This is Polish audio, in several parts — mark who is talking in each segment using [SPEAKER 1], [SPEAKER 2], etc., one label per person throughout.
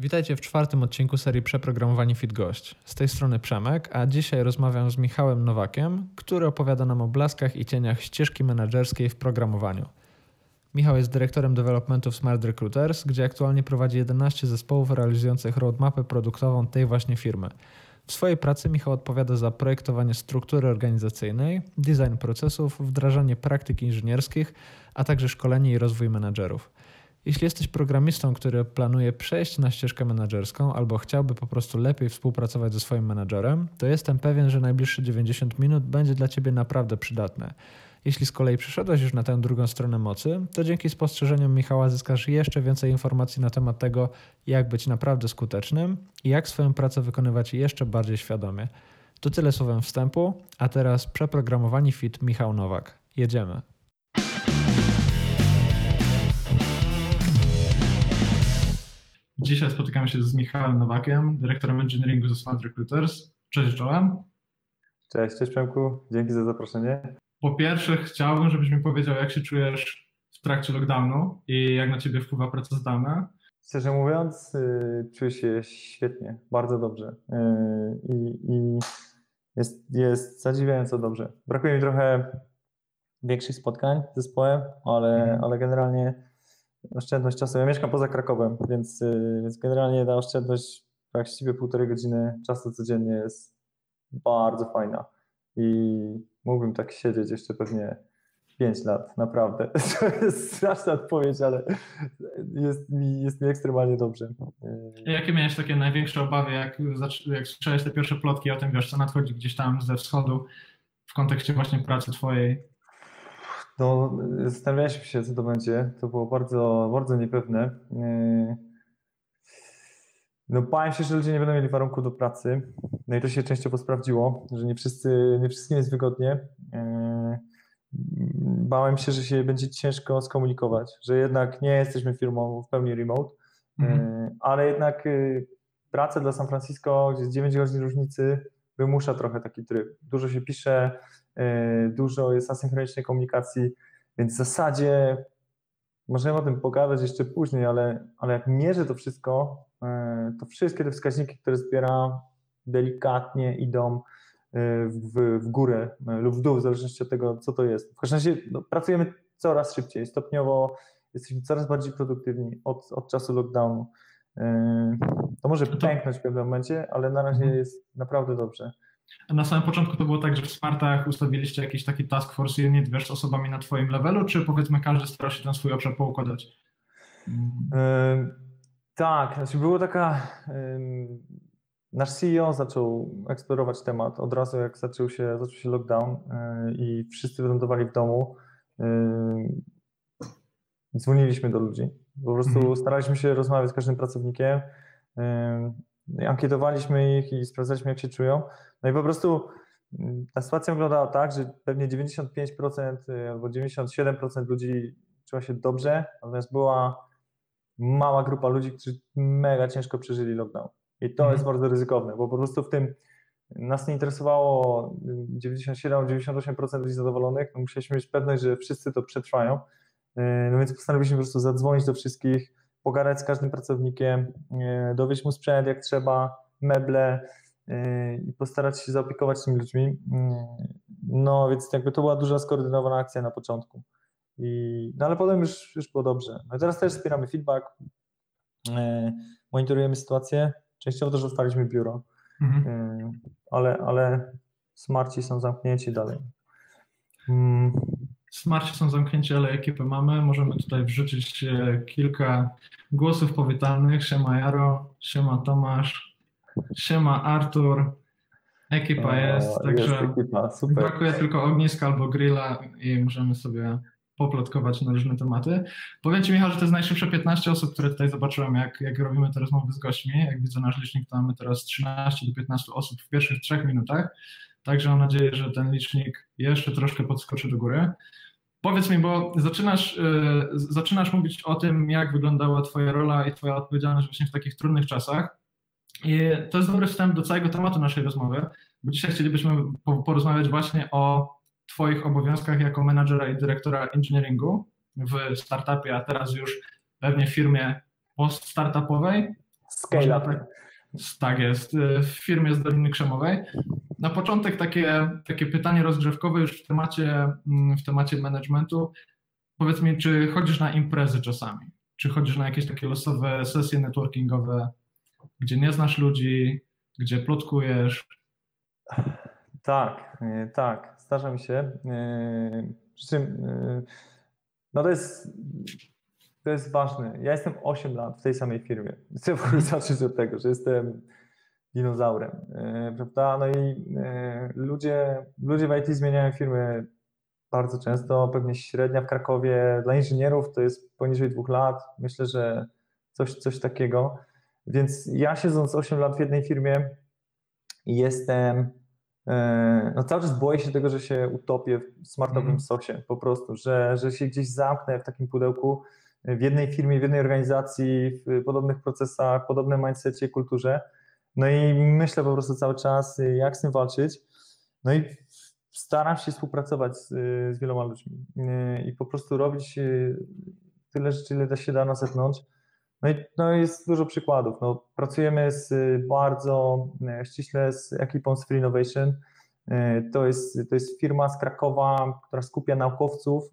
[SPEAKER 1] Witajcie w czwartym odcinku serii Przeprogramowani Fit Gość. Z tej strony Przemek, a dzisiaj rozmawiam z Michałem Nowakiem, który opowiada nam o blaskach i cieniach ścieżki menedżerskiej w programowaniu. Michał jest dyrektorem developmentu w Smart Recruiters, gdzie aktualnie prowadzi 11 zespołów realizujących roadmapę produktową tej właśnie firmy. W swojej pracy Michał odpowiada za projektowanie struktury organizacyjnej, design procesów, wdrażanie praktyk inżynierskich, a także szkolenie i rozwój menedżerów. Jeśli jesteś programistą, który planuje przejść na ścieżkę menedżerską albo chciałby po prostu lepiej współpracować ze swoim menedżerem, to jestem pewien, że najbliższe 90 minut będzie dla Ciebie naprawdę przydatne. Jeśli z kolei przyszedłeś już na tę drugą stronę mocy, to dzięki spostrzeżeniom Michała zyskasz jeszcze więcej informacji na temat tego, jak być naprawdę skutecznym i jak swoją pracę wykonywać jeszcze bardziej świadomie. To tyle słowem wstępu, a teraz Przeprogramowani Fit Michał Nowak. Jedziemy. Dzisiaj spotykamy się z Michałem Nowakiem, dyrektorem engineeringu ze Smart Recruiters. Cześć Joel.
[SPEAKER 2] Cześć Przemku, dzięki za zaproszenie.
[SPEAKER 1] Po pierwsze chciałbym, żebyś mi powiedział, jak się czujesz w trakcie lockdownu i jak na Ciebie wpływa praca zdalna.
[SPEAKER 2] Szczerze mówiąc, czuję się świetnie, bardzo dobrze i jest zadziwiająco dobrze. Brakuje mi trochę większych spotkań z zespołem, ale generalnie oszczędność czasu. Ja mieszkam poza Krakowem, więc generalnie ta oszczędność właściwie 1,5 godziny czasu codziennie jest bardzo fajna i mógłbym tak siedzieć jeszcze pewnie 5 lat, naprawdę. To jest straszna odpowiedź, ale jest mi ekstremalnie dobrze.
[SPEAKER 1] Jakie miałeś takie największe obawy, jak słyszałeś te pierwsze plotki o tym, wiesz, co nadchodzi gdzieś tam ze wschodu w kontekście właśnie pracy twojej?
[SPEAKER 2] No, zastanawialiśmy się, co to będzie. To było bardzo, bardzo niepewne. No, bałem się, że ludzie nie będą mieli warunków do pracy. No i to się częściowo sprawdziło, że nie wszystkim jest wygodnie. Bałem się, że się będzie ciężko skomunikować, że jednak nie jesteśmy firmą w pełni remote, ale jednak praca dla San Francisco, gdzie jest 9 godzin różnicy, wymusza trochę taki tryb. Dużo się pisze, dużo jest asynchronicznej komunikacji, więc w zasadzie możemy o tym pogadać jeszcze później, ale jak mierzę to wszystko, to wszystkie te wskaźniki, które zbieram, delikatnie idą w górę lub w dół, w zależności od tego, co to jest. W każdym razie pracujemy coraz szybciej, stopniowo jesteśmy coraz bardziej produktywni od czasu lockdownu. To może pęknąć w pewnym momencie, ale na razie jest naprawdę dobrze.
[SPEAKER 1] A na samym początku to było tak, że w Smartach ustawiliście jakiś taki task force unit, wiesz, z osobami na twoim levelu, czy powiedzmy każdy starał się ten swój obszar poukładać?
[SPEAKER 2] Tak, znaczy było taka... Nasz CEO zaczął eksplorować temat od razu, jak zaczął się lockdown i wszyscy wylądowali w domu. Dzwoniliśmy do ludzi. Po prostu staraliśmy się rozmawiać z każdym pracownikiem, ankietowaliśmy ich i sprawdzaliśmy, jak się czują. No i po prostu ta sytuacja wyglądała tak, że pewnie 95% albo 97% ludzi czuła się dobrze, natomiast była mała grupa ludzi, którzy mega ciężko przeżyli lockdown. I to jest bardzo ryzykowne, bo po prostu w tym nas nie interesowało 97-98% ludzi zadowolonych, no musieliśmy mieć pewność, że wszyscy to przetrwają. No więc postanowiliśmy po prostu zadzwonić do wszystkich, pogadać z każdym pracownikiem, dowieźć mu sprzęt jak trzeba, meble i postarać się zaopiekować tymi ludźmi. No więc jakby to była duża skoordynowana akcja na początku. No ale potem już było dobrze. No i teraz też wspieramy feedback, monitorujemy sytuację. Częściowo też otwarliśmy biuro, ale smarci są zamknięci dalej.
[SPEAKER 1] Smarci są zamknięci, ale ekipę mamy. Możemy tutaj wrzucić kilka głosów powitalnych. Siema Jaro, siema Tomasz, siema Artur. Ekipa jest, także
[SPEAKER 2] jest ekipa, super.
[SPEAKER 1] Brakuje tylko ogniska albo grilla i możemy sobie poplotkować na różne tematy. Powiem Ci, Michał, że to jest najszybsze 15 osób, które tutaj zobaczyłem, jak robimy te rozmowy z gośćmi. Jak widzę nasz licznik, to mamy teraz 13 do 15 osób w pierwszych 3 minutach. Także mam nadzieję, że ten licznik jeszcze troszkę podskoczy do góry. Powiedz mi, bo zaczynasz mówić o tym, jak wyglądała Twoja rola i Twoja odpowiedzialność właśnie w takich trudnych czasach. I to jest dobry wstęp do całego tematu naszej rozmowy, bo dzisiaj chcielibyśmy porozmawiać właśnie o Twoich obowiązkach jako menadżera i dyrektora engineeringu w startupie, a teraz już pewnie w firmie post-startupowej.
[SPEAKER 2] Scale up.
[SPEAKER 1] Tak jest, w firmie z Doliny Krzemowej. Na początek takie pytanie rozgrzewkowe już w temacie managementu. Powiedz mi, czy chodzisz na imprezy czasami? Czy chodzisz na jakieś takie losowe sesje networkingowe, gdzie nie znasz ludzi, gdzie plotkujesz?
[SPEAKER 2] Tak, zdarza mi się. Przy czym no to jest ważne. Ja jestem 8 lat w tej samej firmie. Chcę w ogóle zacząć od tego, że jestem dinozaurem, prawda? No i ludzie w IT zmieniają firmy bardzo często. Pewnie średnia w Krakowie dla inżynierów to jest poniżej 2 lat. Myślę, że coś takiego. Więc ja siedząc 8 lat w jednej firmie jestem, no cały czas boję się tego, że się utopię w smartowym sosie po prostu, że się gdzieś zamknę w takim pudełku w jednej firmie, w jednej organizacji, w podobnych procesach, podobnym mindsetie, kulturze. No i myślę po prostu cały czas, jak z tym walczyć. No i staram się współpracować z wieloma ludźmi i po prostu robić tyle rzeczy, ile się da na zewnątrz. No jest dużo przykładów. No, pracujemy bardzo ściśle z ekipą z Free Innovation. To jest firma z Krakowa, która skupia naukowców,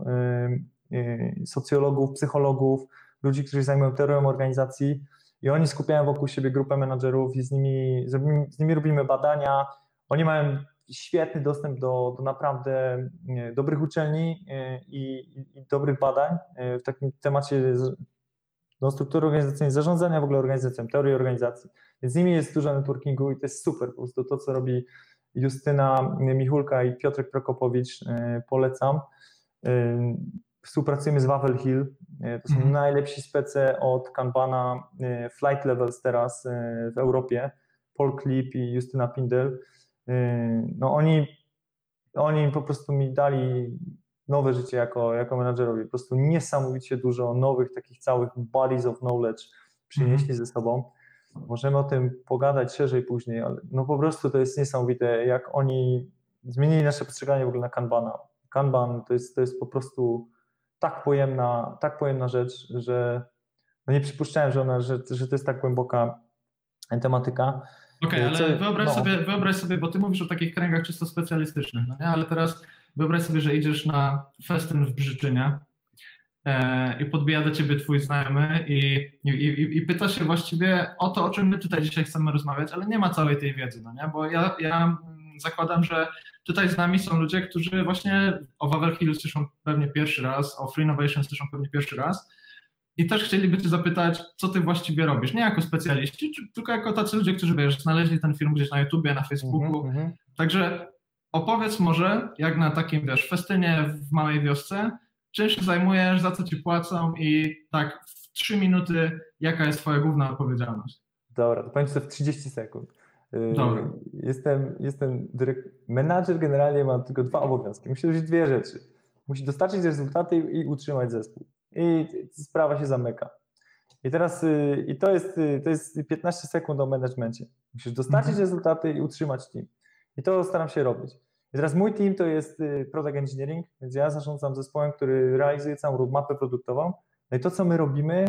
[SPEAKER 2] socjologów, psychologów, ludzi, którzy zajmują teorią organizacji i oni skupiają wokół siebie grupę menadżerów i z nimi robimy badania. Oni mają świetny dostęp do naprawdę dobrych uczelni i dobrych badań w takim temacie struktury organizacyjnej, zarządzania w ogóle organizacją, teorii organizacji. Więc z nimi jest dużo networkingu i to jest super. Po prostu to, co robi Justyna Michulka i Piotrek Prokopowicz, polecam. Współpracujemy z Wawel Hill. To są najlepsi spece od Kanbana, Flight Levels teraz w Europie. Paul Klipp i Justyna Pindel. No oni po prostu mi dali nowe życie jako menadżerowi. Po prostu niesamowicie dużo nowych takich całych bodies of knowledge przynieśli ze sobą. Możemy o tym pogadać szerzej później, ale no po prostu to jest niesamowite, jak oni zmienili nasze postrzeganie w ogóle na Kanbana. Kanban to jest po prostu tak pojemna rzecz, że no nie przypuszczałem, że to jest tak głęboka tematyka.
[SPEAKER 1] Okej, ale wyobraź sobie, bo ty mówisz o takich kręgach czysto specjalistycznych, no nie? Ale teraz wyobraź sobie, że idziesz na festyn w Brzyczynie i podbija do ciebie twój znajomy i pyta się właściwie o to, o czym my tutaj dzisiaj chcemy rozmawiać, ale nie ma całej tej wiedzy, no nie? Bo ja zakładam, że tutaj z nami są ludzie, którzy właśnie o Wawel Hill słyszą pewnie pierwszy raz, o Free Innovation słyszą pewnie pierwszy raz i też chcieliby cię zapytać, co ty właściwie robisz, nie jako specjaliści, tylko jako tacy ludzie, którzy, wiesz, znaleźli ten film gdzieś na YouTubie, na Facebooku. Także opowiedz może, jak na takim, wiesz, festynie w małej wiosce, czym się zajmujesz, za co ci płacą i tak w 3 minuty, jaka jest twoja główna odpowiedzialność?
[SPEAKER 2] Dobra, to powiem ci to w 30 sekund.
[SPEAKER 1] Dobra.
[SPEAKER 2] Menadżer generalnie ma tylko 2 obowiązki. Musi robić 2 rzeczy. Musi dostarczyć rezultaty i utrzymać zespół. I sprawa się zamyka. I teraz to jest 15 sekund o managemencie. Musisz dostarczyć rezultaty i utrzymać team. I to staram się robić. I teraz mój team to jest Product Engineering, więc ja zarządzam zespołem, który realizuje całą roadmapę produktową. No i to, co my robimy,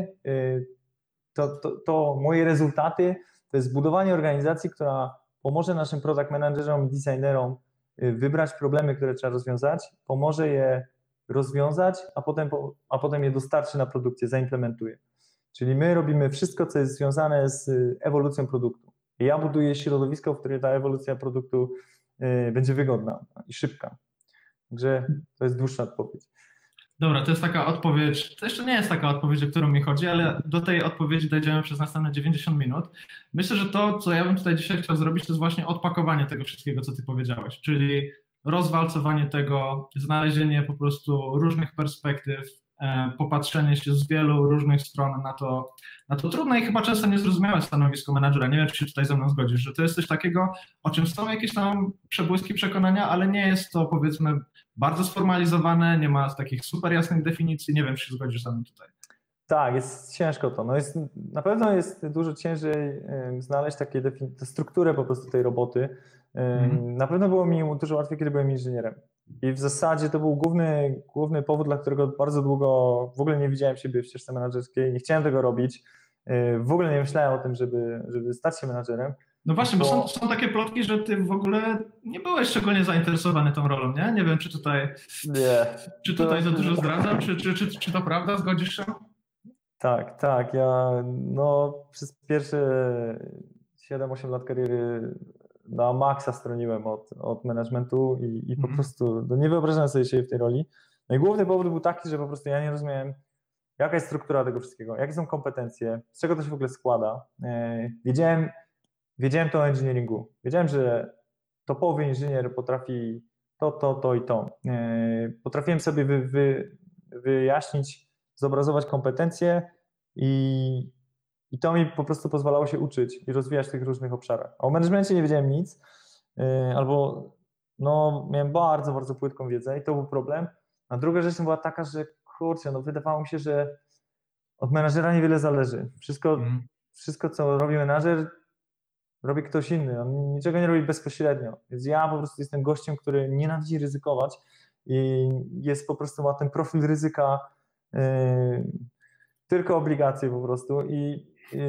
[SPEAKER 2] to moje rezultaty to jest budowanie organizacji, która pomoże naszym product managerom i designerom wybrać problemy, które trzeba rozwiązać, pomoże je rozwiązać, a potem je dostarczy na produkcję, zaimplementuje. Czyli my robimy wszystko, co jest związane z ewolucją produktu. I ja buduję środowisko, w którym ta ewolucja produktu będzie wygodna i szybka. Także to jest dłuższa odpowiedź.
[SPEAKER 1] Dobra, to jest taka odpowiedź, to jeszcze nie jest taka odpowiedź, o którą mi chodzi, ale do tej odpowiedzi dojdziemy przez następne 90 minut. Myślę, że to, co ja bym tutaj dzisiaj chciał zrobić, to jest właśnie odpakowanie tego wszystkiego, co ty powiedziałeś, czyli rozwalcowanie tego, znalezienie po prostu różnych perspektyw, popatrzenie się z wielu różnych stron na to trudne i chyba często niezrozumiałe stanowisko menadżera. Nie wiem, czy się tutaj ze mną zgodzisz, że to jest coś takiego, o czym są jakieś tam przebłyski przekonania, ale nie jest to, powiedzmy, bardzo sformalizowane, nie ma takich super jasnych definicji. Nie wiem, czy się zgodzisz ze mną tutaj.
[SPEAKER 2] Tak, jest ciężko to. Na pewno jest dużo ciężej znaleźć strukturę po prostu tej roboty. Na pewno było mi dużo łatwiej, kiedy byłem inżynierem. I w zasadzie to był główny powód, dla którego bardzo długo w ogóle nie widziałem siebie w ścieżce menedżerskiej, nie chciałem tego robić. W ogóle nie myślałem o tym, żeby stać się menadżerem.
[SPEAKER 3] No właśnie, bo są takie plotki, że ty w ogóle nie byłeś szczególnie zainteresowany tą rolą, nie? Nie wiem, czy tutaj za dużo zdradzam, czy to prawda? Zgodzisz się?
[SPEAKER 2] Tak. Ja przez pierwsze 7-8 lat kariery na maksa stroniłem od managementu i po prostu nie wyobrażałem sobie siebie w tej roli. No i główny powód był taki, że po prostu ja nie rozumiałem, jaka jest struktura tego wszystkiego, jakie są kompetencje, z czego to się w ogóle składa. Wiedziałem to o engineeringu. Wiedziałem, że topowy inżynier potrafi to i to. Potrafiłem sobie wyjaśnić, zobrazować kompetencje i to mi po prostu pozwalało się uczyć i rozwijać w tych różnych obszarach. A o managemencie nie wiedziałem nic, albo miałem bardzo, bardzo płytką wiedzę i to był problem. A druga rzecz była taka, że kurczę, wydawało mi się, że od menadżera niewiele zależy. Wszystko, co robi menadżer, robi ktoś inny. On niczego nie robi bezpośrednio. Więc ja po prostu jestem gościem, który nienawidzi ryzykować i po prostu ma ten profil ryzyka, tylko obligacje po prostu. I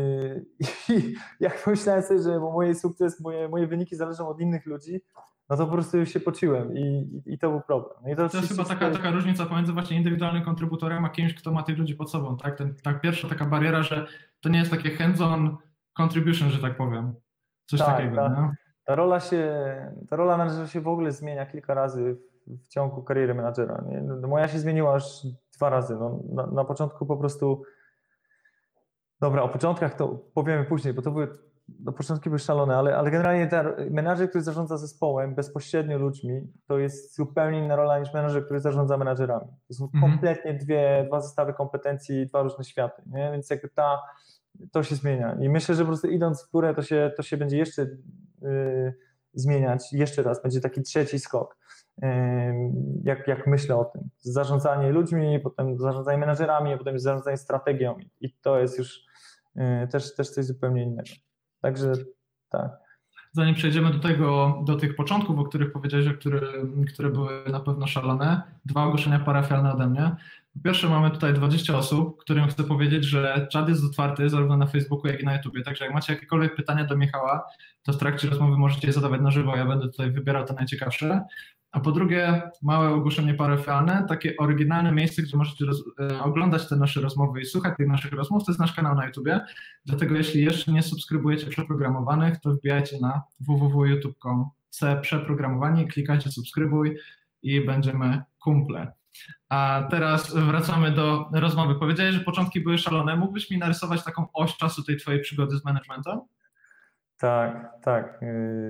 [SPEAKER 2] jak myślałem sobie, że mój sukces, moje wyniki zależą od innych ludzi, no to po prostu już się pociłem i to był problem. No i
[SPEAKER 3] to jest chyba taka różnica pomiędzy właśnie indywidualnym kontrybutorem, a kimś, kto ma tych ludzi pod sobą, tak? Pierwsza taka bariera, że to nie jest takie hands-on contribution, że tak powiem. Coś takiego, no?
[SPEAKER 2] Ta rola menadżera się w ogóle zmienia kilka razy w ciągu kariery menadżera. Nie? Moja się zmieniła aż 2 razy. Na początku po prostu. Dobra, o początkach to powiemy później, bo początki były szalone, ale generalnie ten menadżer, który zarządza zespołem bezpośrednio ludźmi, to jest zupełnie inna rola niż menadżer, który zarządza menadżerami. To są kompletnie dwa zestawy kompetencji, 2 różne światy, nie? Więc jakby to się zmienia. I myślę, że po prostu idąc w górę, to się będzie jeszcze zmieniać. Jeszcze raz, będzie taki trzeci skok. Jak myślę o tym. Zarządzanie ludźmi, potem zarządzanie menadżerami, a potem zarządzanie strategią. I to jest już też coś zupełnie innego. Także tak.
[SPEAKER 3] Zanim przejdziemy do tych początków, o których powiedziałeś, które były na pewno szalone, 2 ogłoszenia parafialne ode mnie. Po pierwsze, mamy tutaj 20 osób, którym chcę powiedzieć, że czat jest otwarty zarówno na Facebooku, jak i na YouTubie, także jak macie jakiekolwiek pytania do Michała, to w trakcie rozmowy możecie je zadawać na żywo, ja będę tutaj wybierał te najciekawsze. A po drugie, małe ogłoszenie parafialne, takie oryginalne miejsce, gdzie możecie oglądać te nasze rozmowy i słuchać tych naszych rozmów, to jest nasz kanał na YouTubie, dlatego jeśli jeszcze nie subskrybujecie Przeprogramowanych, to wbijajcie na www.youtube.com/przeprogramowanie, klikajcie subskrybuj i będziemy kumple. A teraz wracamy do rozmowy. Powiedziałeś, że początki były szalone. Mógłbyś mi narysować taką oś czasu tej twojej przygody z managementem?
[SPEAKER 2] Tak.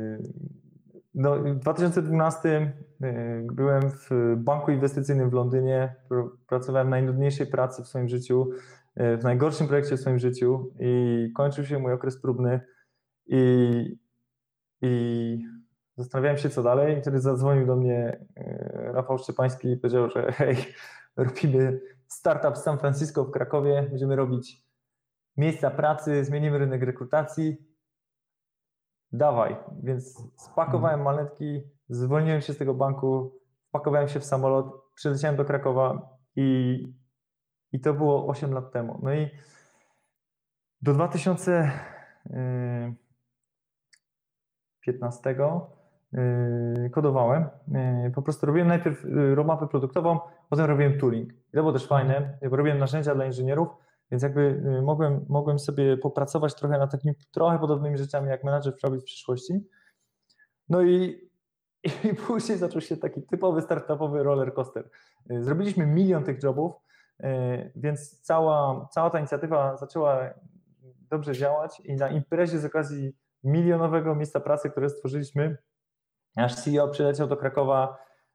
[SPEAKER 2] W 2012 byłem w banku inwestycyjnym w Londynie. Pracowałem w najnudniejszej pracy w swoim życiu, w najgorszym projekcie w swoim życiu i kończył się mój okres próbny i zastanawiałem się, co dalej. I wtedy zadzwonił do mnie Rafał Szczepański i powiedział, że hej, robimy startup z San Francisco w Krakowie, będziemy robić miejsca pracy, zmienimy rynek rekrutacji. Dawaj, więc spakowałem manetki, zwolniłem się z tego banku, wpakowałem się w samolot, przyleciałem do Krakowa i to było 8 lat temu. No i do 2015 kodowałem, po prostu robiłem najpierw roadmapę produktową, potem robiłem tooling. I to było też fajne, robiłem narzędzia dla inżynierów, więc jakby mogłem sobie popracować trochę nad takimi trochę podobnymi rzeczami, jak menadżer robić w przyszłości. No i później zaczął się taki typowy startupowy roller coaster. Zrobiliśmy 1 000 000 tych jobów, więc cała ta inicjatywa zaczęła dobrze działać i na imprezie z okazji milionowego miejsca pracy, które stworzyliśmy, nasz CEO przyleciał do Krakowa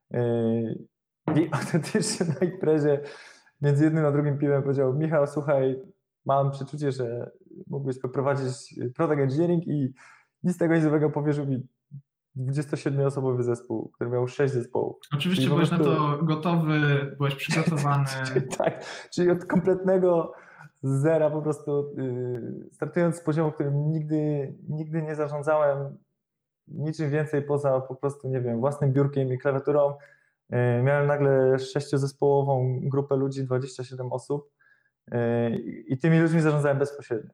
[SPEAKER 2] i autentycznie na imprezie między jednym a drugim piwem powiedział: Michał, słuchaj, mam przeczucie, że mógłbyś poprowadzić product engineering i nic z tego nizowego powierzył mi 27-osobowy zespół, który miał 6 zespołów.
[SPEAKER 3] Oczywiście byłeś na to gotowy, byłeś przygotowany.
[SPEAKER 2] Tak, czyli od kompletnego zera po prostu, startując z poziomu, którym nigdy nie zarządzałem niczym więcej poza po prostu, nie wiem, własnym biurkiem i klawiaturą. Miałem nagle 6-zespołową grupę ludzi, 27 osób i tymi ludźmi zarządzałem bezpośrednio.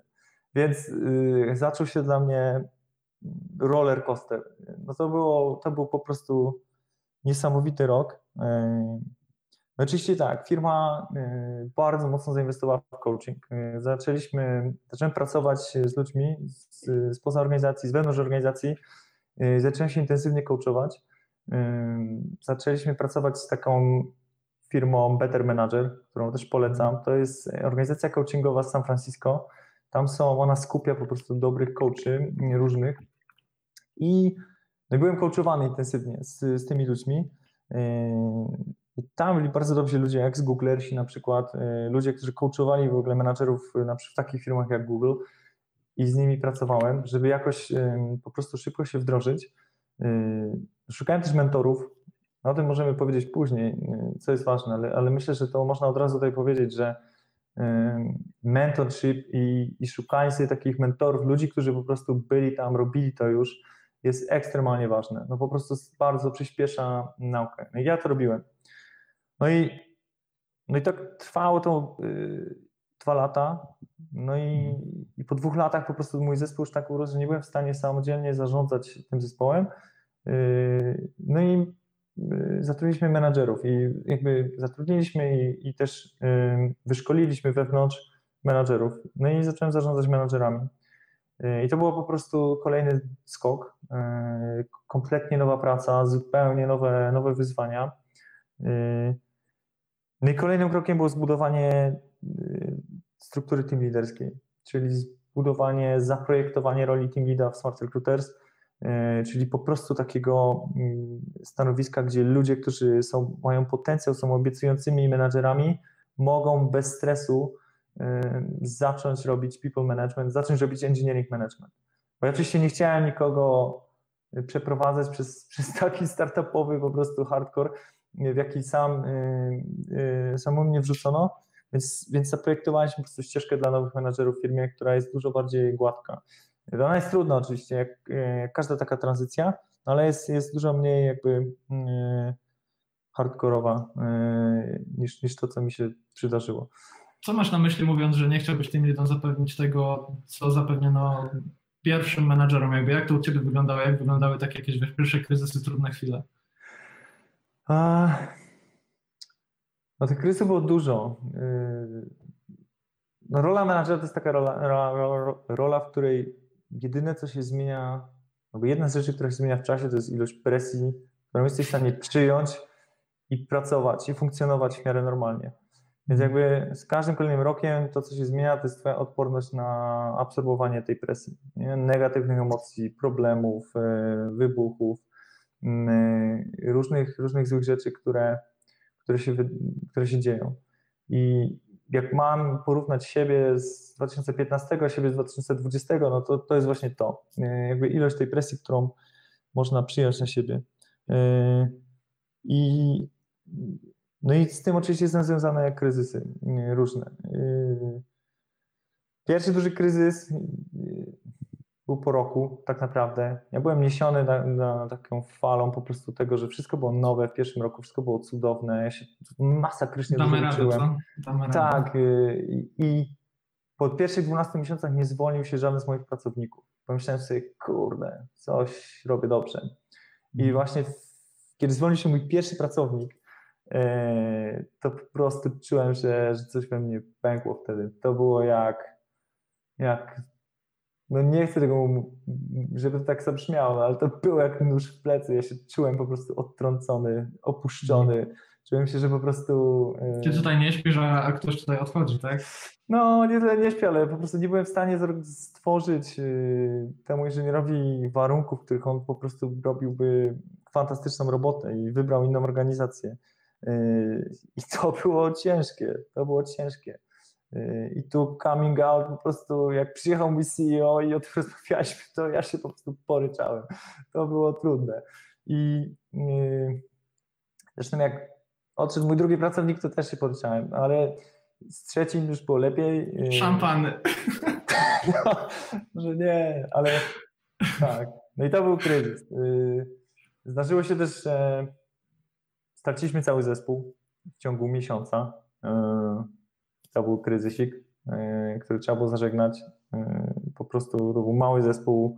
[SPEAKER 2] Więc zaczął się dla mnie roller coaster. No to był po prostu niesamowity rok. Oczywiście tak, firma bardzo mocno zainwestowała w coaching. Zacząłem pracować z ludźmi spoza organizacji, z wewnątrz organizacji. Zacząłem się intensywnie coachować. Zaczęliśmy pracować z taką firmą Better Manager, którą też polecam. To jest organizacja coachingowa z San Francisco. Ona skupia po prostu dobrych coachy różnych. I byłem coachowany intensywnie z tymi ludźmi. I tam byli bardzo dobrzy ludzie, jak z Googlersi na przykład, ludzie, którzy coachowali w ogóle menadżerów w takich firmach jak Google i z nimi pracowałem, żeby jakoś po prostu szybko się wdrożyć. Szukałem też mentorów, o tym możemy powiedzieć później, co jest ważne, ale myślę, że to można od razu tutaj powiedzieć, że mentorship i szukanie sobie takich mentorów, ludzi, którzy po prostu byli tam, robili to już, jest ekstremalnie ważne. No po prostu bardzo przyspiesza naukę. No i ja to robiłem. No i tak trwało to 2 lata. No i po 2 latach po prostu mój zespół już tak urósł, że nie byłem w stanie samodzielnie zarządzać tym zespołem. No i zatrudniliśmy menadżerów i jakby zatrudniliśmy i też wyszkoliliśmy wewnątrz menadżerów. No i zacząłem zarządzać menadżerami. I to było po prostu kolejny skok, kompletnie nowa praca, zupełnie nowe wyzwania. No i kolejnym krokiem było zbudowanie struktury team liderskiej, czyli zaprojektowanie roli team leada w Smart Recruiters, czyli po prostu takiego stanowiska, gdzie ludzie, którzy mają potencjał, są obiecującymi menadżerami, mogą bez stresu zacząć robić people management, zacząć robić engineering management. Bo ja oczywiście nie chciałem nikogo przeprowadzać przez taki startupowy po prostu hardcore, w jaki samą mnie wrzucono, więc zaprojektowaliśmy po prostu ścieżkę dla nowych menadżerów w firmie, która jest dużo bardziej gładka. Ona jest trudna oczywiście, jak każda taka tranzycja, ale jest dużo mniej jakby hardkorowa niż to, co mi się przydarzyło.
[SPEAKER 3] Co masz na myśli, mówiąc, że nie chciałbyś tym lidom zapewnić tego, co zapewniono pierwszym menadżerom? Jak to u Ciebie wyglądało? Jak wyglądały takie jakieś pierwsze kryzysy, trudne chwile?
[SPEAKER 2] No tych kryzysów było dużo. No, rola menadżera to jest taka rola, w której jedyne, co się zmienia, albo jedna z rzeczy, która się zmienia w czasie, to jest ilość presji, którą jesteś w stanie przyjąć i pracować, i funkcjonować w miarę normalnie. Więc jakby z każdym kolejnym rokiem to, co się zmienia, to jest twoja odporność na absorbowanie tej presji, nie? Negatywnych emocji, problemów, wybuchów, różnych złych rzeczy, które się dzieją. I jak mam porównać siebie z 2015, a siebie z 2020, no to jest właśnie to. Jakby ilość tej presji, którą można przyjąć na siebie. No i z tym oczywiście są związane kryzysy różne. Pierwszy duży kryzys był po roku tak naprawdę. Ja byłem niesiony na taką falą po prostu tego, że wszystko było nowe w pierwszym roku, wszystko było cudowne. Ja się masakrycznie dużo uczyłem. Tak. I po pierwszych 12 miesiącach nie zwolnił się żaden z moich pracowników. Pomyślałem sobie, kurde, coś robię dobrze. I właśnie kiedy zwolnił się mój pierwszy pracownik, to po prostu czułem, że coś we mnie pękło wtedy. To było jak no nie chcę tego, żeby to tak zabrzmiało, ale to było jak nóż w plecy. Ja się czułem po prostu odtrącony, opuszczony. Czułem się, że po prostu...
[SPEAKER 3] Ty tutaj nie śpisz, a ktoś tutaj odchodzi, tak?
[SPEAKER 2] No, nie tyle nie śpię, ale po prostu nie byłem w stanie stworzyć temu inżynierowi warunków, w których on po prostu robiłby fantastyczną robotę i wybrał inną organizację. I to było ciężkie. I tu coming out po prostu, jak przyjechał mój CEO i o tym rozmawialiśmy, to ja się po prostu poryczałem. To było trudne. I zresztą jak odszedł mój drugi pracownik, to też się poryczałem, ale z trzecim już było lepiej.
[SPEAKER 3] Szampany.
[SPEAKER 2] No, może nie, ale tak. No i to był kryzys. Zdarzyło się też, że straciliśmy cały zespół w ciągu miesiąca. To był kryzysik, który trzeba było zażegnać. Po prostu to był mały zespół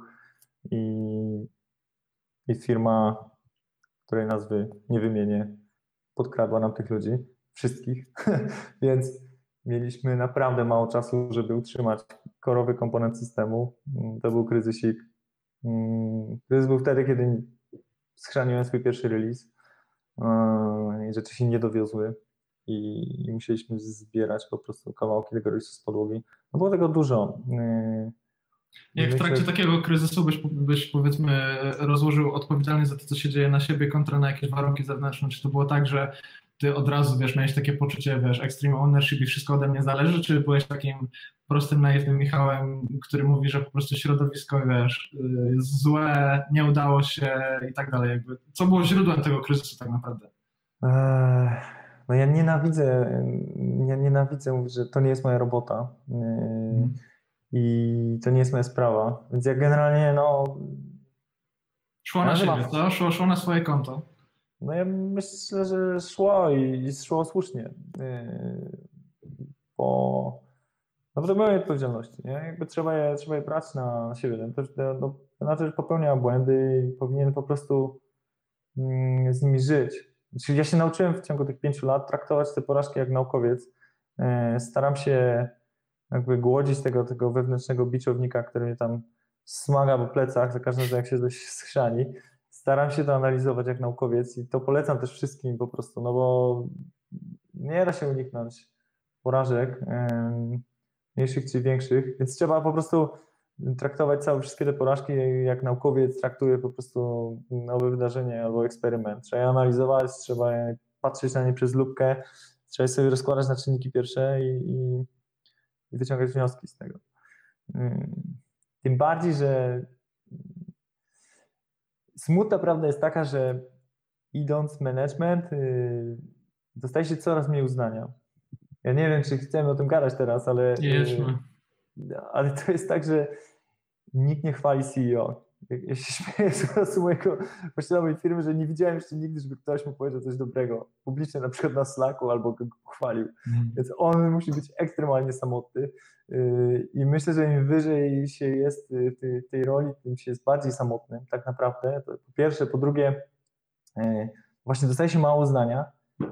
[SPEAKER 2] i firma, której nazwy nie wymienię, podkradła nam tych ludzi, wszystkich, więc mieliśmy naprawdę mało czasu, żeby utrzymać korowy komponent systemu. To był kryzysik. Kryzys był wtedy, kiedy schrzaniłem swój pierwszy release i rzeczy się nie dowiozły i musieliśmy zbierać po prostu kawałki tego release'u z podłogi. No było tego dużo.
[SPEAKER 3] Jak w trakcie takiego kryzysu byś powiedzmy rozłożył odpowiedzialność za to, co się dzieje na siebie kontra na jakieś warunki zewnętrzne, czy to było tak, że ty od razu, miałeś takie poczucie, extreme ownership i wszystko ode mnie zależy, czy byłeś takim prostym, naiwnym Michałem, który mówi, że po prostu środowisko, jest złe, nie udało się i tak dalej. Co było źródłem tego kryzysu tak naprawdę?
[SPEAKER 2] No ja nienawidzę mówić, że to nie jest moja robota i to nie jest moja sprawa, więc ja generalnie
[SPEAKER 3] Szło na siebie, co? Szło na swoje konto.
[SPEAKER 2] No ja myślę, że szło i szło słusznie, bo to były odpowiedzialności, nie? Jakby trzeba je brać na siebie. Menadżer popełnia błędy i powinien po prostu z nimi żyć. Czyli ja się nauczyłem w ciągu tych 5 lat traktować te porażki jak naukowiec. Staram się jakby głodzić tego wewnętrznego biczownika, który mnie tam smaga po plecach za każdym razem, jak się coś schrzani. Staram się to analizować jak naukowiec i to polecam też wszystkim po prostu, no bo nie da się uniknąć porażek, mniejszych czy większych, więc trzeba po prostu traktować wszystkie te porażki jak naukowiec traktuje po prostu nowe wydarzenie albo eksperyment. Trzeba je analizować, trzeba patrzeć na nie przez lupkę, trzeba sobie rozkładać na czynniki pierwsze i wyciągać wnioski z tego. Tym bardziej, że smutna prawda jest taka, że idąc w management dostaje się coraz mniej uznania. Ja nie wiem, czy chcemy o tym gadać teraz, ale to jest tak, że nikt nie chwali CEO. Ja się śmieję z głosu mojego właściciela firmy, że nie widziałem jeszcze nigdy, żeby ktoś mu powiedział coś dobrego publicznie, na przykład na Slacku albo go chwalił. Więc on musi być ekstremalnie samotny i myślę, że im wyżej się jest w tej roli, tym się jest bardziej samotnym tak naprawdę. To po pierwsze, po drugie właśnie dostaje się mało uznania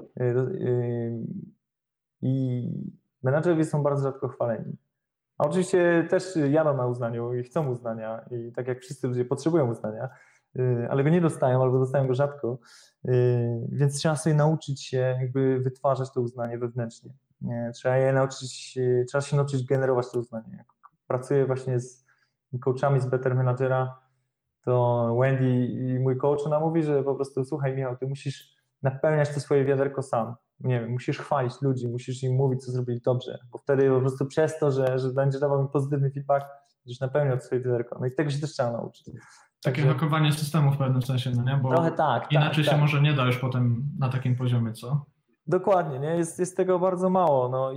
[SPEAKER 2] i menadżerowie są bardzo rzadko chwaleni. A oczywiście też jadą na uznaniu i chcą uznania i tak jak wszyscy ludzie potrzebują uznania, ale go nie dostają albo dostają go rzadko, więc trzeba sobie nauczyć się jakby wytwarzać to uznanie wewnętrznie. Trzeba się nauczyć generować to uznanie. Jak pracuję właśnie z coachami z Better Managera, to Wendy i mój coach, ona mówi, że po prostu słuchaj Michał, ty musisz napełniać to swoje wiaderko sam. Nie wiem, musisz chwalić ludzi, musisz im mówić, co zrobili dobrze, bo wtedy po prostu przez to, że będziesz dawał mi pozytywny feedback, będziesz napełniał swoje wiaderko. No i tego się też trzeba nauczyć.
[SPEAKER 3] Takie hakowanie systemu w pewnym sensie, no nie? Bo
[SPEAKER 2] trochę tak.
[SPEAKER 3] Inaczej się może nie da już potem na takim poziomie, co?
[SPEAKER 2] Dokładnie, nie? Jest tego bardzo mało, no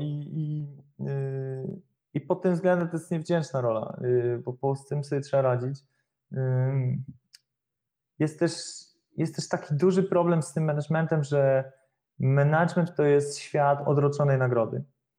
[SPEAKER 2] i pod tym względem to jest niewdzięczna rola, bo z tym sobie trzeba radzić. Jest też taki duży problem z tym managementem, że management to jest świat odroczonej nagrody.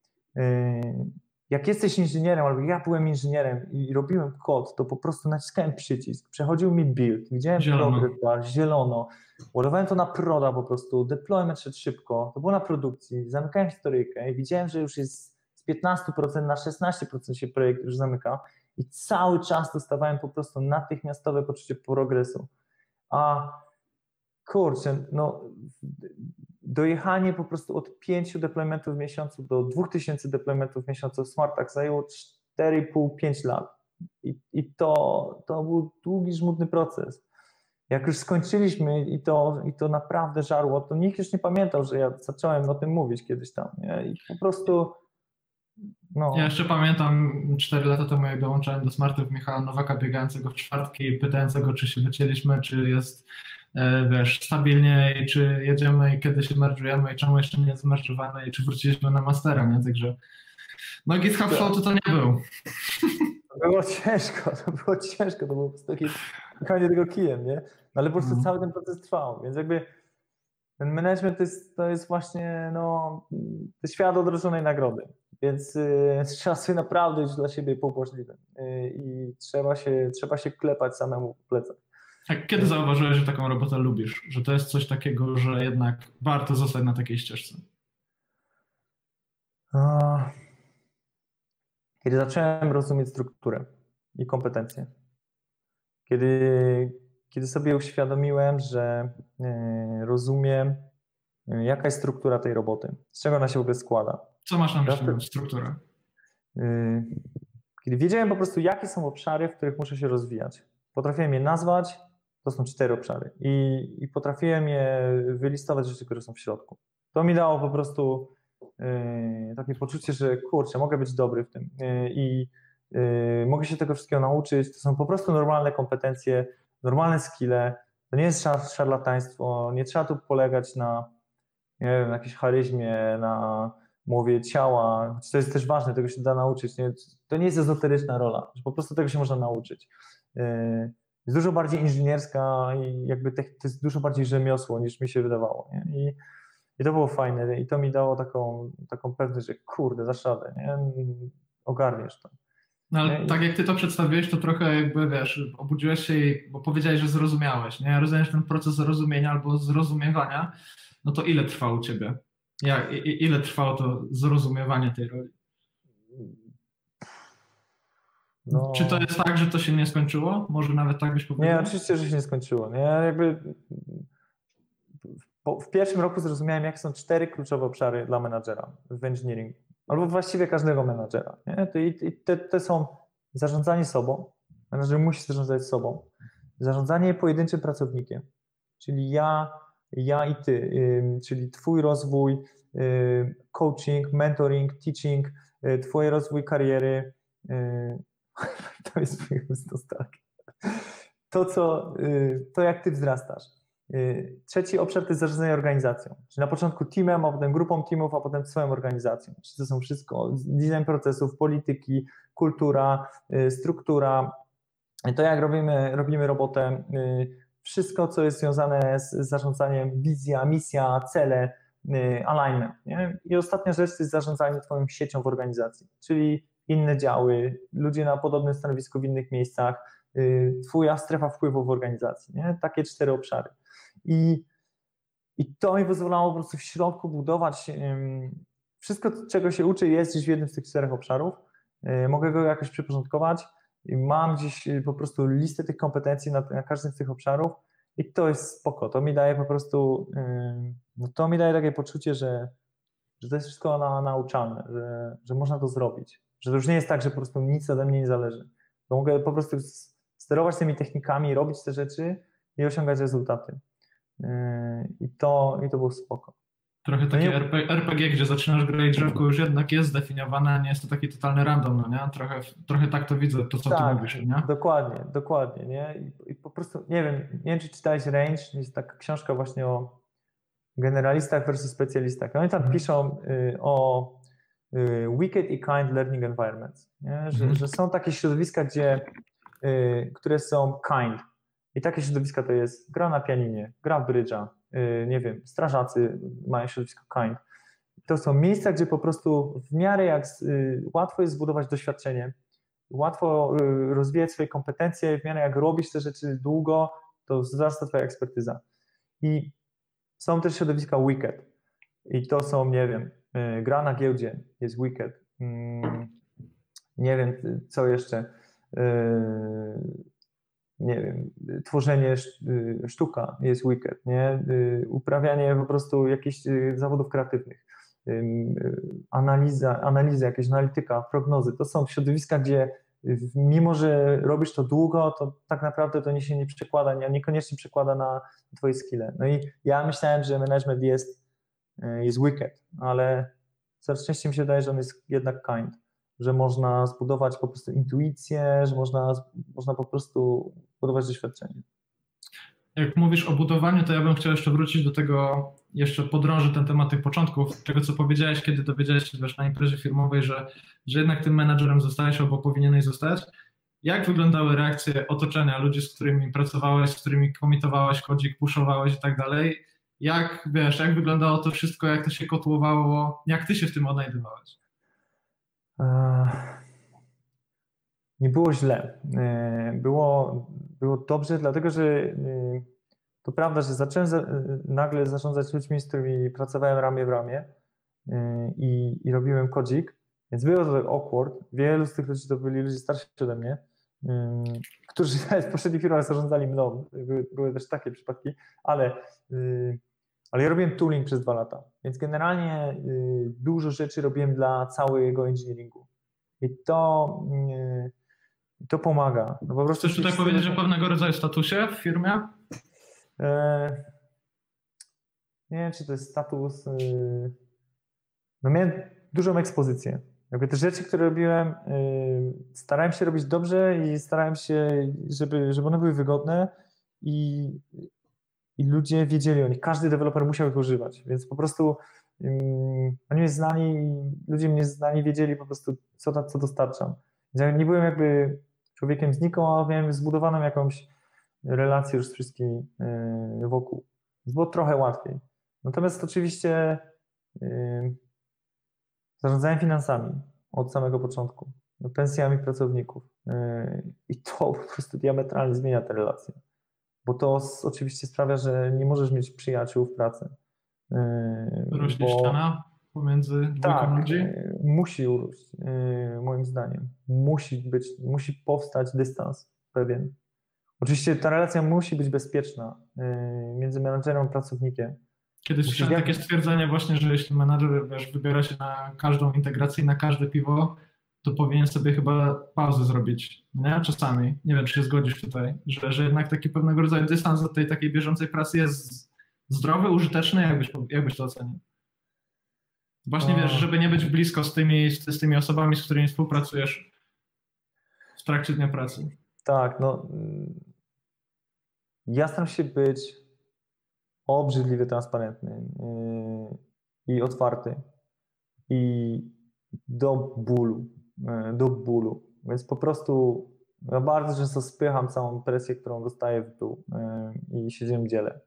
[SPEAKER 2] Jak jesteś inżynierem, albo ja byłem inżynierem i robiłem kod, to po prostu naciskałem przycisk, przechodził mi build, widziałem progress, zielono, ładowałem to na proda po prostu, deployment szedł szybko, to było na produkcji, zamykałem historyjkę i widziałem, że już jest z 15% na 16% się projekt już zamyka i cały czas dostawałem po prostu natychmiastowe poczucie progresu. A kurczę, no dojechanie po prostu od 5 deploymentów w miesiącu do 2000 deploymentów w miesiącu w SmartTAG zajęło 4,5-5 lat. I to był długi, żmudny proces. Jak już skończyliśmy i to naprawdę żarło, to nikt już nie pamiętał, że ja zacząłem o tym mówić kiedyś tam. Nie? I po prostu no.
[SPEAKER 3] Ja jeszcze pamiętam 4 lata temu, jak dołączałem do Smartów Michała Nowaka, biegającego w czwartki, pytającego, czy się wycięliśmy, czy jest stabilnie i czy jedziemy i kiedy się merdżujemy i czemu jeszcze nie zmerdżowane i czy wróciliśmy na mastera, nie? Także no GitHub Flow to nie był.
[SPEAKER 2] To było ciężko, to było po prostu takie pchanie tego kijem, nie? No ale po prostu cały ten proces trwał, więc jakby ten management to jest właśnie to świat odroczonej nagrody. Więc trzeba sobie naprawdę być dla siebie pobłażliwym i trzeba się klepać samemu po plecach.
[SPEAKER 3] A kiedy zauważyłeś, że taką robotę lubisz? Że to jest coś takiego, że jednak warto zostać na takiej ścieżce?
[SPEAKER 2] Kiedy zacząłem rozumieć strukturę i kompetencje. Kiedy sobie uświadomiłem, że rozumiem, jaka jest struktura tej roboty, z czego ona się w ogóle składa.
[SPEAKER 3] Co masz na myśli mówiąc strukturę?
[SPEAKER 2] Kiedy wiedziałem po prostu, jakie są obszary, w których muszę się rozwijać. Potrafiłem je nazwać, to są 4 obszary i potrafiłem je wylistować rzeczy, które są w środku. To mi dało po prostu takie poczucie, że kurczę, mogę być dobry w tym i mogę się tego wszystkiego nauczyć. To są po prostu normalne kompetencje, normalne skille. To nie jest szarlataństwo, nie trzeba tu polegać na, nie wiem, jakiejś charyzmie, na mowie ciała, to jest też ważne, tego się da nauczyć. Nie? To nie jest ezoteryczna rola, że po prostu tego się można nauczyć. Jest dużo bardziej inżynierska i jakby to jest dużo bardziej rzemiosło niż mi się wydawało. Nie? I to było fajne i to mi dało taką pewność, że kurde, dasz radę, nie? Ogarniesz to.
[SPEAKER 3] No ale tak jak ty to przedstawiłeś, to trochę jakby, wiesz, obudziłeś się, bo powiedziałeś, że zrozumiałeś, nie? Rozumiesz ten proces zrozumienia albo zrozumiewania, no to ile trwa u ciebie? Ile trwało to zrozumiewanie tej roli? No. Czy to jest tak, że to się nie skończyło? Może nawet tak byś powiedział?
[SPEAKER 2] Nie, oczywiście, że się nie skończyło. Nie? Jakby w pierwszym roku zrozumiałem, jakie są 4 kluczowe obszary dla menadżera w engineering, albo właściwie każdego menadżera. Nie? Te są zarządzanie sobą, menadżer musi zarządzać sobą, zarządzanie pojedynczym pracownikiem, czyli ja i ty, czyli twój rozwój, coaching, mentoring, teaching, twój rozwój kariery, to jest tak. To jak ty wzrastasz. Trzeci obszar to jest zarządzanie organizacją, czyli na początku teamem, a potem grupą teamów, a potem swoją organizacją. Czyli to są wszystko, design procesów, polityki, kultura, struktura, to jak robimy robotę, wszystko, co jest związane z zarządzaniem, wizja, misja, cele, alignment. Nie? I ostatnia rzecz to jest zarządzanie twoją siecią w organizacji, czyli inne działy, ludzie na podobnym stanowisku w innych miejscach, twoja strefa wpływu w organizacji. Nie? Takie 4 obszary. I to mi pozwalało po prostu w środku budować wszystko, czego się uczę, jest gdzieś w jednym z tych 4 obszarów. Mogę go jakoś przyporządkować. Mam gdzieś po prostu listę tych kompetencji na każdym z tych obszarów i to jest spoko. To mi daje po prostu, to mi daje takie poczucie, że to jest wszystko nauczalne, że można to zrobić. Że to już nie jest tak, że po prostu nic ode mnie nie zależy. Bo mogę po prostu sterować tymi technikami, robić te rzeczy i osiągać rezultaty. I to było spoko.
[SPEAKER 3] Trochę takie RPG, gdzie zaczynasz grać drzewko, już jednak jest zdefiniowane, a nie jest to taki totalny random, no nie? Trochę tak to widzę, to co ty mówisz, nie?
[SPEAKER 2] Dokładnie, nie? I po prostu, nie wiem, czy czytałeś Range, jest taka książka właśnie o generalistach versus specjalistach. Oni tam piszą o wicked i kind learning environments, nie? Że są takie środowiska, które są kind. I takie środowiska to jest gra na pianinie, gra w brydża, nie wiem, strażacy mają środowisko kind. To są miejsca, gdzie po prostu w miarę łatwo jest zbudować doświadczenie, łatwo rozwijać swoje kompetencje, w miarę jak robisz te rzeczy długo, to wzrasta twoja ekspertyza. I są też środowiska wicked. I to są, nie wiem, gra na giełdzie jest wicked. Nie wiem, co jeszcze. Nie wiem, tworzenie sztuka jest wicked, nie? Uprawianie po prostu jakichś zawodów kreatywnych, analiza, jakaś analityka, prognozy, to są środowiska, gdzie mimo, że robisz to długo, to tak naprawdę to się nie przekłada, niekoniecznie przekłada na twoje skille. No i ja myślałem, że management jest wicked, ale coraz częściej mi się wydaje, że on jest jednak kind, że można zbudować po prostu intuicję, że można po prostu budować doświadczenie.
[SPEAKER 3] Jak mówisz o budowaniu, to ja bym chciał jeszcze wrócić do tego, jeszcze podrążyć ten temat tych początków, tego co powiedziałeś, kiedy dowiedziałeś się na imprezie firmowej, że jednak tym menadżerem zostałeś albo powinieneś zostać. Jak wyglądały reakcje otoczenia, ludzi, z którymi pracowałeś, z którymi komitowałeś kodzik, pushowałeś i tak dalej? Jak wyglądało to wszystko, jak to się kotłowało, jak ty się w tym odnajdywałeś?
[SPEAKER 2] Nie było źle. Było dobrze, dlatego że to prawda, że zacząłem nagle zarządzać ludźmi, z którymi pracowałem ramię w ramię i robiłem kodzik, więc było to tak awkward. Wielu z tych ludzi to byli ludzie starsi ode mnie, którzy nawet w poprzednich firmach zarządzali mną. Były też takie przypadki, ale ja robiłem tooling przez 2 lata, więc generalnie dużo rzeczy robiłem dla całego engineeringu. I to pomaga. No po prostu
[SPEAKER 3] Chcesz tutaj powiedzieć o pewnego rodzaju statusie w firmie?
[SPEAKER 2] Nie wiem, czy to jest status. No miałem dużą ekspozycję. Jakby te rzeczy, które robiłem, starałem się robić dobrze i starałem się, żeby one były wygodne i ludzie wiedzieli o nich. Każdy deweloper musiał ich używać, więc po prostu oni mnie znali, ludzie mnie znali, wiedzieli po prostu, co dostarczam. Więc ja nie byłem jakby człowiekiem znikąd, a miałem zbudowaną jakąś relację już z wszystkimi wokół. Więc było trochę łatwiej. Natomiast oczywiście zarządzałem finansami od samego początku, pensjami pracowników i to po prostu diametralnie zmienia te relacje, bo to oczywiście sprawia, że nie możesz mieć przyjaciół w pracy.
[SPEAKER 3] Rośnie ściana pomiędzy dwójką ludzi?
[SPEAKER 2] Musi urósł, moim zdaniem. Musi powstać dystans pewien. Oczywiście ta relacja musi być bezpieczna między menadżerem a pracownikiem.
[SPEAKER 3] Kiedyś słyszałem takie stwierdzenie właśnie, że jeśli menadżer wybiera się na każdą integrację i na każde piwo, to powinien sobie chyba pauzę zrobić, nie? Czasami. Nie wiem, czy się zgodzisz tutaj, że jednak taki pewnego rodzaju dystans do tej takiej bieżącej pracy jest zdrowy, użyteczny, jakbyś to ocenił? Właśnie wiesz, żeby nie być blisko z tymi osobami, z którymi współpracujesz w trakcie dnia pracy.
[SPEAKER 2] Tak, no ja staram się być obrzydliwie transparentny i otwarty i do bólu. Więc po prostu ja bardzo często spycham całą presję, którą dostaję w dół i się tym dzielę.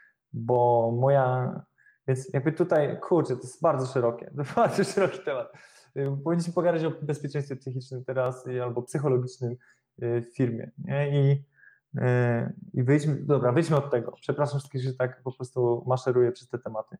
[SPEAKER 2] Więc jakby tutaj, kurczę, to jest bardzo szerokie, to bardzo szeroki temat. Powinniśmy pogadać o bezpieczeństwie psychicznym teraz albo psychologicznym w firmie. Nie? I wyjdźmy od tego. Przepraszam wszystkich, że tak po prostu maszeruję przez te tematy.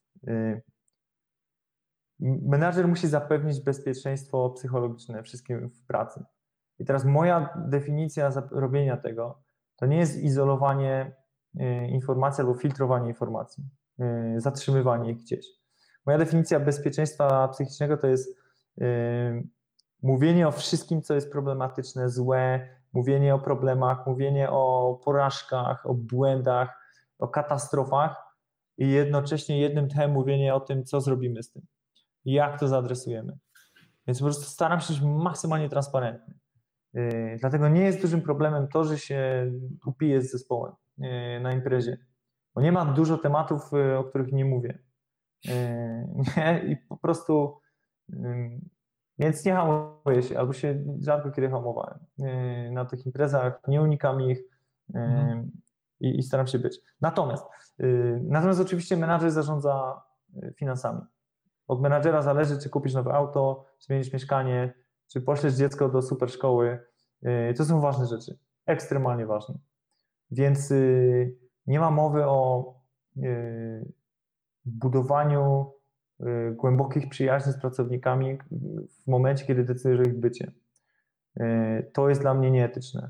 [SPEAKER 2] Menadżer musi zapewnić bezpieczeństwo psychologiczne wszystkim w pracy. I teraz moja definicja robienia tego to nie jest izolowanie informacji albo filtrowanie informacji, zatrzymywanie ich gdzieś. Moja definicja bezpieczeństwa psychicznego to jest mówienie o wszystkim, co jest problematyczne, złe, mówienie o problemach, mówienie o porażkach, o błędach, o katastrofach i jednocześnie jednym tchem mówienie o tym, co zrobimy z tym i jak to zaadresujemy. Więc po prostu staram się być maksymalnie transparentny. Dlatego nie jest dużym problemem to, że się upiję z zespołem na imprezie, bo nie ma dużo tematów, o których nie mówię. I po prostu więc nie hamuję się, albo się rzadko kiedy hamowałem na tych imprezach, nie unikam ich i staram się być. Natomiast oczywiście menadżer zarządza finansami. Od menadżera zależy, czy kupisz nowe auto, czy zmienisz mieszkanie, czy poślesz dziecko do super szkoły. To są ważne rzeczy, ekstremalnie ważne. Więc nie ma mowy o budowaniu głębokich przyjaźni z pracownikami w momencie, kiedy decydujesz o ich bycie. To jest dla mnie nieetyczne.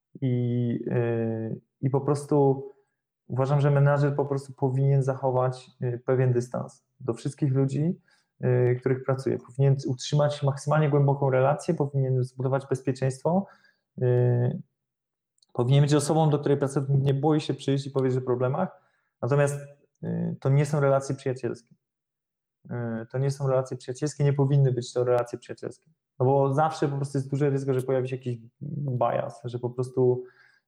[SPEAKER 2] I po prostu uważam, że menadżer po prostu powinien zachować pewien dystans do wszystkich ludzi, których pracuje. Powinien utrzymać maksymalnie głęboką relację, powinien zbudować bezpieczeństwo, powinien być osobą, do której pracownik nie boi się przyjść i powiedzieć o problemach, natomiast to nie są relacje przyjacielskie. To nie są relacje przyjacielskie, nie powinny być to relacje przyjacielskie. No bo zawsze po prostu jest duże ryzyko, że pojawi się jakiś bias, że po prostu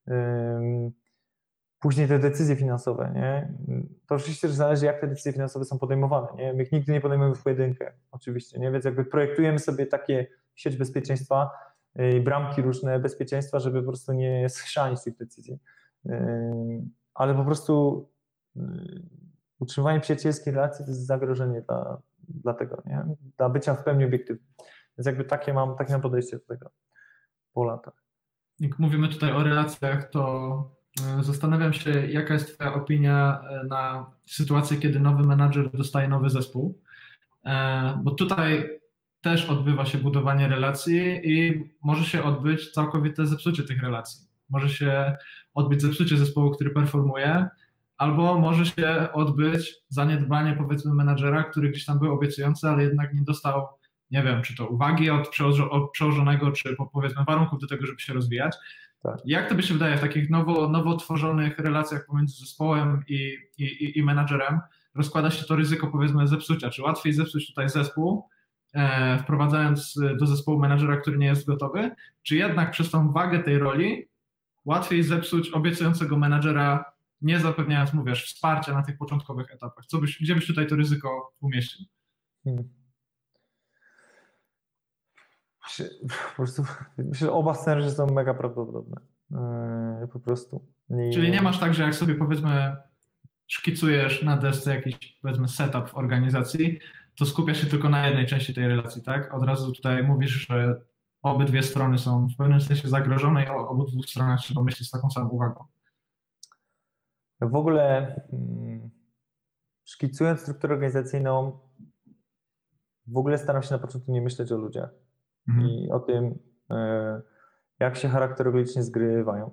[SPEAKER 2] później te decyzje finansowe, nie? To oczywiście zależy, jak te decyzje finansowe są podejmowane, nie? My ich nigdy nie podejmujemy w pojedynkę, oczywiście, nie? Więc jakby projektujemy sobie takie sieć bezpieczeństwa i bramki różne bezpieczeństwa, żeby po prostu nie schrzanić tych decyzji. Ale po prostu utrzymywanie przyjacielskiej relacji to jest zagrożenie dla tego, nie? Dla bycia w pełni obiektywnym. Więc jakby takie mam podejście do tego po latach.
[SPEAKER 3] Jak mówimy tutaj o relacjach, to zastanawiam się, jaka jest Twoja opinia na sytuację, kiedy nowy menadżer dostaje nowy zespół, bo tutaj też odbywa się budowanie relacji i może się odbyć całkowite zepsucie tych relacji. Może się odbyć zepsucie zespołu, który performuje, albo może się odbyć zaniedbanie, powiedzmy, menadżera, który gdzieś tam był obiecujący, ale jednak nie dostał, nie wiem, czy to uwagi od przełożonego, czy powiedzmy warunków do tego, żeby się rozwijać.
[SPEAKER 2] Tak.
[SPEAKER 3] Jak tobie się wydaje w takich nowo tworzonych relacjach pomiędzy zespołem i menadżerem rozkłada się to ryzyko, powiedzmy, zepsucia? Czy łatwiej zepsuć tutaj zespół, wprowadzając do zespołu menadżera, który nie jest gotowy, czy jednak przez tą wagę tej roli łatwiej zepsuć obiecującego menadżera, nie zapewniając mu, wiesz, wsparcia na tych początkowych etapach? Gdzie byś tutaj to ryzyko umieścił?
[SPEAKER 2] Po prostu myślę, że oba scenariusze są mega prawdopodobne. Po prostu.
[SPEAKER 3] Czyli nie masz tak, że jak sobie, powiedzmy, szkicujesz na desce jakiś, powiedzmy, setup w organizacji, to skupia się tylko na jednej części tej relacji, tak? Od razu tutaj mówisz, że obydwie strony są w pewnym sensie zagrożone i o obu dwóch stronach trzeba myśleć z taką samą uwagą.
[SPEAKER 2] W ogóle szkicując strukturę organizacyjną, w ogóle staram się na początku nie myśleć o ludziach i o tym, jak się charakterologicznie zgrywają.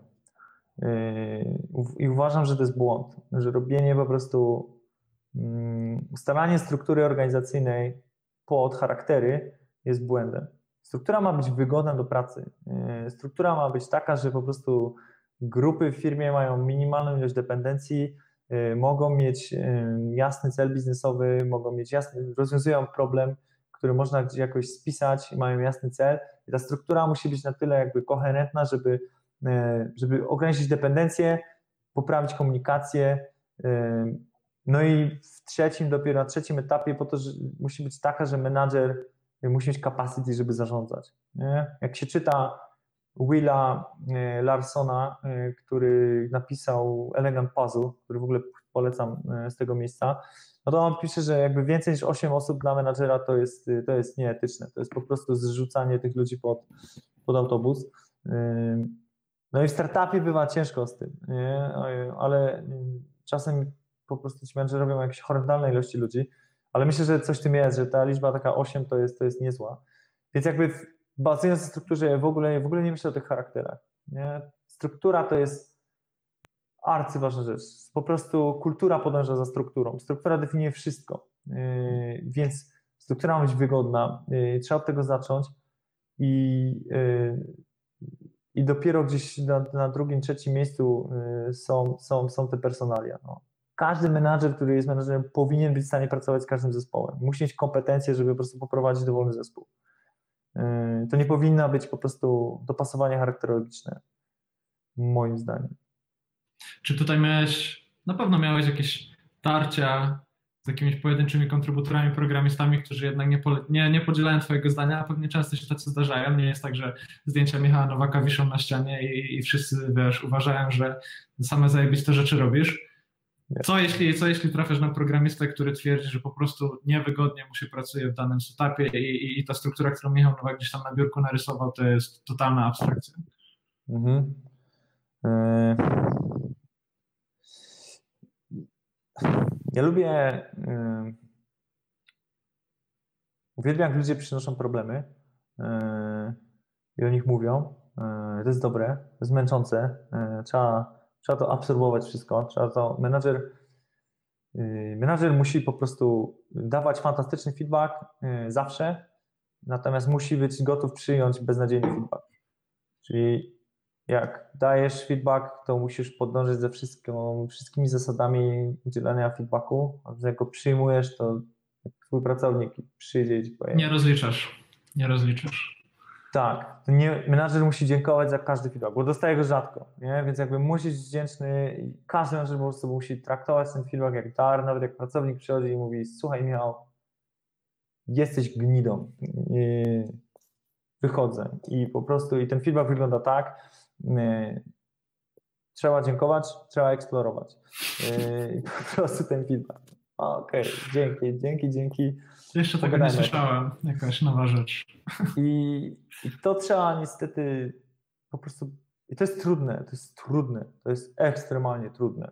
[SPEAKER 2] I uważam, że to jest błąd, że robienie po prostu, ustalanie struktury organizacyjnej pod charaktery jest błędem. Struktura ma być wygodna do pracy. Struktura ma być taka, że po prostu grupy w firmie mają minimalną ilość dependencji, mogą mieć jasny cel biznesowy, rozwiązują problem, który można gdzieś jakoś spisać, mają jasny cel i ta struktura musi być na tyle jakby koherentna, żeby ograniczyć dependencje, poprawić komunikację. No i dopiero na trzecim etapie po to, że musi być taka, że menadżer musi mieć capacity, żeby zarządzać. Nie? Jak się czyta Willa Larsona, który napisał Elegant Puzzle, który w ogóle polecam z tego miejsca, no to on pisze, że jakby więcej niż 8 osób dla menadżera to jest nieetyczne. To jest po prostu zrzucanie tych ludzi pod autobus. No i w startupie bywa ciężko z tym, nie? Ale czasem po prostu ci menedżerowie mają jakieś horrendalne ilości ludzi, ale myślę, że coś w tym jest, że ta liczba taka 8 to jest niezła. Więc jakby bazując na strukturze, ja w ogóle nie myślę o tych charakterach. Nie? Struktura to jest arcyważna rzecz. Po prostu kultura podąża za strukturą. Struktura definiuje wszystko, więc struktura ma być wygodna. Trzeba od tego zacząć i dopiero gdzieś na drugim, trzecim miejscu są te personalia. No. Każdy menadżer, który jest menadżerem, powinien być w stanie pracować z każdym zespołem. Musi mieć kompetencje, żeby po prostu poprowadzić dowolny zespół. To nie powinno być po prostu dopasowanie charakterologiczne, moim zdaniem.
[SPEAKER 3] Czy tutaj na pewno miałeś jakieś tarcia z jakimiś pojedynczymi kontrybutorami, programistami, którzy jednak nie podzielają twojego zdania, a pewnie często się tacy zdarzają. Nie jest tak, że zdjęcia Michała Nowaka wiszą na ścianie i wszyscy, wiesz, uważają, że same zajebiste rzeczy robisz. Co jeśli trafiasz na programistę, który twierdzi, że po prostu niewygodnie mu się pracuje w danym setupie i ta struktura, którą Michał Nowak gdzieś tam na biurku narysował, to jest totalna abstrakcja?
[SPEAKER 2] Ja uwielbiam, jak ludzie przynoszą problemy i o nich mówią. To jest dobre, to jest męczące. Trzeba to absorbować wszystko. Menadżer musi po prostu dawać fantastyczny feedback zawsze, natomiast musi być gotów przyjąć beznadziejny feedback. Czyli jak dajesz feedback, to musisz podążyć ze wszystkimi zasadami udzielania feedbacku, a jak go przyjmujesz, to twój pracownik przyjdzie i ci powie.
[SPEAKER 3] Nie rozliczasz.
[SPEAKER 2] Tak, menadżer musi dziękować za każdy feedback, bo dostaje go rzadko, nie? Więc jakby musi być wdzięczny i każdy menadżer po prostu musi traktować ten feedback jak dar, nawet jak pracownik przychodzi i mówi: słuchaj Michał, jesteś gnidą, wychodzę i po prostu i ten feedback wygląda tak, trzeba dziękować, trzeba eksplorować po prostu ten feedback. Okej, dzięki.
[SPEAKER 3] Jeszcze tego nie słyszałem, jakaś nowa rzecz.
[SPEAKER 2] I to trzeba niestety po prostu, i to jest trudne, to jest ekstremalnie trudne.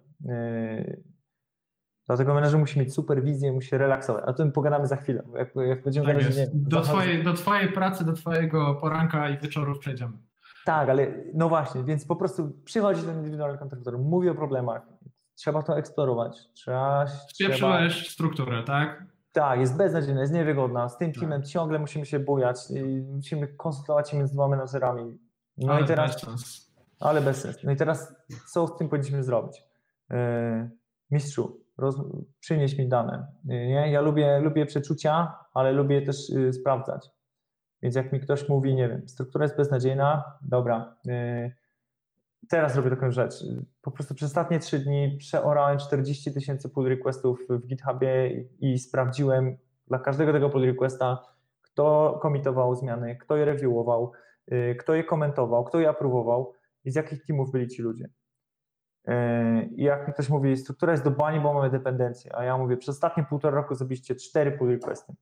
[SPEAKER 2] Dlatego menedżer musi mieć superwizję, musi się relaksować. A o tym pogadamy za chwilę. Jak będziemy
[SPEAKER 3] Tak
[SPEAKER 2] gadać,
[SPEAKER 3] jest. Do twojej pracy, do twojego poranka i wieczorów przejdziemy.
[SPEAKER 2] Tak, ale no właśnie, więc po prostu przychodzi ten indywidualny kontraktor, mówi o problemach, trzeba to eksplorować.
[SPEAKER 3] Spieprzyłeś strukturę, tak?
[SPEAKER 2] Tak, jest beznadziejna, jest niewygodna. Z tym teamem ciągle musimy się bujać, musimy konsultować się między dwoma menedżerami. No
[SPEAKER 3] ale
[SPEAKER 2] i teraz,
[SPEAKER 3] bez sensu.
[SPEAKER 2] ale bez sensu. No i teraz co z tym powinniśmy zrobić? Mistrzu, przynieś mi dane. Nie? Ja lubię przeczucia, ale lubię też sprawdzać. Więc jak mi ktoś mówi, nie wiem, struktura jest beznadziejna, dobra, teraz robię taką rzecz. Po prostu przez ostatnie 3 dni przeorałem 40 000 pull requestów w GitHubie i sprawdziłem dla każdego tego pull requesta, kto komitował zmiany, kto je reviewował, kto je komentował, kto je aprowował i z jakich teamów byli ci ludzie. I jak mi ktoś mówi, struktura jest do bani, bo mamy dependencje, a ja mówię, przez ostatnie 1,5 roku zrobiliście 4 pull requesty.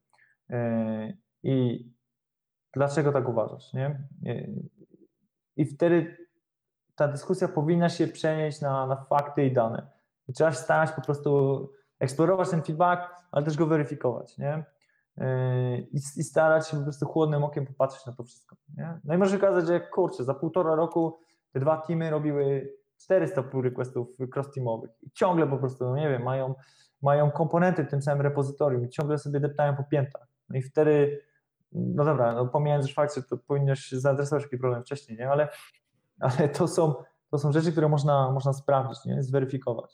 [SPEAKER 2] I dlaczego tak uważasz, nie? I wtedy ta dyskusja powinna się przenieść na fakty i dane. I trzeba się starać po prostu eksplorować ten feedback, ale też go weryfikować, nie? I starać się po prostu chłodnym okiem popatrzeć na to wszystko, nie? No i może się okazać, że kurczę, za 1,5 roku te 2 teamy robiły 400 pull requestów cross-teamowych i ciągle po prostu, no nie wiem, mają komponenty w tym samym repozytorium i ciągle sobie deptają po piętach. No i wtedy, no dobra, no pomijając już fakt, że to powinnoś zaadresować taki problem wcześniej, nie? Ale to są rzeczy, które można sprawdzić, nie? Zweryfikować.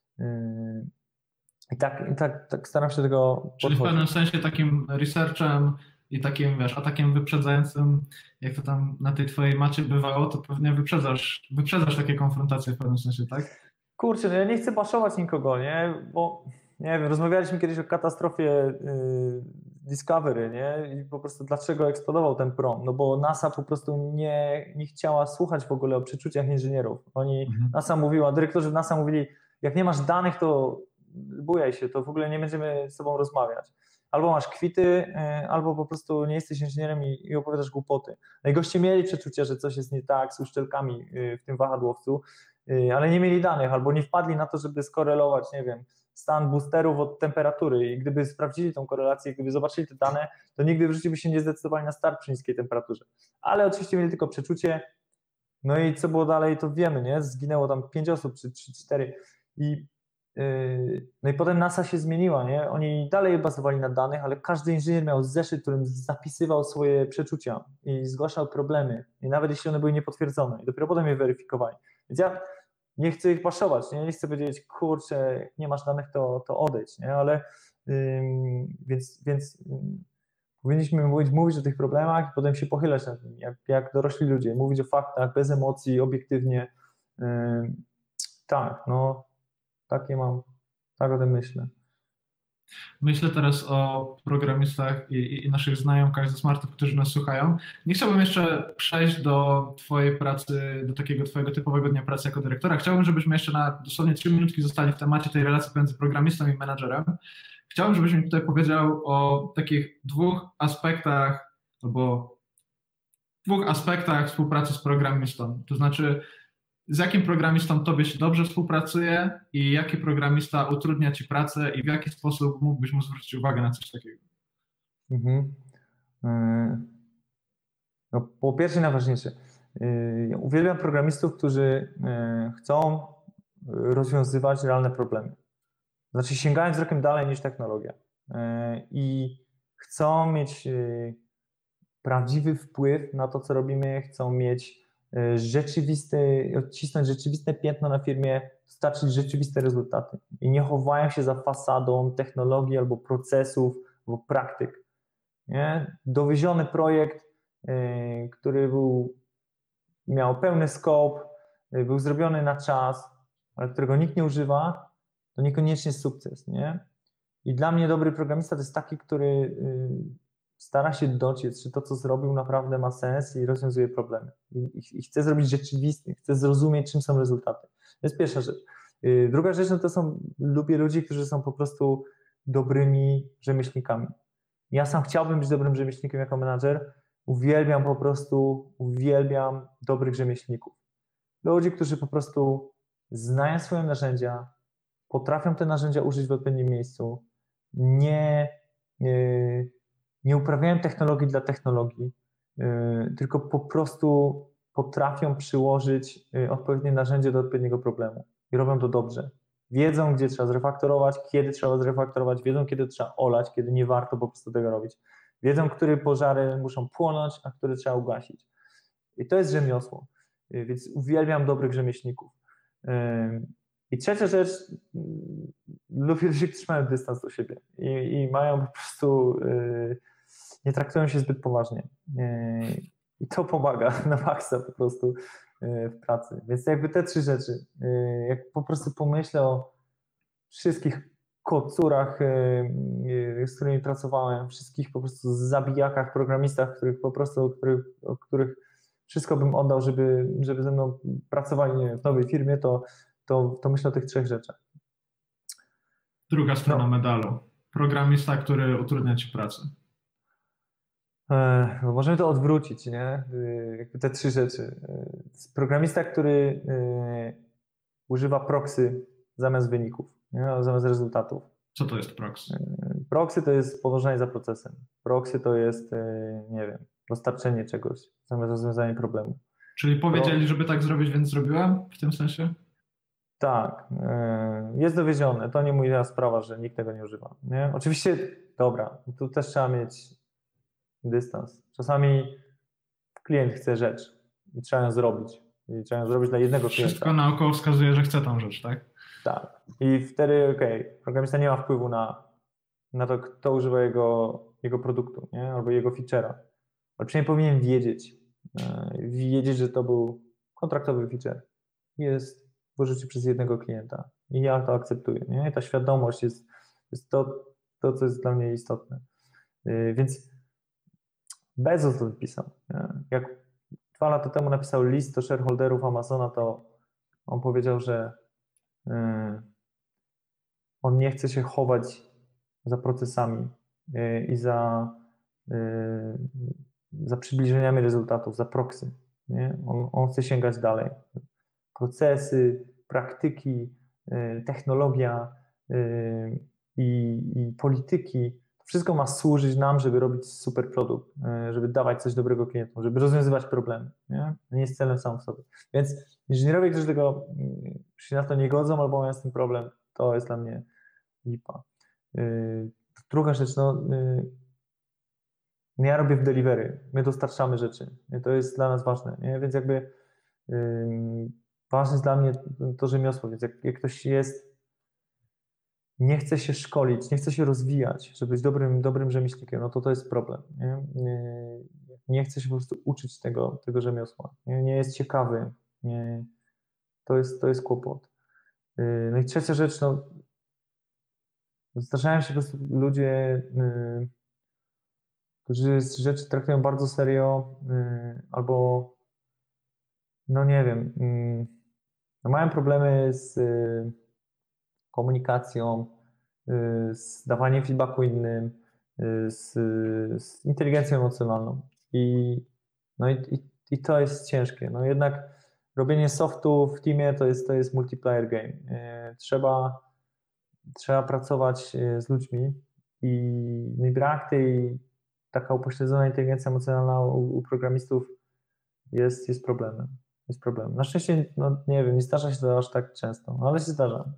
[SPEAKER 2] I tak staram się tego podchodzić.
[SPEAKER 3] Czyli w pewnym sensie takim researchem i takim, wiesz, atakiem wyprzedzającym, jak to tam na tej twojej macie bywało, to pewnie wyprzedzasz takie konfrontacje w pewnym sensie, tak?
[SPEAKER 2] Kurczę, no ja nie chcę baszować nikogo, nie? Bo nie wiem, rozmawialiśmy kiedyś o katastrofie Discovery, nie? I po prostu dlaczego eksplodował ten prom? No bo NASA po prostu nie chciała słuchać w ogóle o przeczuciach inżynierów. NASA mówiła, dyrektorzy NASA mówili, jak nie masz danych, to bujaj się, to w ogóle nie będziemy z sobą rozmawiać. Albo masz kwity, albo po prostu nie jesteś inżynierem i opowiadasz głupoty. No i goście mieli przeczucie, że coś jest nie tak z uszczelkami w tym wahadłowcu, ale nie mieli danych, albo nie wpadli na to, żeby skorelować, nie wiem, stan boosterów od temperatury i gdyby sprawdzili tą korelację, gdyby zobaczyli te dane, to nigdy w życiu by się nie zdecydowali na start przy niskiej temperaturze. Ale oczywiście mieli tylko przeczucie, no i co było dalej, to wiemy, nie? Zginęło tam 5 osób czy 4 no i potem NASA się zmieniła, nie? Oni dalej bazowali na danych, ale każdy inżynier miał zeszyt, w którym zapisywał swoje przeczucia i zgłaszał problemy, i nawet jeśli one były niepotwierdzone, i dopiero potem je weryfikowali. Więc ja nie chcę ich paszować, nie chcę powiedzieć, kurczę, jak nie masz danych, to odejdź, nie? Ale więc powinniśmy mówić o tych problemach i potem się pochylać nad nimi, jak dorośli ludzie, mówić o faktach, bez emocji, obiektywnie. Tak, no takie mam, tak o tym myślę.
[SPEAKER 3] Myślę teraz o programistach i naszych znajomkach ze Smartów, którzy nas słuchają. Nie chciałbym jeszcze przejść do twojej pracy, do takiego twojego typowego dnia pracy jako dyrektora. Chciałbym, żebyśmy jeszcze na dosłownie 3 minutki zostali w temacie tej relacji pomiędzy programistą i menadżerem. Chciałbym, żebyś mi tutaj powiedział o takich 2 aspektach albo 2 aspektach współpracy z programistą. To znaczy, z jakim programistą tobie się dobrze współpracuje i jaki programista utrudnia ci pracę i w jaki sposób mógłbyś mu zwrócić uwagę na coś takiego?
[SPEAKER 2] No, po pierwsze najważniejsze, uwielbiam programistów, którzy chcą rozwiązywać realne problemy. Znaczy sięgają wzrokiem dalej niż technologia i chcą mieć prawdziwy wpływ na to, co robimy, chcą mieć odcisnąć rzeczywiste piętno na firmie, dostarczyć rzeczywiste rezultaty i nie chowają się za fasadą technologii albo procesów, albo praktyk. Nie? Dowieziony projekt, który miał pełny scope, był zrobiony na czas, ale którego nikt nie używa, to niekoniecznie sukces. Nie? I dla mnie dobry programista to jest taki, który stara się dociec, czy to, co zrobił, naprawdę ma sens i rozwiązuje problemy. I chce zrobić rzeczywiste, chce zrozumieć, czym są rezultaty. To jest pierwsza rzecz. Druga rzecz, no to lubię ludzi, którzy są po prostu dobrymi rzemieślnikami. Ja sam chciałbym być dobrym rzemieślnikiem jako menadżer. Uwielbiam dobrych rzemieślników. Ludzi, którzy po prostu znają swoje narzędzia, potrafią te narzędzia użyć w odpowiednim miejscu, nie uprawiają technologii dla technologii, tylko po prostu potrafią przyłożyć odpowiednie narzędzie do odpowiedniego problemu i robią to dobrze. Wiedzą, gdzie trzeba zrefaktorować, kiedy trzeba zrefaktorować, wiedzą, kiedy trzeba olać, kiedy nie warto po prostu tego robić. Wiedzą, które pożary muszą płonąć, a które trzeba ugasić. I to jest rzemiosło, więc uwielbiam dobrych rzemieślników. I trzecia rzecz, lubię ludzi, którzy mają dystans do siebie i mają po prostu, nie traktują się zbyt poważnie. I to pomaga na maksa po prostu w pracy. Więc jakby te 3 rzeczy, jak po prostu pomyślę o wszystkich kocurach, z którymi pracowałem, wszystkich po prostu zabijakach, programistach, o których wszystko bym oddał, żeby ze mną pracowali w nowej firmie, to myślę o tych 3 rzeczach.
[SPEAKER 3] Druga strona medalu. Programista, który utrudnia ci pracę.
[SPEAKER 2] No możemy to odwrócić, nie? Jakby te 3 rzeczy. Programista, który używa proxy zamiast wyników, nie? Zamiast rezultatów.
[SPEAKER 3] Co to jest proxy?
[SPEAKER 2] Proxy to jest podążanie za procesem. Proxy to jest, nie wiem, dostarczenie czegoś zamiast rozwiązanie problemu.
[SPEAKER 3] Czyli powiedzieli, żeby tak zrobić, więc zrobiłem w tym sensie?
[SPEAKER 2] Tak, jest dowiezione. To nie moja sprawa, że nikt tego nie używa. Nie? Oczywiście, dobra, tu też trzeba mieć dystans. Czasami klient chce rzecz i trzeba ją zrobić. I trzeba ją zrobić dla jednego klienta.
[SPEAKER 3] Wszystko naokoło wskazuje, że chce tą rzecz, tak?
[SPEAKER 2] Tak. I wtedy, programista nie ma wpływu na to, kto używa jego produktu, nie? Albo jego feature'a. Ale przynajmniej powinien wiedzieć, że to był kontraktowy feature. Jest w użyciu przez jednego klienta. I ja to akceptuję. Nie? I ta świadomość jest to, co jest dla mnie istotne. Więc Bezos to napisał. Jak 2 lata temu napisał list do shareholderów Amazona, to on powiedział, że on nie chce się chować za procesami i za przybliżeniami rezultatów, za proxy. Nie? On chce sięgać dalej. Procesy, praktyki, technologia i polityki, to wszystko ma służyć nam, żeby robić super produkt, żeby dawać coś dobrego klientom, żeby rozwiązywać problemy. Nie jest celem sam w sobie. Więc inżynierowie, którzy się na to nie godzą albo mają z tym problem, to jest dla mnie lipa. Druga rzecz, ja robię w delivery, my dostarczamy rzeczy, to jest dla nas ważne, nie? Więc jakby ważne jest dla mnie to rzemiosło, więc jak ktoś nie chce się szkolić, nie chce się rozwijać, żeby być dobrym rzemieślnikiem, no to jest problem. Nie chce się po prostu uczyć tego rzemiosła, nie jest ciekawy, to jest kłopot. No i trzecia rzecz, zdarzają się po prostu ludzie, którzy rzeczy traktują bardzo serio albo nie wiem, mają problemy z komunikacją, z dawaniem feedbacku innym, z inteligencją emocjonalną. I to jest ciężkie. Jednak robienie softu w teamie to jest multiplayer game. Trzeba pracować z ludźmi i brak tej taka upośledzona inteligencja emocjonalna u programistów jest problemem. Na szczęście, nie wiem, nie zdarza się to aż tak często, ale się zdarza.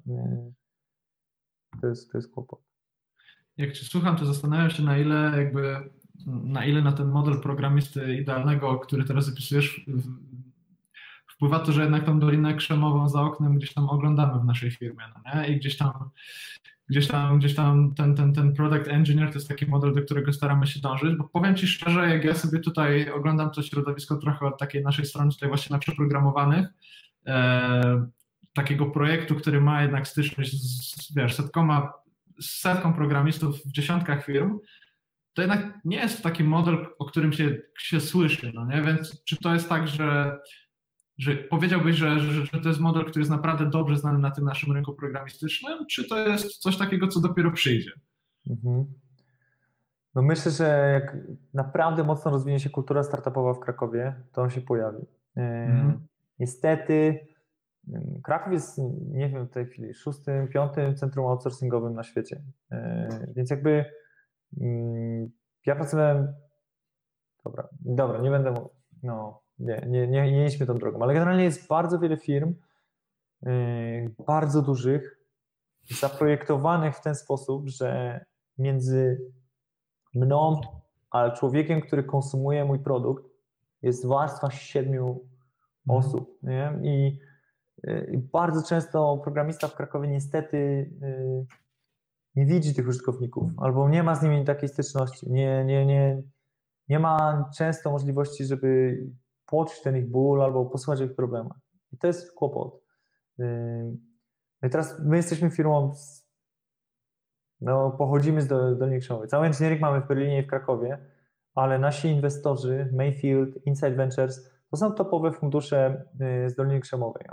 [SPEAKER 2] To jest kłopot.
[SPEAKER 3] Jak cię słucham, to zastanawiam się, na ile na ten model programisty idealnego, który teraz zapisujesz, wpływa to, że jednak tą Dolinę Krzemową za oknem gdzieś tam oglądamy w naszej firmie, nie? I gdzieś tam ten product engineer to jest taki model, do którego staramy się dążyć, bo powiem ci szczerze, jak ja sobie tutaj oglądam to środowisko trochę od takiej naszej strony tutaj właśnie na przeprogramowanych, takiego projektu, który ma jednak styczność z setką programistów w dziesiątkach firm, to jednak nie jest taki model, o którym się słyszy, nie? Więc czy to jest tak, że powiedziałbyś, że to jest model, który jest naprawdę dobrze znany na tym naszym rynku programistycznym, czy to jest coś takiego, co dopiero przyjdzie?
[SPEAKER 2] No myślę, że jak naprawdę mocno rozwinie się kultura startupowa w Krakowie, to on się pojawi. Niestety Kraków jest, nie wiem, w tej chwili szóstym, piątym centrum outsourcingowym na świecie. Więc jakby ja pracowałem, dobra, nie będę, no nie idźmy tą drogą, ale generalnie jest bardzo wiele firm, bardzo dużych, zaprojektowanych w ten sposób, że między mną a człowiekiem, który konsumuje mój produkt, jest warstwa 7 osób. Nie? I bardzo często programista w Krakowie niestety nie widzi tych użytkowników albo nie ma z nimi takiej styczności. Nie ma często możliwości, żeby poczuć ten ich ból albo posłuchać o ich problemach. I to jest kłopot. No i teraz my jesteśmy firmą, pochodzimy z Doliny Krzemowej. Cały engineering mamy w Berlinie i w Krakowie, ale nasi inwestorzy, Mayfield, Insight Ventures, to są topowe fundusze z Doliny Krzemowej.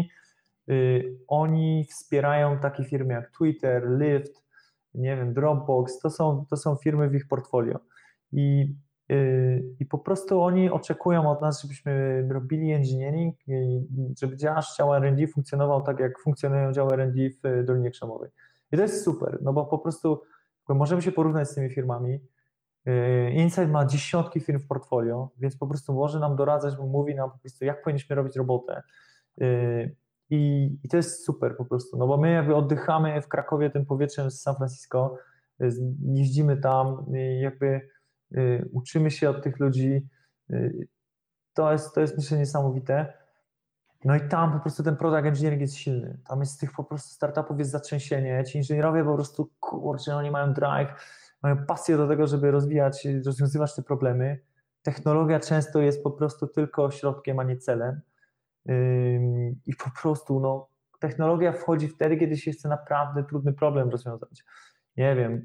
[SPEAKER 2] Oni wspierają takie firmy jak Twitter, Lyft, nie wiem, Dropbox, to są firmy w ich portfolio. I po prostu oni oczekują od nas, żebyśmy robili engineering i żeby dział R&D funkcjonował tak, jak funkcjonują działy R&D w Dolinie Krzemowej. I to jest super, no bo po prostu możemy się porównać z tymi firmami. Insight ma dziesiątki firm w portfolio, więc po prostu może nam doradzać, bo mówi nam po prostu, jak powinniśmy robić robotę. I to jest super po prostu, no bo my jakby oddychamy w Krakowie tym powietrzem z San Francisco, jeździmy tam, jakby uczymy się od tych ludzi. To jest myślę niesamowite. No i tam po prostu ten product engineering jest silny. Tam jest z tych po prostu startupów jest zatrzęsienie. Ci inżynierowie po prostu, kurczę, oni mają drive, mają pasję do tego, żeby rozwiązywać te problemy. Technologia często jest po prostu tylko środkiem, a nie celem. I po prostu technologia wchodzi wtedy, kiedy się chce naprawdę trudny problem rozwiązać. Nie wiem.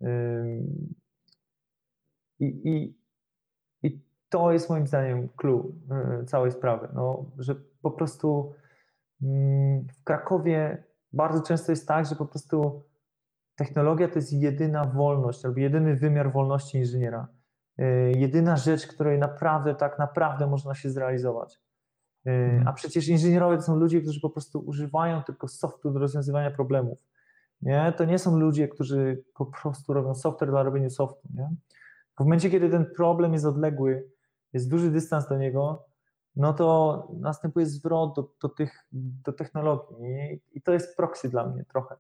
[SPEAKER 2] I to jest moim zdaniem clue całej sprawy, że po prostu w Krakowie bardzo często jest tak, że po prostu technologia to jest jedyna wolność albo jedyny wymiar wolności inżyniera. Jedyna rzecz, której tak naprawdę można się zrealizować. A przecież inżynierowie to są ludzie, którzy po prostu używają tylko softu do rozwiązywania problemów. Nie? To nie są ludzie, którzy po prostu robią software dla robienia softu. Nie? W momencie, kiedy ten problem jest odległy, jest duży dystans do niego, no to następuje zwrot do technologii i to jest proxy dla mnie trochę.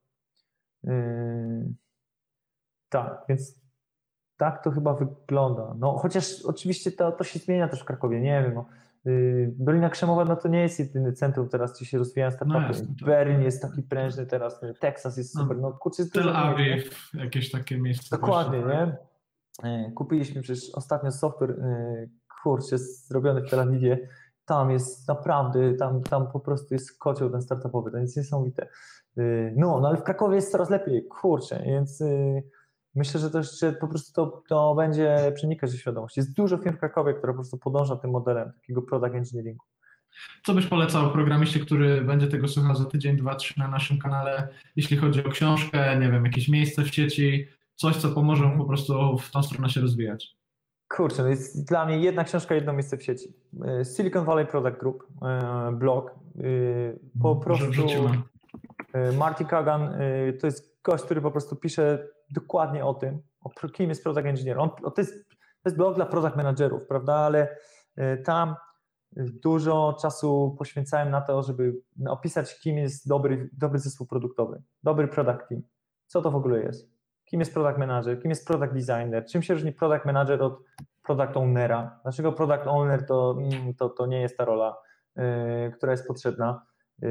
[SPEAKER 2] Tak, więc tak to chyba wygląda. No chociaż oczywiście to się zmienia też w Krakowie, nie wiem. Dolina Krzemowa to nie jest jedyny centrum teraz, gdzie się rozwijają startupy.
[SPEAKER 3] Tak.
[SPEAKER 2] Berlin jest taki prężny teraz, Teksas jest super. Kurczę, jest
[SPEAKER 3] Tel Awiw, jakieś takie miejsce.
[SPEAKER 2] Dokładnie, nie? Kupiliśmy przecież ostatnio software, kurczę, zrobiony w Tel Awiwie. Tam jest naprawdę, tam po prostu jest kocioł ten startupowy, to jest niesamowite. No ale w Krakowie jest coraz lepiej, kurczę, więc myślę, że po prostu to będzie przenikać ze świadomości. Jest dużo firm w Krakowie, które po prostu podąża tym modelem takiego product engineeringu.
[SPEAKER 3] Co byś polecał programiście, który będzie tego słuchał za tydzień, 2, 3 na naszym kanale, jeśli chodzi o książkę, nie wiem, jakieś miejsce w sieci, coś, co pomoże mu po prostu w tą stronę się rozwijać?
[SPEAKER 2] Kurczę, no jest dla mnie jedna książka, jedno miejsce w sieci. Silicon Valley Product Group, blog. Po prostu Marty Kagan to jest gość, który po prostu pisze dokładnie o tym, kim jest product engineer. To jest blog dla product managerów, prawda, ale tam dużo czasu poświęcałem na to, żeby opisać, kim jest dobry zespół produktowy, dobry product team. Co to w ogóle jest? Kim jest product manager, kim jest product designer, czym się różni product manager od product ownera? Dlaczego product owner to nie jest ta rola, która jest potrzebna?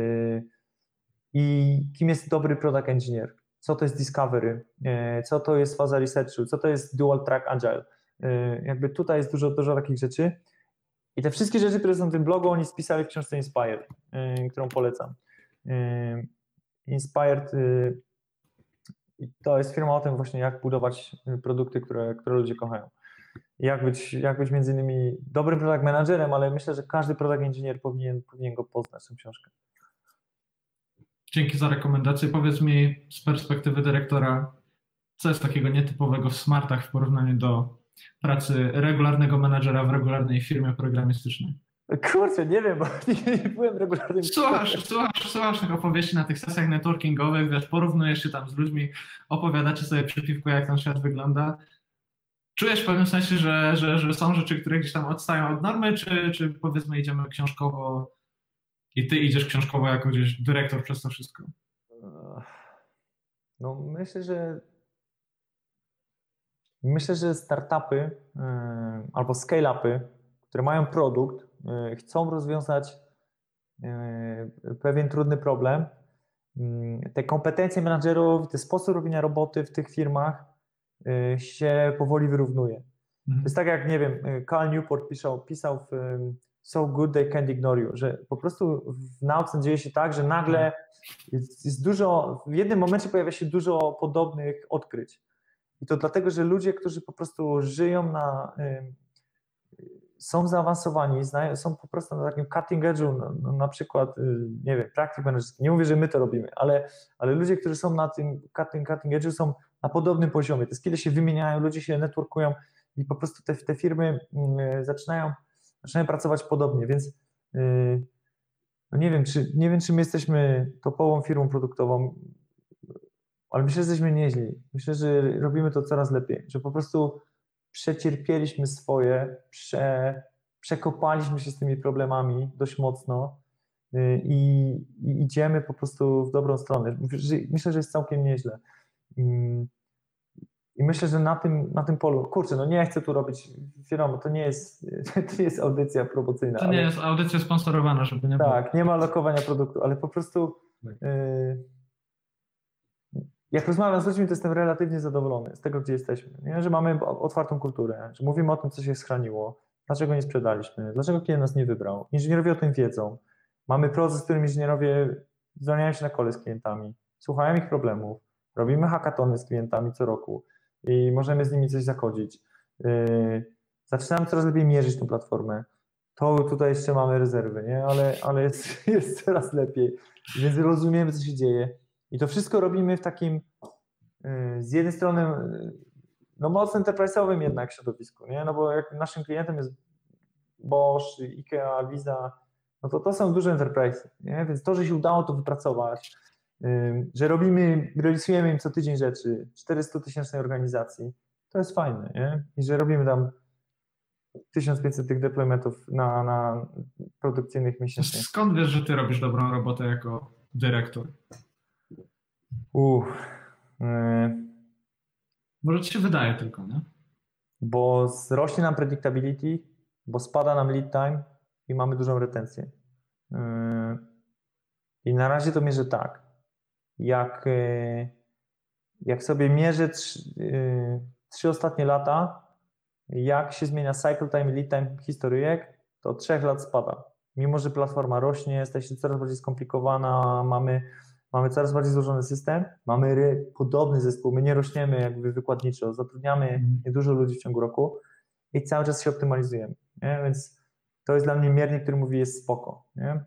[SPEAKER 2] I kim jest dobry product engineer? Co to jest discovery? Co to jest faza researchu? Co to jest dual track agile? Jakby tutaj jest dużo takich rzeczy. I te wszystkie rzeczy, które są w tym blogu, oni spisali w książce Inspired, którą polecam. Inspired i to jest firma o tym właśnie, jak budować produkty, które ludzie kochają. Jak być między innymi dobrym product managerem, ale myślę, że każdy product engineer powinien go poznać, tę książkę.
[SPEAKER 3] Dzięki za rekomendację. Powiedz mi z perspektywy dyrektora, Co jest takiego nietypowego w smartach w porównaniu do pracy regularnego menadżera w regularnej firmie programistycznej?
[SPEAKER 2] Kurczę, nie wiem, bo nie byłem regularnym.
[SPEAKER 3] Słuchasz tych opowieści na tych sesjach networkingowych, wiesz, porównujesz się tam z ludźmi, opowiadacie sobie przy piwku, jak ten świat wygląda. Czujesz w pewnym sensie, że są rzeczy, które gdzieś tam odstają od normy, czy powiedzmy idziemy książkowo i ty idziesz książkowo jako gdzieś dyrektor przez to wszystko?
[SPEAKER 2] No myślę, że startupy albo scale-upy, które mają produkt, chcą rozwiązać pewien trudny problem. Te kompetencje menadżerów, ten sposób robienia roboty w tych firmach się powoli wyrównuje. To jest tak jak, nie wiem, Cal Newport pisał w So Good They Can't Ignore You, że po prostu w nauce dzieje się tak, że nagle jest dużo, w jednym momencie pojawia się dużo podobnych odkryć. I to dlatego, że ludzie, którzy po prostu żyją są zaawansowani, są po prostu na takim cutting edge'u, na przykład, nie wiem, praktyk menedżerskich. Nie mówię, że my to robimy, ale ludzie, którzy są na tym cutting edge'u, są na podobnym poziomie. Te skille się wymieniają, ludzie się networkują i po prostu te firmy zaczynają pracować podobnie, więc no nie wiem, czy my jesteśmy topową firmą produktową, ale myślę, że jesteśmy nieźli. Myślę, że robimy to coraz lepiej, że po prostu przecierpieliśmy swoje, przekopaliśmy się z tymi problemami dość mocno i idziemy po prostu w dobrą stronę. Myślę, że jest całkiem nieźle. I myślę, że na tym polu, kurczę, no nie chcę tu robić, wiadomo, to nie jest audycja promocyjna.
[SPEAKER 3] To nie jest audycja sponsorowana, żeby nie było.
[SPEAKER 2] Tak, nie ma lokowania produktu, ale po prostu jak rozmawiam z ludźmi, to jestem relatywnie zadowolony z tego, gdzie jesteśmy, nie? Że mamy otwartą kulturę, że mówimy o tym, co się schraniło, dlaczego nie sprzedaliśmy, dlaczego klient nas nie wybrał. Inżynierowie o tym wiedzą. Mamy proces, w którym inżynierowie zwalniają się na kole z klientami, słuchają ich problemów, robimy hackatony z klientami co roku i możemy z nimi coś zakodzić. Zaczynamy coraz lepiej mierzyć tę platformę. To tutaj jeszcze mamy rezerwy, nie? Ale jest coraz lepiej, więc rozumiemy, co się dzieje. I to wszystko robimy w takim z jednej strony no mocno enterprise'owym jednak środowisku, nie? No bo jak naszym klientem jest Bosch, IKEA, Visa, no to są duże enterprise, nie? Więc to, że się udało to wypracować, że realizujemy im co tydzień rzeczy, 400-tysięcznej organizacji, to jest fajne, nie? I że robimy tam 1500 tych deploymentów na produkcyjnych miesięcznie.
[SPEAKER 3] Skąd wiesz, że ty robisz dobrą robotę jako dyrektor? Może ci się wydaje tylko, nie?
[SPEAKER 2] Bo rośnie nam predictability, bo spada nam lead time i mamy dużą retencję. I na razie to mierzę tak. Jak sobie mierzę 3 ostatnie lata, jak się zmienia cycle time i lead time historyjek, to 3 lat spada. Mimo że platforma rośnie, staje się coraz bardziej skomplikowana, mamy coraz bardziej złożony system, mamy podobny zespół, my nie rośniemy jakby wykładniczo, zatrudniamy niedużo ludzi w ciągu roku i cały czas się optymalizujemy, nie? Więc to jest dla mnie miernik, który mówi jest spoko, nie?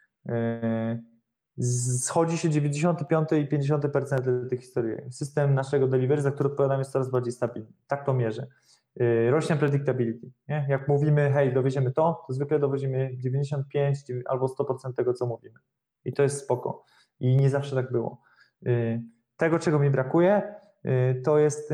[SPEAKER 2] Schodzi się 95 i 50% tych historii. System naszego delivery, za który odpowiadam, jest coraz bardziej stabilny. Tak to mierzę. Rośnie predictability, nie? Jak mówimy, hej, dowieziemy to zwykle dowozimy 95 albo 100% tego, co mówimy. I to jest spoko. I nie zawsze tak było. Tego, czego mi brakuje, to jest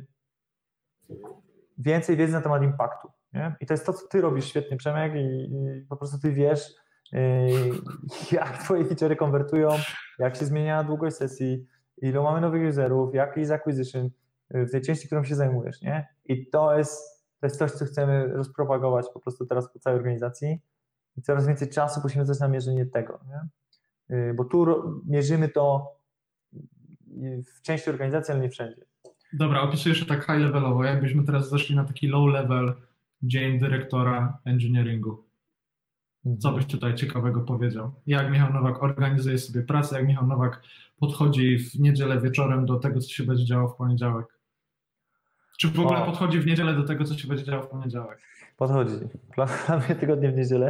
[SPEAKER 2] więcej wiedzy na temat impaktu. Nie? I to jest to, co ty robisz świetnie, Przemek, i po prostu ty wiesz, jak twoje feature'y konwertują, jak się zmienia długość sesji, ilu mamy nowych userów, jaki jest acquisition w tej części, którą się zajmujesz. Nie? I to jest coś, co chcemy rozpropagować po prostu teraz po całej organizacji i coraz więcej czasu poświęcać na mierzenie tego. Nie? Bo tu mierzymy to w części organizacji, ale nie wszędzie.
[SPEAKER 3] Dobra, opisuję jeszcze tak high levelowo, jakbyśmy teraz zeszli na taki low level dzień dyrektora engineeringu. Co byś tutaj ciekawego powiedział? Jak Michał Nowak organizuje sobie pracę, jak Michał Nowak podchodzi w niedzielę wieczorem do tego, co się będzie działo w poniedziałek? Czy w ogóle podchodzi w niedzielę do tego, co się będzie działo w poniedziałek?
[SPEAKER 2] Podchodzi. Planuję tygodnie w niedzielę.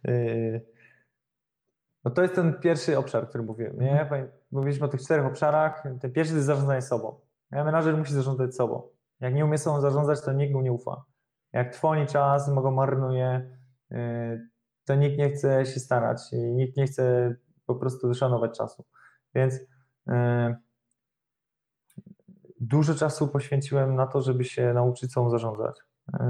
[SPEAKER 2] No to jest ten pierwszy obszar, który mówiłem. Nie? Mówiliśmy o tych 4 obszarach. Ten pierwszy to jest zarządzanie sobą. Menadżer musi zarządzać sobą. Jak nie umie sobą zarządzać, to nikt mu nie ufa. Jak trwoni czas, go marnuje, to nikt nie chce się starać i nikt nie chce po prostu szanować czasu. Więc dużo czasu poświęciłem na to, żeby się nauczyć sobą zarządzać.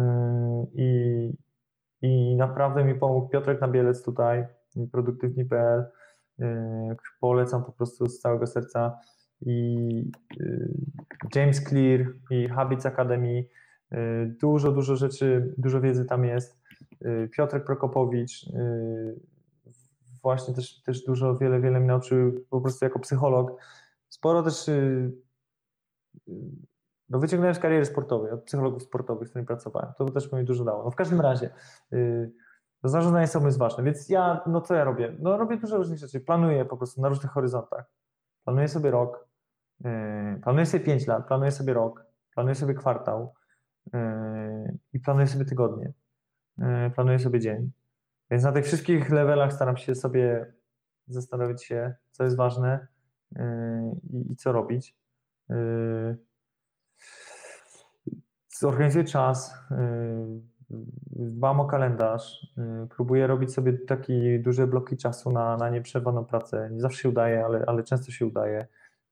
[SPEAKER 2] I naprawdę mi pomógł Piotrek Nabielec tutaj, produktywni.pl. Polecam po prostu z całego serca. I James Clear i Habits Academy. Dużo rzeczy, dużo wiedzy tam jest. Piotrek Prokopowicz właśnie też dużo, wiele mi nauczył po prostu jako psycholog. Sporo też wyciągnąłem z kariery sportowej, od psychologów sportowych, z którymi pracowałem. To też mi dużo dało. No w każdym razie to zarządzanie sobą jest ważne, więc co ja robię? No robię dużo różnych rzeczy, planuję po prostu na różnych horyzontach. Planuję sobie rok, planuję sobie 5 lat, planuję sobie rok, planuję sobie kwartał i planuję sobie tygodnie, planuję sobie dzień. Więc na tych wszystkich levelach staram się sobie zastanowić się, co jest ważne i co robić. Zorganizuję czas, dbam o kalendarz, próbuję robić sobie takie duże bloki czasu na nieprzerwaną pracę. Nie zawsze się udaje, ale często się udaje.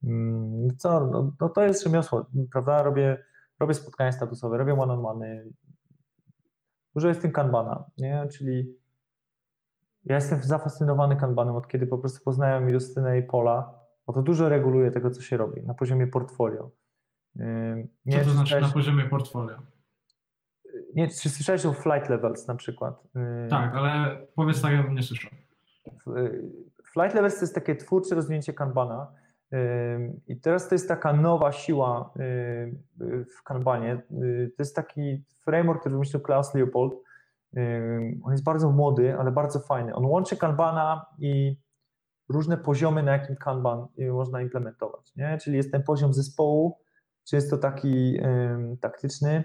[SPEAKER 2] No to jest rzemiosło, prawda? Robię spotkania statusowe, robię one-on-one. Dużo jest w tym Kanbana, nie? Czyli ja jestem zafascynowany Kanbanem od kiedy po prostu poznałem Justynę i Pola, bo to dużo reguluje tego, co się robi na poziomie portfolio.
[SPEAKER 3] Co to znaczy na poziomie portfolio?
[SPEAKER 2] Nie, czy słyszałeś o flight levels na przykład?
[SPEAKER 3] Tak, ale powiedz tak, ja bym nie słyszał.
[SPEAKER 2] Flight levels to jest takie twórcze rozwinięcie Kanbana i teraz to jest taka nowa siła w Kanbanie. To jest taki framework, który wymyślił Klaus Leopold. On jest bardzo młody, ale bardzo fajny. On łączy Kanbana i różne poziomy, na jakim Kanban można implementować. Nie? Czyli jest ten poziom zespołu, często taki taktyczny,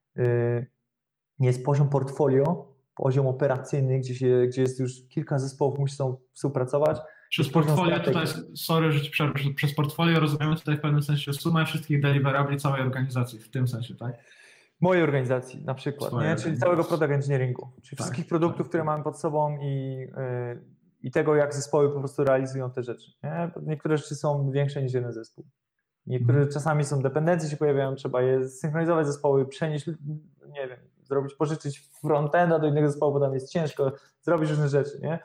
[SPEAKER 2] jest poziom portfolio, poziom operacyjny, gdzie jest już kilka zespołów, musi współpracować.
[SPEAKER 3] Przez portfolio tutaj, sorry, że ci przerwę, przez portfolio rozumiemy tutaj w pewnym sensie sumę wszystkich deliverabli całej organizacji, w tym sensie, tak?
[SPEAKER 2] Mojej organizacji na przykład, nie? Czyli całego product engineeringu, czyli tak, wszystkich produktów, które mamy pod sobą i tego, jak zespoły po prostu realizują te rzeczy. Nie? Niektóre rzeczy są większe niż jeden zespół. Niektóre czasami są dependencje się pojawiają, trzeba je synchronizować zespoły, przenieść, nie wiem, pożyczyć frontenda do innego zespołu, bo tam jest ciężko, zrobić różne rzeczy, nie?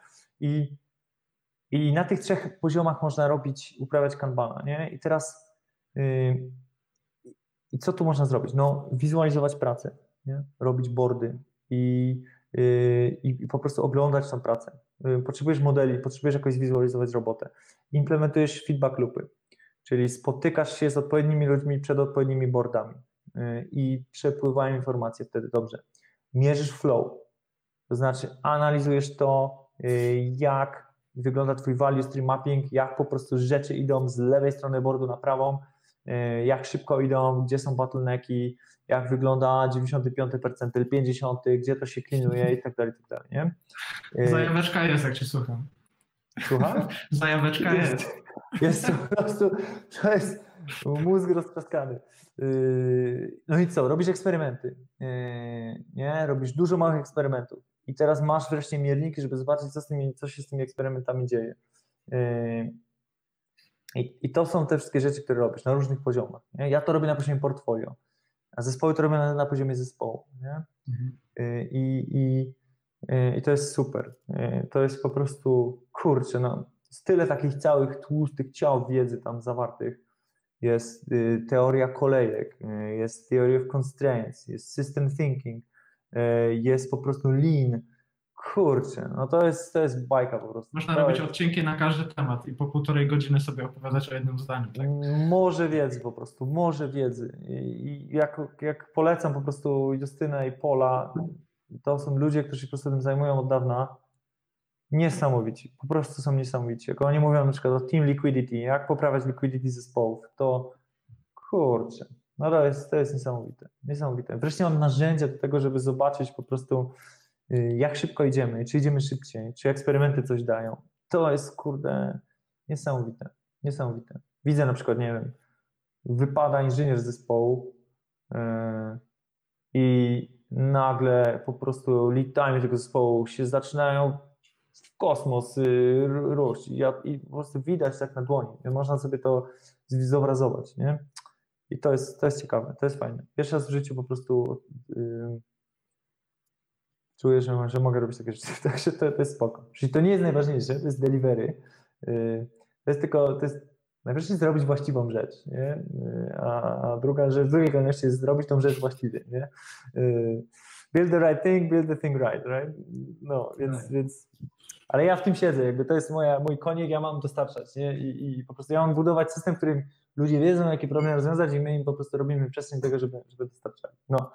[SPEAKER 2] I na tych 3 poziomach można uprawiać Kanbana, nie? I teraz i co tu można zrobić? No, wizualizować pracę, nie? Robić boardy i po prostu oglądać tą pracę. Potrzebujesz modeli, potrzebujesz jakoś wizualizować robotę. Implementujesz feedback loopy, czyli spotykasz się z odpowiednimi ludźmi przed odpowiednimi boardami i przepływają informacje wtedy dobrze. Mierzysz flow, to znaczy analizujesz to, jak wygląda twój value stream mapping, jak po prostu rzeczy idą z lewej strony boardu na prawą, jak szybko idą, gdzie są bottlenecki, jak wygląda 95 percentyl, 50, gdzie to się klinuje i tak dalej, nie?
[SPEAKER 3] Zajaweczka jest, jak cię słucham.
[SPEAKER 2] Słucham?
[SPEAKER 3] Zajaweczka jest.
[SPEAKER 2] Jest po prostu, to jest mózg roztrzaskany. No i co? Robisz eksperymenty, nie? Robisz dużo małych eksperymentów i teraz masz wreszcie mierniki, żeby zobaczyć, co się z tymi eksperymentami dzieje. I to są te wszystkie rzeczy, które robisz na różnych poziomach. Nie? Ja to robię na poziomie portfolio, a zespoły to robią na poziomie zespołu. Nie? I to jest super. To jest po prostu, kurczę, no, jest tyle takich całych tłustych ciał wiedzy tam zawartych. Jest teoria kolejek, jest theory of constraints, jest system thinking, jest po prostu lean. Kurczę, no to jest bajka po prostu.
[SPEAKER 3] Można robić odcinki na każdy temat i po 1,5 godziny sobie opowiadać o jednym zdaniu. Tak?
[SPEAKER 2] Może wiedzy po prostu, może wiedzy. I jak polecam po prostu Justynę i Pola, to są ludzie, którzy się po prostu tym zajmują od dawna, niesamowici, po prostu są niesamowici. Jak oni mówią na przykład o team liquidity, jak poprawiać liquidity zespołów, to kurczę, no to jest niesamowite. Wreszcie mam narzędzia do tego, żeby zobaczyć po prostu, jak szybko idziemy, czy idziemy szybciej, czy eksperymenty coś dają. To jest, kurde, niesamowite. Widzę na przykład, nie wiem, wypada inżynier z zespołu i nagle po prostu lead time tego zespołu się zaczynają w kosmos różć i po prostu widać tak na dłoni. Można sobie to zobrazować, nie? I to jest ciekawe, to jest fajne. Pierwszy raz w życiu po prostu czuję, że mogę robić takie rzeczy, także to jest spoko. Czyli to nie jest najważniejsze, to jest delivery. Najważniejsze jest zrobić właściwą rzecz, nie? A druga rzecz, drugiej kolejności jest zrobić tą rzecz właściwie, nie? Build the right thing, build the thing right? No, więc ale ja w tym siedzę, jakby to jest mój koniek, ja mam dostarczać, nie? I po prostu ja mam budować system, w którym ludzie wiedzą, jakie problemy rozwiązać i my im po prostu robimy przestrzeń do tego, żeby dostarczali. No.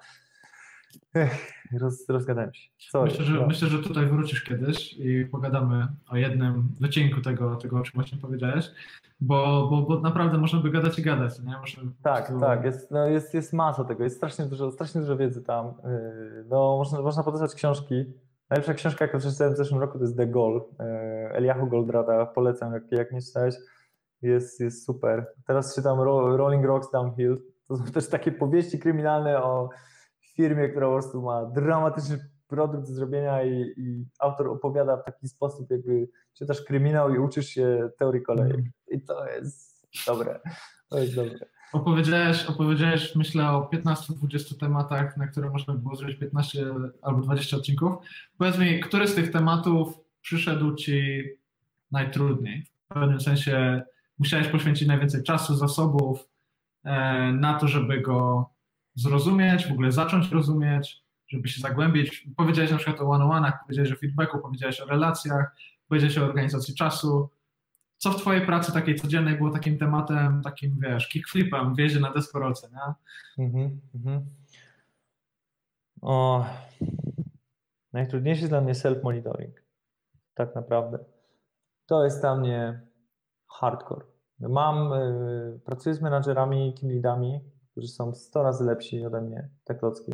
[SPEAKER 2] Rozgadałem się.
[SPEAKER 3] Myślę, że tutaj wrócisz kiedyś i pogadamy o jednym wycinku tego, o czym właśnie powiedziałeś, bo naprawdę można by gadać i gadać, nie?
[SPEAKER 2] Tak, jest masa tego, jest strasznie dużo wiedzy tam. No, można podesłać książki. Najlepsza książka, jaką przeczytałem w zeszłym roku, to jest The Goal, Eliahu Goldrata, polecam, jak nie czytałeś, jest super. Teraz czytam Rolling Rocks Downhill, to są też takie powieści kryminalne o firmie, która po prostu ma dramatyczny produkt do zrobienia i autor opowiada w taki sposób, jakby czytasz kryminał i uczysz się teorii kolejek. I to jest dobre.
[SPEAKER 3] Opowiedziałeś, myślę, o 15-20 tematach, na które można by było zrobić 15 albo 20 odcinków. Powiedz mi, który z tych tematów przyszedł Ci najtrudniej? W pewnym sensie musiałeś poświęcić najwięcej czasu, zasobów na to, żeby go zrozumieć, w ogóle zacząć rozumieć, żeby się zagłębić. Powiedziałeś na przykład o one-on-one'ach, powiedziałeś o feedbacku, powiedziałeś o relacjach, powiedziałeś o organizacji czasu. Co w Twojej pracy takiej codziennej było takim tematem, takim, wiesz, kickflipem w jeździe na deskorolce, nie?
[SPEAKER 2] Najtrudniejszy jest dla mnie self-monitoring. Tak naprawdę. To jest dla mnie hardcore. Pracuję z menadżerami, team leadami, którzy są 100 razy lepsi ode mnie, te klocki.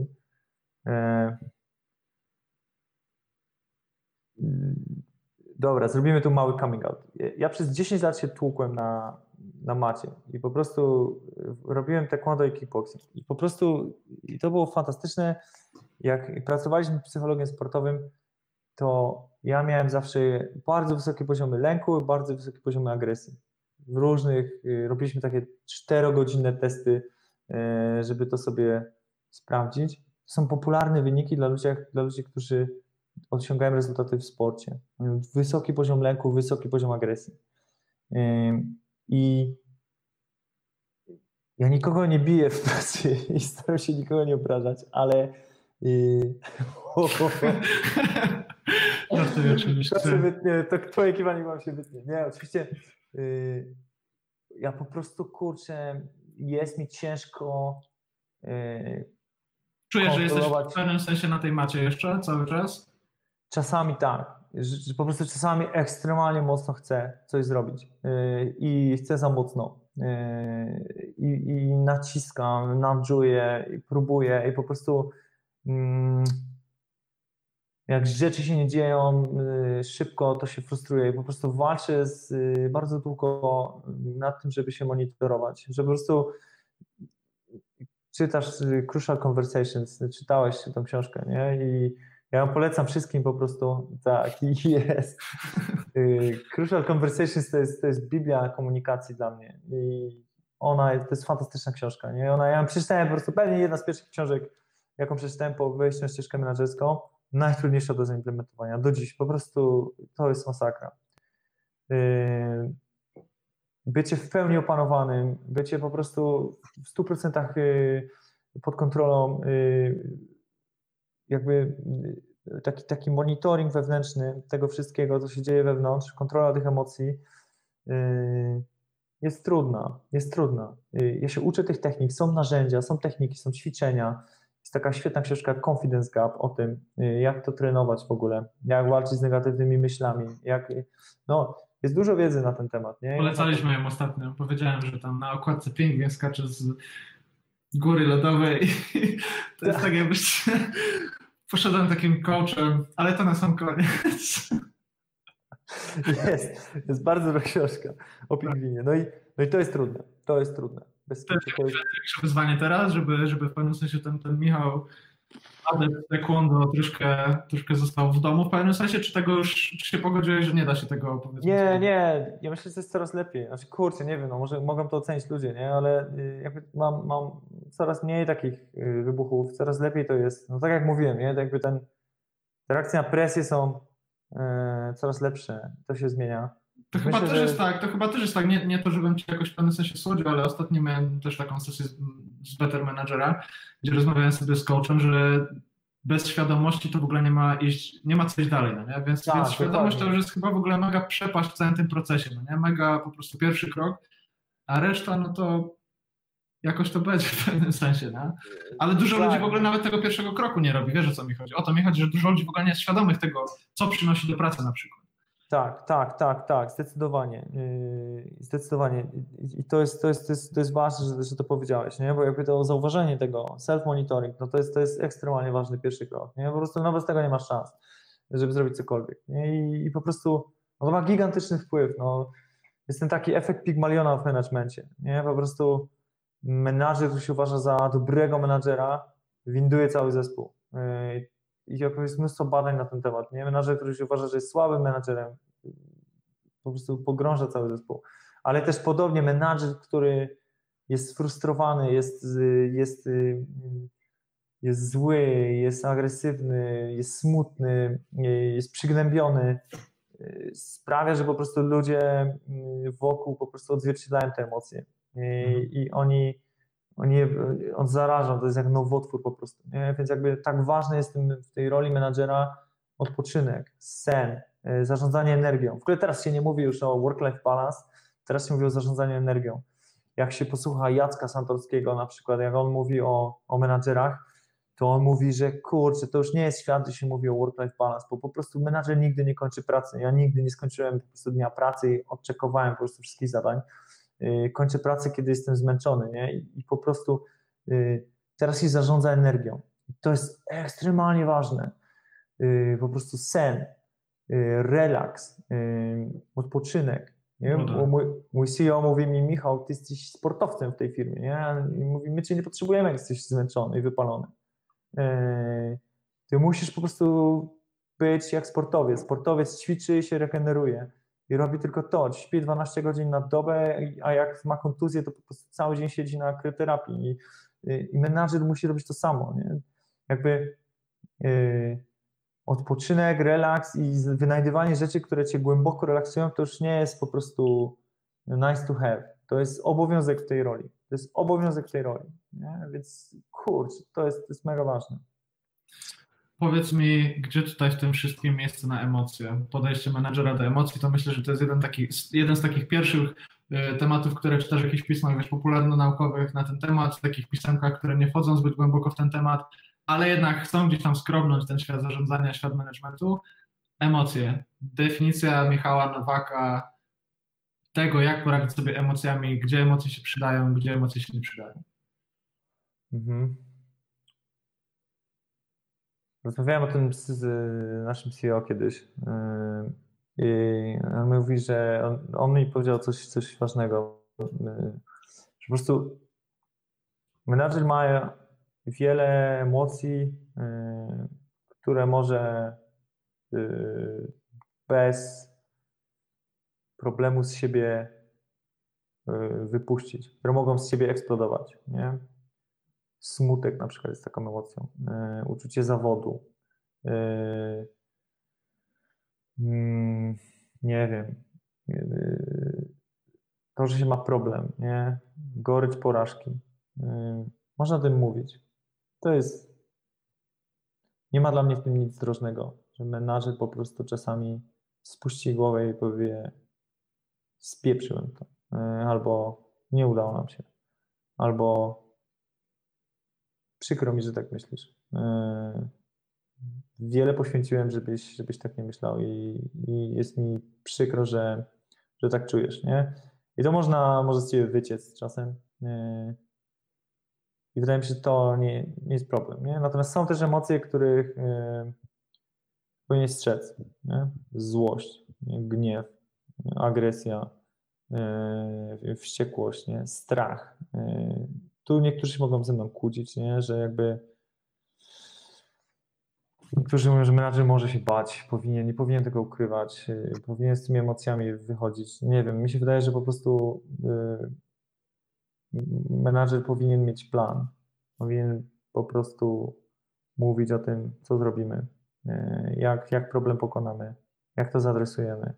[SPEAKER 2] Dobra, zrobimy tu mały coming out. Ja przez 10 lat się tłukłem na macie i po prostu robiłem taekwondo i kickboxing. I po prostu to było fantastyczne. Jak pracowaliśmy psychologiem sportowym, to ja miałem zawsze bardzo wysokie poziomy lęku i bardzo wysokie poziomy agresji. Robiliśmy takie 4-godzinne testy, żeby to sobie sprawdzić. To są popularne wyniki dla ludzi, którzy osiągają rezultaty w sporcie. Wysoki poziom lęku, wysoki poziom agresji. I ja nikogo nie biję w pracy i staram się nikogo nie obrażać, ale to twoje kiwanie mam się wytnie. Nie, oczywiście ja po prostu, kurczę, jest mi ciężko
[SPEAKER 3] Czujesz, że jesteś w pewnym sensie na tej macie jeszcze cały czas?
[SPEAKER 2] Czasami tak, że po prostu czasami ekstremalnie mocno chcę coś zrobić i chcę za mocno i naciskam, nudżuję, i próbuję i po prostu jak rzeczy się nie dzieją szybko, to się frustruję i po prostu walczę bardzo długo nad tym, żeby się monitorować, że po prostu czytasz Crucial Conversations, czytałeś tą książkę, nie? I ja ją polecam wszystkim po prostu, tak, i jest. Crucial Conversations to jest Biblia komunikacji dla mnie i to jest fantastyczna książka, nie? Ja ją przeczytałem po prostu, pewnie jedna z pierwszych książek, jaką przeczytałem po wejściu na ścieżkę menedżerską, najtrudniejsza do zaimplementowania, do dziś, po prostu to jest masakra. Bycie w pełni opanowanym, bycie po prostu w 100% pod kontrolą, jakby taki monitoring wewnętrzny tego wszystkiego, co się dzieje wewnątrz, kontrola tych emocji jest trudna. Ja się uczę tych technik, są narzędzia, są techniki, są ćwiczenia. Jest taka świetna książka Confidence Gap o tym, jak to trenować w ogóle, jak walczyć z negatywnymi myślami, jest dużo wiedzy na ten temat. Nie?
[SPEAKER 3] Polecaliśmy ją ostatnio. Powiedziałem, że tam na okładce pingwin skacze z góry lodowej. To jest tak, jakbyś poszedłem takim coachem, ale to na sam koniec.
[SPEAKER 2] Jest bardzo dobra książka o pingwinie. No i to jest trudne. bez
[SPEAKER 3] To jest
[SPEAKER 2] kitu to jest...
[SPEAKER 3] większe wyzwanie teraz, żeby w pewnym sensie ten Michał adept taekwondo troszkę został w domu w pewnym sensie, czy tego już czy się pogodziłeś, że nie da się tego powiedzmy?
[SPEAKER 2] Nie, ja myślę, że to jest coraz lepiej. Znaczy, kurczę, nie wiem, no może mogą to ocenić ludzie, nie? Ale jakby mam coraz mniej takich wybuchów, coraz lepiej to jest. No tak jak mówiłem, nie? To jakby te reakcje na presję są coraz lepsze, to się zmienia.
[SPEAKER 3] To
[SPEAKER 2] Myślę,
[SPEAKER 3] chyba też jest tak, nie to, żebym ci jakoś w pewnym sensie słodził, ale ostatnio miałem też taką sesję z Better Managera, gdzie rozmawiałem sobie z coachem, że bez świadomości to w ogóle nie ma co iść dalej, no nie? Więc świadomość to już jest chyba w ogóle mega przepaść w całym tym procesie, no nie? Mega po prostu pierwszy krok, a reszta no to jakoś to będzie w pewnym sensie, no? Ale dużo ludzi w ogóle nawet tego pierwszego kroku nie robi, wiesz o co mi chodzi? O to mi chodzi, że dużo ludzi w ogóle nie jest świadomych tego, co przynosi do pracy na przykład.
[SPEAKER 2] Tak, zdecydowanie. Zdecydowanie. I to jest ważne, że to powiedziałeś, nie? Bo jakby to zauważenie tego, self-monitoring, no to jest ekstremalnie ważny pierwszy krok, nie? Po prostu no bez tego nie masz szans, żeby zrobić cokolwiek, nie? I po prostu no to ma gigantyczny wpływ, no. Jest ten taki efekt Pigmaliona w managemencie, nie? Po prostu menadżer, który się uważa za dobrego menadżera, winduje cały zespół. I jest mnóstwo badań na ten temat. Nie? Menadżer, który się uważa, że jest słabym menadżerem, po prostu pogrąża cały zespół. Ale też podobnie menadżer, który jest sfrustrowany, jest zły, jest agresywny, jest smutny, jest przygnębiony, sprawia, że po prostu ludzie wokół po prostu odzwierciedlają te emocje. I on zaraża, to jest jak nowotwór po prostu, nie? Więc jakby tak ważny jest w tej roli menadżera odpoczynek, sen, zarządzanie energią. W ogóle teraz się nie mówi już o work-life balance, teraz się mówi o zarządzaniu energią. Jak się posłucha Jacka Santorskiego na przykład, jak on mówi o menadżerach, to on mówi, że kurczę, to już nie jest świat, gdzie się mówi o work-life balance, bo po prostu menadżer nigdy nie kończy pracy. Ja nigdy nie skończyłem po prostu dnia pracy i odczekowałem po prostu wszystkich zadań. Kończę pracę, kiedy jestem zmęczony, nie? I po prostu teraz się zarządza energią. To jest ekstremalnie ważne. Po prostu sen, relaks, odpoczynek. Nie?
[SPEAKER 3] No tak.
[SPEAKER 2] Mój CEO mówi mi, Michał, ty jesteś sportowcem w tej firmie, nie? I mówi, my cię nie potrzebujemy, jak jesteś zmęczony i wypalony. Ty musisz po prostu być jak sportowiec. Sportowiec ćwiczy i się regeneruje. I robi tylko to, śpi 12 godzin na dobę, a jak ma kontuzję, to po prostu cały dzień siedzi na kryoterapii. I menadżer musi robić to samo. Nie? Jakby odpoczynek, relaks i wynajdywanie rzeczy, które cię głęboko relaksują, to już nie jest po prostu nice to have. To jest obowiązek w tej roli. To jest obowiązek w tej roli. Nie? Więc kurczę, to jest mega ważne.
[SPEAKER 3] Powiedz mi, gdzie tutaj w tym wszystkim miejsce na emocje? Podejście menadżera do emocji, to myślę, że to jest jeden z takich pierwszych tematów, które czytasz w jakichś pismach popularno-naukowych na ten temat, w takich pisemkach, które nie wchodzą zbyt głęboko w ten temat, ale jednak chcą gdzieś tam skrobnąć ten świat zarządzania, świat managementu. Emocje. Definicja Michała Nowaka tego, jak poradzić sobie emocjami, gdzie emocje się przydają, gdzie emocje się nie przydają.
[SPEAKER 2] Mhm. Rozmawiałem o tym z naszym CEO kiedyś i on mówi, że on mi powiedział coś ważnego, że po prostu menadżer ma wiele emocji, które może bez problemu z siebie wypuścić, które mogą z siebie eksplodować, nie? Smutek na przykład jest taką emocją, uczucie zawodu, nie wiem, to, że się ma problem, nie? Gorycz porażki. Można o tym mówić. Nie ma dla mnie w tym nic drożnego, że menadżer po prostu czasami spuści głowę i powie, spieprzyłem to, albo nie udało nam się, albo przykro mi, że tak myślisz. Wiele poświęciłem, żebyś tak nie myślał i jest mi przykro, że tak czujesz, nie? I to może z ciebie wyciec czasem. I wydaje mi się, że to nie jest problem, nie? Natomiast są też emocje, których powinien strzec, nie? Złość, nie? Gniew, agresja, wściekłość, nie? Strach. Tu niektórzy się mogą ze mną kłócić, nie? Że jakby niektórzy mówią, że menadżer może się bać, nie powinien tego ukrywać, powinien z tymi emocjami wychodzić. Nie wiem, mi się wydaje, że po prostu menadżer powinien mieć plan, powinien po prostu mówić o tym, co zrobimy, jak problem pokonamy, jak to zaadresujemy.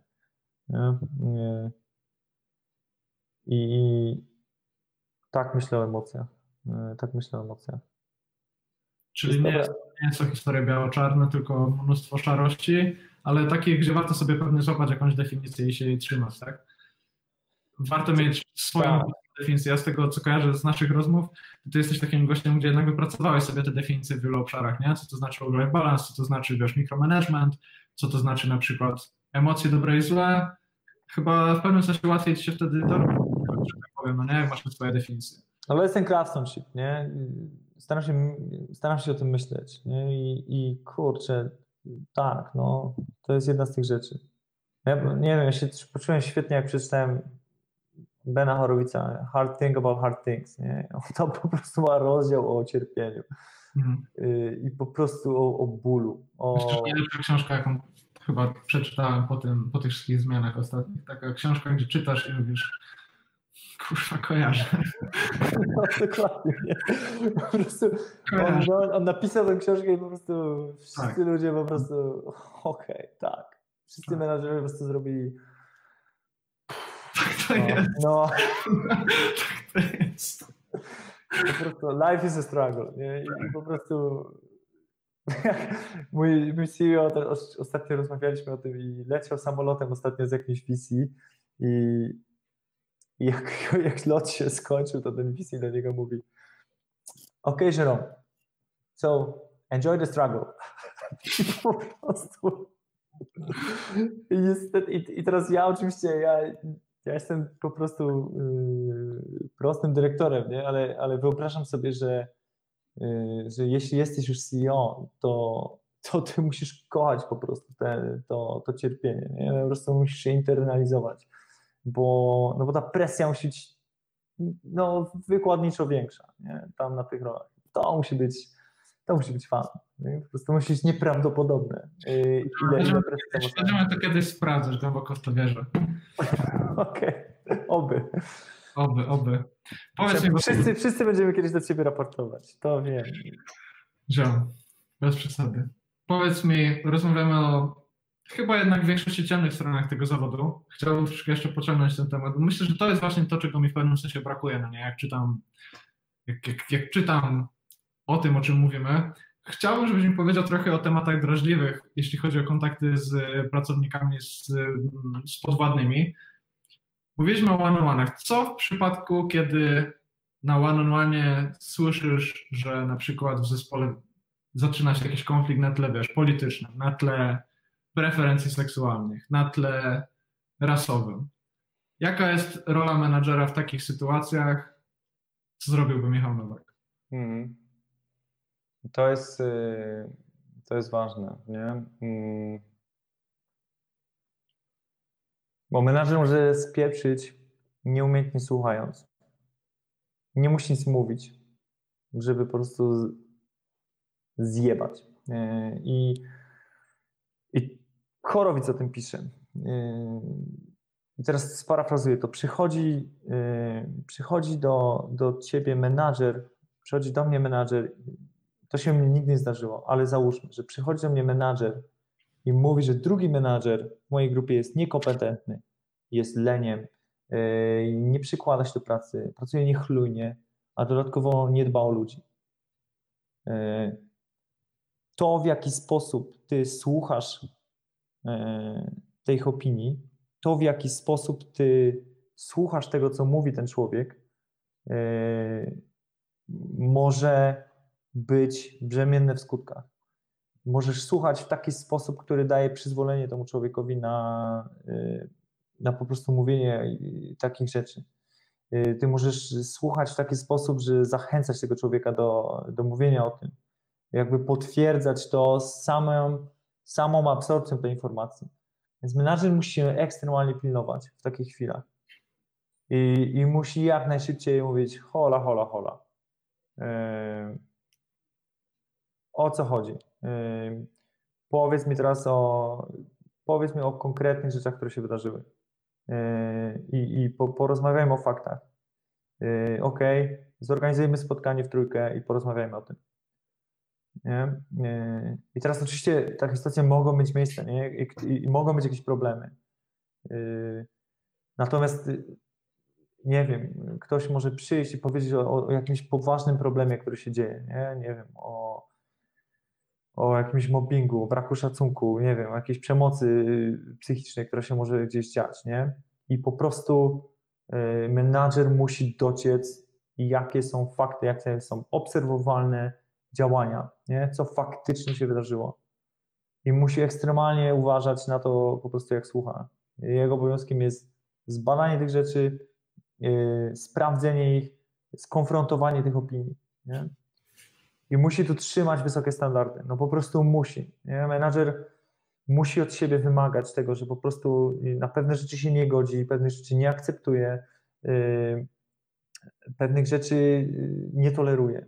[SPEAKER 2] I tak myślę o emocjach. Tak myślę o emocjach.
[SPEAKER 3] Czyli nie jest to historia biało-czarna, tylko mnóstwo szarości, ale takie, gdzie warto sobie pewnie złapać jakąś definicję i się jej trzymać, tak? Warto mieć swoją definicję. Ja z tego, co kojarzę z naszych rozmów, ty jesteś takim gościem, gdzie jednak wypracowałeś sobie te definicje w wielu obszarach, nie? Co to znaczy work-life balance, co to znaczy, wiesz, micromanagement, co to znaczy na przykład emocje dobre i złe. Chyba w pewnym sensie łatwiej ci się wtedy to robi, że tak powiem, no nie? Jak masz swoje definicje.
[SPEAKER 2] Ale jestem craftsmanship, nie? Staram się o tym myśleć, nie? I kurczę, tak, no, to jest jedna z tych rzeczy. Ja nie wiem, ja się poczułem świetnie, jak przeczytałem Bena Horowica, Hard Thing About Hard Things, nie? To po prostu ma rozdział o cierpieniu i po prostu o bólu.
[SPEAKER 3] Myślę, że najlepsza książka, jaką chyba przeczytałem po tych wszystkich zmianach ostatnich. Taka książka, gdzie czytasz i mówisz, kurwa, kojarzę.
[SPEAKER 2] No, dokładnie. Nie? Po prostu on napisał tę książkę i po prostu wszyscy ludzie po prostu okej, tak. Wszyscy menadżerowie po prostu zrobili
[SPEAKER 3] tak to jest.
[SPEAKER 2] No.
[SPEAKER 3] tak to jest.
[SPEAKER 2] Po prostu life is a struggle. Nie? I po prostu mój CEO, ostatnio rozmawialiśmy o tym i leciał samolotem ostatnio z jakimś VC i jak lot się skończył, to ten VC do niego mówi okay, Jerome, so enjoy the struggle. I po prostu i teraz ja oczywiście, ja jestem po prostu prostym dyrektorem, nie? Ale wyobrażam sobie, że jeśli jesteś już CEO, to ty musisz kochać po prostu to cierpienie, nie? Po prostu musisz się internalizować, bo ta presja musi być wykładniczo większa, nie? Tam na tych rolach. To musi być fan. Nie? Po prostu musi być nieprawdopodobne. Ile presji tam
[SPEAKER 3] Będziemy to kiedyś sprawdzać, głęboko w to wierzę.
[SPEAKER 2] Okej, oby.
[SPEAKER 3] Powiedz mi,
[SPEAKER 2] wszyscy będziemy kiedyś do ciebie raportować, to wiem.
[SPEAKER 3] Ziom, bez przesady. Powiedz mi, rozmawiamy o chyba jednak w większości ciemnych stronach tego zawodu. Chciałbym troszkę jeszcze pociągnąć ten temat. Myślę, że to jest właśnie to, czego mi w pewnym sensie brakuje, no nie? Jak czytam o tym, o czym mówimy. Chciałbym, żebyś mi powiedział trochę o tematach drażliwych, jeśli chodzi o kontakty z pracownikami, z podwładnymi. Mówiliśmy o one-on-one'ach. Co w przypadku, kiedy na one-on-one słyszysz, że na przykład w zespole zaczyna się jakiś konflikt na tle, wiesz, politycznym, na tle preferencji seksualnych, na tle rasowym. Jaka jest rola menadżera w takich sytuacjach? Co zrobiłby Michał Nowak?
[SPEAKER 2] To jest ważne, nie? Bo menadżer może spieprzyć nieumiejętnie słuchając. Nie musi nic mówić, żeby po prostu zjebać. I Horowitz o tym pisze. I teraz sparafrazuję to. Przychodzi do ciebie menadżer, przychodzi do mnie menadżer, to się mnie nigdy nie zdarzyło, ale załóżmy, że przychodzi do mnie menadżer i mówi, że drugi menadżer w mojej grupie jest niekompetentny, jest leniem, nie przykłada się do pracy, pracuje niechlujnie, a dodatkowo nie dba o ludzi. To, w jaki sposób ty słuchasz tej opinii, to, w jaki sposób ty słuchasz tego, co mówi ten człowiek, może być brzemienne w skutkach. Możesz słuchać w taki sposób, który daje przyzwolenie temu człowiekowi na po prostu mówienie takich rzeczy. Ty możesz słuchać w taki sposób, że zachęcać tego człowieka do mówienia o tym. Jakby potwierdzać to samą absorpcją tej informacji. Więc menadżer musi się ekstremalnie pilnować w takich chwilach. I musi jak najszybciej mówić hola, hola, hola. O co chodzi? Powiedz mi teraz powiedz mi o konkretnych rzeczach, które się wydarzyły. I porozmawiajmy o faktach. OK, zorganizujemy spotkanie w trójkę i porozmawiajmy o tym. Nie? I teraz oczywiście takie sytuacje mogą mieć miejsce, nie? I mogą być jakieś problemy. Natomiast nie wiem, ktoś może przyjść i powiedzieć o jakimś poważnym problemie, który się dzieje, nie wiem, o jakimś mobbingu, o braku szacunku, nie wiem, o jakiejś przemocy psychicznej, która się może gdzieś dziać, nie? I po prostu menadżer musi dociec, jakie są fakty, jakie są obserwowalne działania, nie? Co faktycznie się wydarzyło. I musi ekstremalnie uważać na to po prostu jak słucha. Jego obowiązkiem jest zbadanie tych rzeczy, sprawdzenie ich, skonfrontowanie tych opinii, nie? I musi tu trzymać wysokie standardy. No po prostu musi. Nie? Menadżer musi od siebie wymagać tego, że po prostu na pewne rzeczy się nie godzi, pewnych rzeczy nie akceptuje, pewnych rzeczy nie toleruje.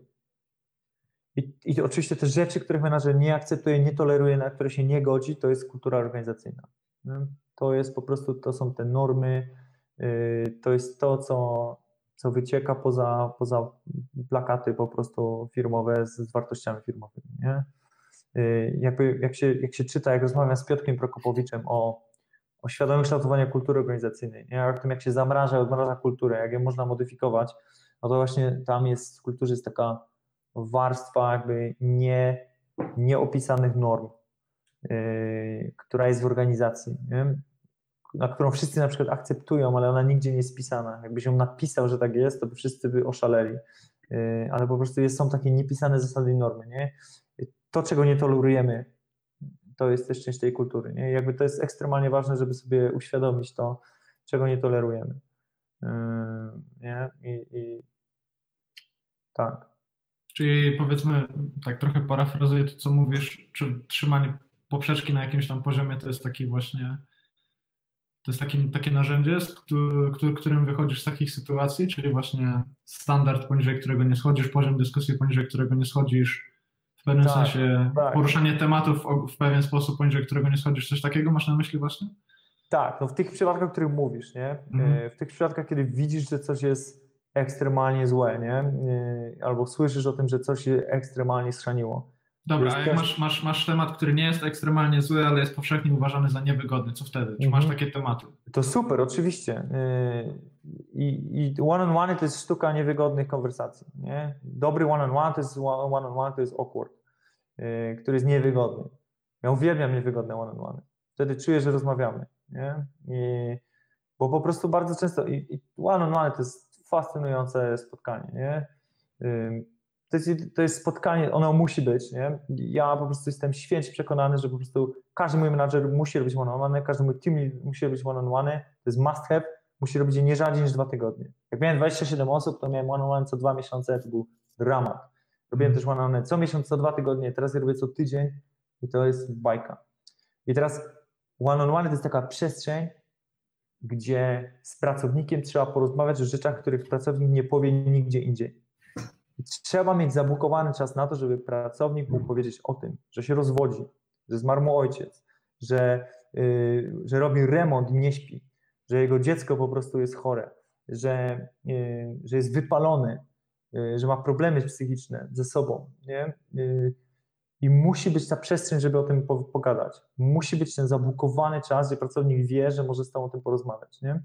[SPEAKER 2] I oczywiście te rzeczy, których menadżer nie akceptuje, nie toleruje, na które się nie godzi, to jest kultura organizacyjna. Nie? To jest po prostu, to są te normy, to jest to, co wycieka poza plakaty po prostu firmowe z wartościami firmowymi. Nie? Jak się czyta, jak rozmawiam z Piotrkiem Prokopowiczem o świadomym kształtowaniu kultury organizacyjnej, nie? O tym, jak się zamraża i odmraża kulturę, jak je można modyfikować, no to właśnie tam jest w kulturze jest taka warstwa jakby nieopisanych norm, która jest w organizacji, nie? Na którą wszyscy na przykład akceptują, ale ona nigdzie nie jest pisana. Jakbyś ją napisał, że tak jest, to by wszyscy by oszaleli. Ale po prostu są takie niepisane zasady i normy. Nie? To, czego nie tolerujemy, to jest też część tej kultury. Nie? Jakby to jest ekstremalnie ważne, żeby sobie uświadomić to, czego nie tolerujemy. Nie? Tak.
[SPEAKER 3] Czyli powiedzmy, tak trochę parafrazuję to, co mówisz, czy trzymanie poprzeczki na jakimś tam poziomie to jest taki właśnie, to jest takie narzędzie, którym wychodzisz z takich sytuacji, czyli właśnie standard, poniżej którego nie schodzisz, poziom dyskusji, poniżej którego nie schodzisz, w pewnym sensie poruszanie tematów w pewien sposób, poniżej którego nie schodzisz, coś takiego masz na myśli właśnie?
[SPEAKER 2] Tak, no w tych przypadkach, o których mówisz, nie? W tych przypadkach, kiedy widzisz, że coś jest ekstremalnie złe, nie? Albo słyszysz o tym, że coś się ekstremalnie schrzaniło.
[SPEAKER 3] Dobra, a jak masz temat, który nie jest ekstremalnie zły, ale jest powszechnie uważany za niewygodny, co wtedy? Czy masz takie tematy?
[SPEAKER 2] To super, oczywiście. I one-on-one to jest sztuka niewygodnych konwersacji, nie? Dobry one-on-one to jest awkward, który jest niewygodny. Ja uwielbiam niewygodne one-on-one. Wtedy czuję, że rozmawiamy, nie? Bo po prostu bardzo często one-on-one to jest fascynujące spotkanie, nie? To jest spotkanie, ono musi być, nie? Ja po prostu jestem święcie przekonany, że po prostu każdy mój menadżer musi robić one-on-one, każdy mój team lead musi robić one-on-one, to jest must have, musi robić je nie rzadziej niż 2 tygodnie. Jak miałem 27 osób, to miałem one-on-one co 2 miesiące, to był dramat. Robiłem też one-on-one co miesiąc, co 2 tygodnie, teraz ja robię co tydzień i to jest bajka. I teraz one-on-one to jest taka przestrzeń, gdzie z pracownikiem trzeba porozmawiać o rzeczach, których pracownik nie powie nigdzie indziej. Trzeba mieć zabukowany czas na to, żeby pracownik mógł powiedzieć o tym, że się rozwodzi, że zmarł mu ojciec, że robi remont i nie śpi, że jego dziecko po prostu jest chore, że jest wypalony, że ma problemy psychiczne ze sobą, nie? I musi być ta przestrzeń, żeby o tym pogadać. Musi być ten zabukowany czas, gdzie pracownik wie, że może z tobą o tym porozmawiać, nie?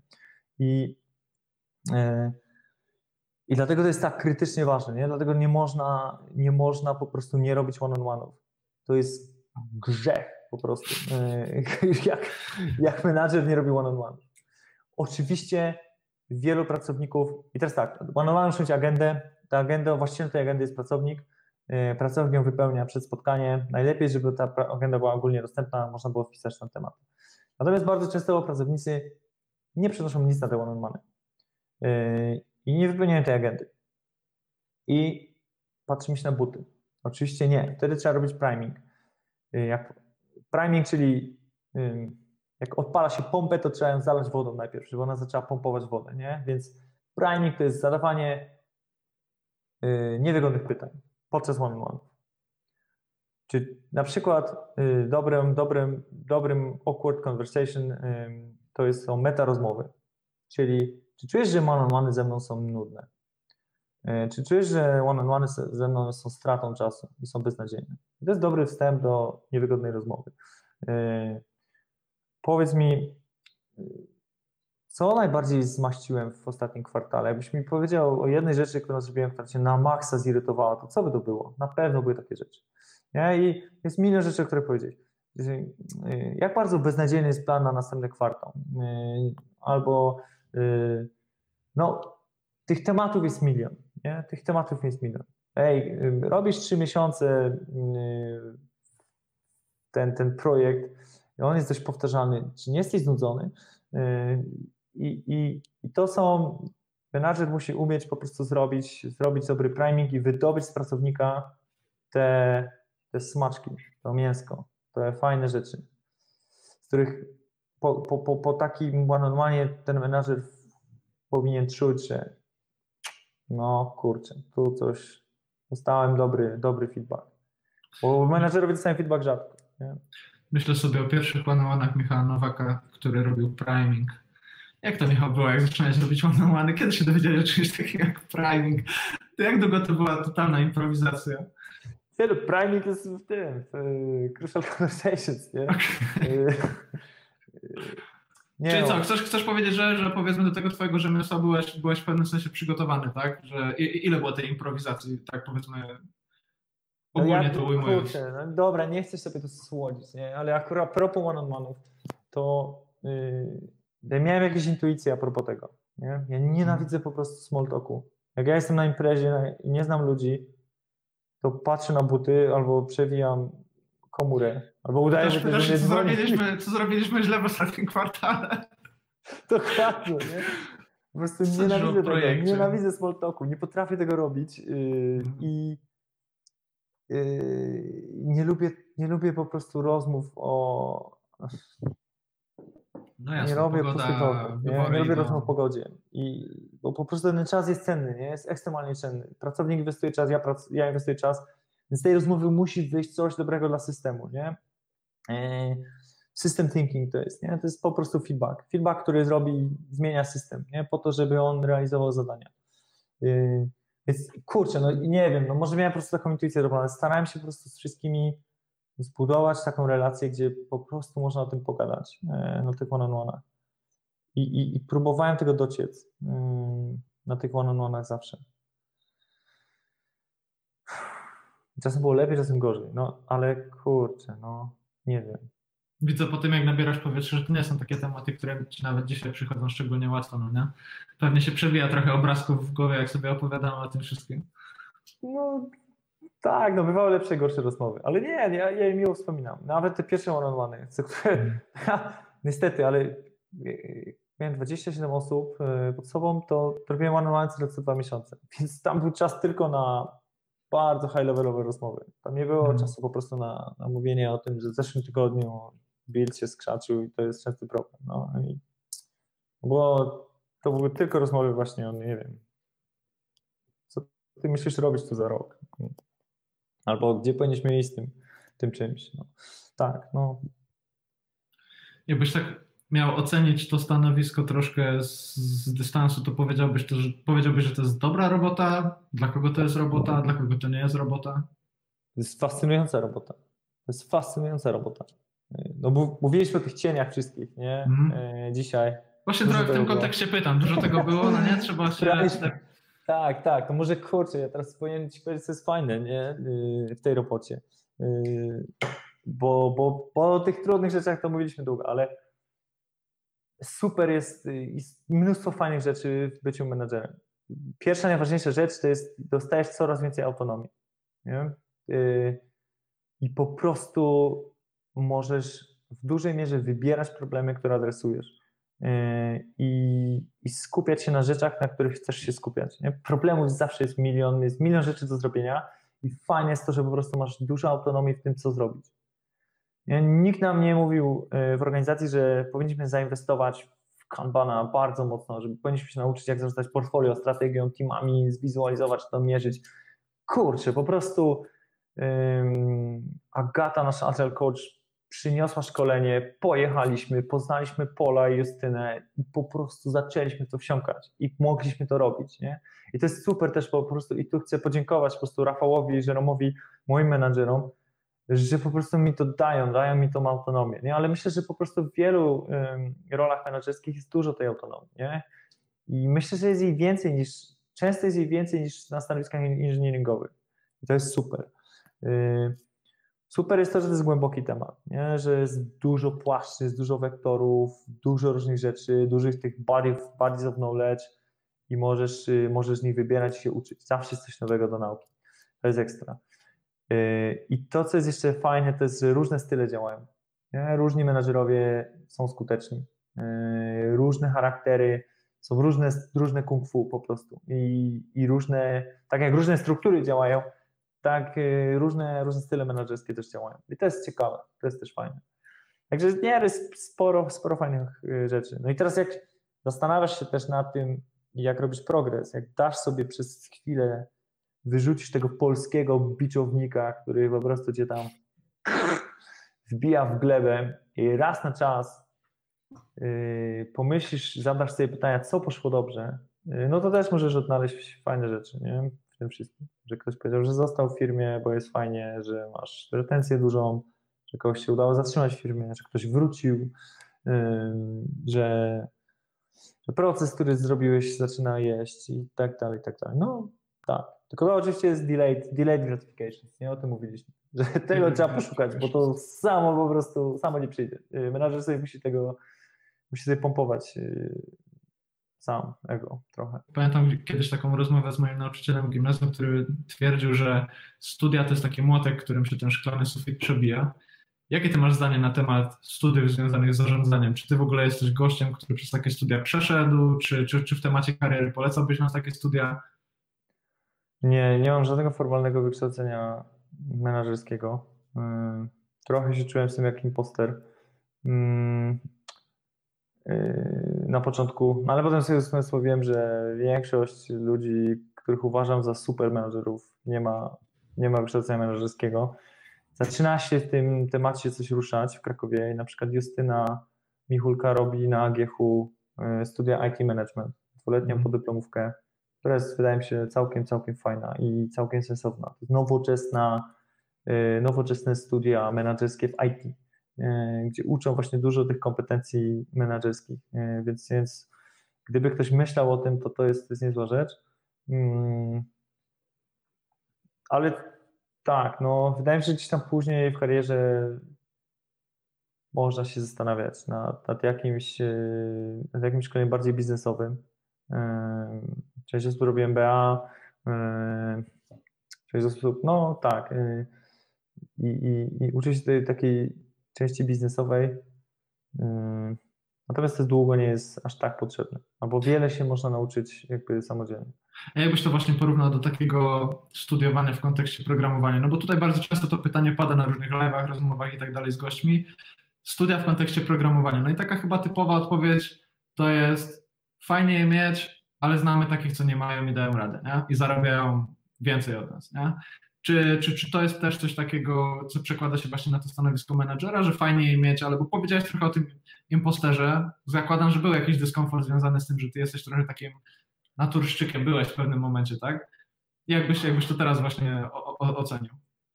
[SPEAKER 2] I dlatego to jest tak krytycznie ważne, nie? Dlatego nie można po prostu nie robić one-on-one'ów. To jest grzech po prostu, jak menadżer nie robi one-on-one. Oczywiście wielu pracowników, i teraz tak, one-on-one muszą mieć agendę, właścicielem tej agendy jest pracownik ją wypełnia przed spotkaniem, najlepiej, żeby ta agenda była ogólnie dostępna, można było wpisać ten temat. Natomiast bardzo często pracownicy nie przenoszą nic na te one-on-one i nie wypełniają tej agendy. I patrzymy się na buty. Oczywiście nie. Wtedy trzeba robić priming. Priming, czyli jak odpala się pompę, to trzeba ją zalać wodą najpierw, żeby ona zaczęła pompować wodę, nie? Więc priming to jest zadawanie niewygodnych pytań podczas one-on-one. Czy na przykład dobrym awkward conversation są meta rozmowy, czyli czy czujesz, że one-on-one ze mną są nudne? Czy czujesz, że one-on-one ze mną są stratą czasu i są beznadziejne? To jest dobry wstęp do niewygodnej rozmowy. Powiedz mi, co najbardziej zmaściłem w ostatnim kwartale? Jakbyś mi powiedział o jednej rzeczy, którą zrobiłem, która cię na maksa zirytowała, to co by to było? Na pewno były takie rzeczy. Nie? I jest milion rzeczy, o których powiedzieć. Jak bardzo beznadziejny jest plan na następny kwartał? Albo no, tych tematów jest milion. Nie? Tych tematów jest milion. Ej, robisz 3 miesiące ten projekt, on jest dość powtarzalny. Czy nie jesteś znudzony? I to są, menadżer musi umieć po prostu zrobić dobry priming i wydobyć z pracownika te smaczki, to mięsko, te fajne rzeczy, z których po takim one-on-one ten menadżer powinien czuć, że no kurczę, tu coś, dostałem dobry feedback. Bo menadżerowie dostają feedback rzadko. Nie?
[SPEAKER 3] Myślę sobie o pierwszych one-on-one'ach Michała Nowaka, który robił priming. Jak to, Michał, było, jak zaczynałeś robić one-on-one? Kiedy się dowiedziałeś o czymś takiego jak priming? To jak długo to była totalna improwizacja?
[SPEAKER 2] Priming jest w tym, Crucial Conversations, nie?
[SPEAKER 3] Nie. Czyli co, chcesz powiedzieć, że powiedzmy do tego twojego rzemiosła byłeś w pewnym sensie przygotowany, tak? Że ile było tej improwizacji, tak powiedzmy, ogólnie to ujmując?
[SPEAKER 2] Kurczę, no dobra, nie chcesz sobie to słodzić, nie? Ale akurat a propos one-on-one'ów, to ja miałem jakieś intuicje a propos tego, nie? Ja nienawidzę po prostu small talku. Jak ja jestem na imprezie i nie znam ludzi, to patrzę na buty albo przewijam komórę, albo udaję, że nie
[SPEAKER 3] co zrobiliśmy źle w ostatnim kwartale.
[SPEAKER 2] Dokładnie, nie? Po prostu nienawidzę tego, nienawidzę small talku, nie potrafię tego robić i nie lubię po prostu rozmów o...
[SPEAKER 3] No jasne,
[SPEAKER 2] nie robię pustych rozmów, nie lubię rozmów o pogodzie, bo po prostu ten czas jest cenny, nie? Jest ekstremalnie cenny. Pracownik inwestuje czas, ja inwestuję czas, więc z tej rozmowy musi wyjść coś dobrego dla systemu, nie? System thinking to jest, nie? To jest po prostu feedback. Feedback, który zmienia system, nie? Po to, żeby on realizował zadania. Więc kurczę, no nie wiem, no może miałem po prostu taką intuicję, ale starałem się po prostu z wszystkimi zbudować taką relację, gdzie po prostu można o tym pogadać na tych one-on-one'ach. I próbowałem tego dociec na tych one-on-one'ach zawsze. Czasem było lepiej, czasem gorzej, no ale kurczę, no nie wiem.
[SPEAKER 3] Widzę po tym, jak nabierasz powietrze, że to nie są takie tematy, które ci nawet dzisiaj przychodzą szczególnie łatwo, no nie? Pewnie się przewija trochę obrazków w głowie, jak sobie opowiadamy o tym wszystkim.
[SPEAKER 2] No tak, no bywały lepsze i gorsze rozmowy, ale nie, ja je miło wspominam. Nawet te pierwsze one-on-one, które niestety, ale miałem 27 osób pod sobą, to robiłem one-on-one co 2 miesiące, więc tam był czas tylko na bardzo high-levelowe rozmowy. Tam nie było czasu po prostu na mówienie o tym, że w zeszłym tygodniu build się skrzaczył i to jest częsty problem. No. To były tylko rozmowy właśnie o, nie wiem, co ty myślisz robić tu za rok? Albo gdzie powinniśmy iść z tym czymś. No. Tak, no.
[SPEAKER 3] Jakbyś tak miał ocenić to stanowisko troszkę z dystansu, to powiedziałbyś, że to jest dobra robota? Dla kogo to jest robota? Dla kogo to nie jest robota?
[SPEAKER 2] To jest fascynująca robota. To jest fascynująca robota. No mówiliśmy o tych cieniach wszystkich, nie? Dzisiaj.
[SPEAKER 3] Właśnie trochę w tym kontekście pytam. Dużo tego było, no nie? Trzeba się...
[SPEAKER 2] Tak. To może kurczę, ja teraz powinienem ci powiedzieć, co jest fajne, nie? W tej robocie. Bo o tych trudnych rzeczach to mówiliśmy długo, ale super jest mnóstwo fajnych rzeczy w byciu menadżerem. Pierwsza, najważniejsza rzecz to jest, dostajesz coraz więcej autonomii. Nie? I po prostu możesz w dużej mierze wybierać problemy, które adresujesz. I skupiać się na rzeczach, na których chcesz się skupiać. Nie? Problemów zawsze jest milion rzeczy do zrobienia i fajne jest to, że po prostu masz dużo autonomii w tym, co zrobić. Nikt nam nie mówił w organizacji, że powinniśmy zainwestować w Kanbana bardzo mocno, że powinniśmy się nauczyć, jak zarządzać portfolio, strategią, teamami, zwizualizować to, mierzyć. Kurczę, po prostu Agata, nasz Agile Coach, przyniosła szkolenie, pojechaliśmy, poznaliśmy Pola i Justynę i po prostu zaczęliśmy to wsiąkać i mogliśmy to robić, nie? I to jest super też, bo po prostu i tu chcę podziękować po prostu Rafałowi, Żeromowi, moim menadżerom, że po prostu mi to dają mi tą autonomię, nie? Ale myślę, że po prostu w wielu rolach menedżerskich jest dużo tej autonomii, nie? I myślę, że jest jej więcej często jest jej więcej niż na stanowiskach inżynieringowych. I to jest super. Super jest to, że to jest głęboki temat, nie? Że jest dużo płaszczyzn, dużo wektorów, dużo różnych rzeczy, dużych tych bodies of knowledge i możesz z nich wybierać i się uczyć. Zawsze jest coś nowego do nauki. To jest ekstra. I to, co jest jeszcze fajne, to jest, że różne style działają. Nie? Różni menadżerowie są skuteczni. Różne charaktery, są różne kung fu po prostu. I różne, tak jak różne struktury działają, tak różne style menedżerskie też działają. I to jest ciekawe, to jest też fajne. Także nie, jest sporo fajnych rzeczy. No i teraz jak zastanawiasz się też nad tym, jak robisz progres, jak dasz sobie przez chwilę wyrzucić tego polskiego biczownika, który po prostu cię tam wbija w glebę i raz na czas pomyślisz, zadasz sobie pytania, co poszło dobrze, no to też możesz odnaleźć fajne rzeczy, nie? W tym wszystkim. Że ktoś powiedział, że został w firmie, bo jest fajnie, że masz retencję dużą, że kogoś się udało zatrzymać w firmie, że ktoś wrócił, że proces, który zrobiłeś, zaczyna jeść i tak dalej, i tak dalej. No tak. Tylko to oczywiście jest delayed gratification, nie o tym mówiliśmy, że tego trzeba poszukać, bo to samo nie przyjdzie. Menadżer sobie musi sobie pompować sam ego trochę.
[SPEAKER 3] Pamiętam kiedyś taką rozmowę z moim nauczycielem gimnazjum, który twierdził, że studia to jest taki młotek, którym się ten szklany sufit przebija. Jakie ty masz zdanie na temat studiów związanych z zarządzaniem? Czy ty w ogóle jesteś gościem, który przez takie studia przeszedł? Czy w temacie kariery polecałbyś nam takie studia?
[SPEAKER 2] Nie mam żadnego formalnego wykształcenia menedżerskiego. Trochę się czułem z tym jak imposter na początku, ale potem sobie usposobiłem, że większość ludzi, których uważam za super menedżerów, nie ma wykształcenia menedżerskiego. Zaczyna się w tym temacie coś ruszać w Krakowie i na przykład Justyna Michulka robi na AGH-u studia IT Management, dwuletnią podyplomówkę, która jest, wydaje mi się, całkiem fajna i całkiem sensowna. To jest nowoczesne studia menedżerskie w IT, gdzie uczą właśnie dużo tych kompetencji menedżerskich, więc gdyby ktoś myślał o tym, to jest niezła rzecz. Ale tak, no wydaje mi się, że gdzieś tam później w karierze można się zastanawiać nad jakimś szkoleniem bardziej biznesowym. Część osób robi MBA, część osób, no tak, i uczy się tej takiej części biznesowej, natomiast to długo nie jest aż tak potrzebne, albo wiele się można nauczyć jakby samodzielnie.
[SPEAKER 3] A jakbyś to właśnie porównał do takiego studiowania w kontekście programowania? No bo tutaj bardzo często to pytanie pada na różnych live'ach, rozmowach i tak dalej z gośćmi. Studia w kontekście programowania. No i taka chyba typowa odpowiedź to jest fajnie je mieć, ale znamy takich, co nie mają i dają radę, nie? I zarabiają więcej od nas, nie? Czy to jest też coś takiego, co przekłada się właśnie na to stanowisko menadżera, że fajnie je mieć, ale bo powiedziałeś trochę o tym imposterze, zakładam, że był jakiś dyskomfort związany z tym, że ty jesteś trochę takim naturszczykiem, byłeś w pewnym momencie, tak? Jakbyś to teraz właśnie ocenił?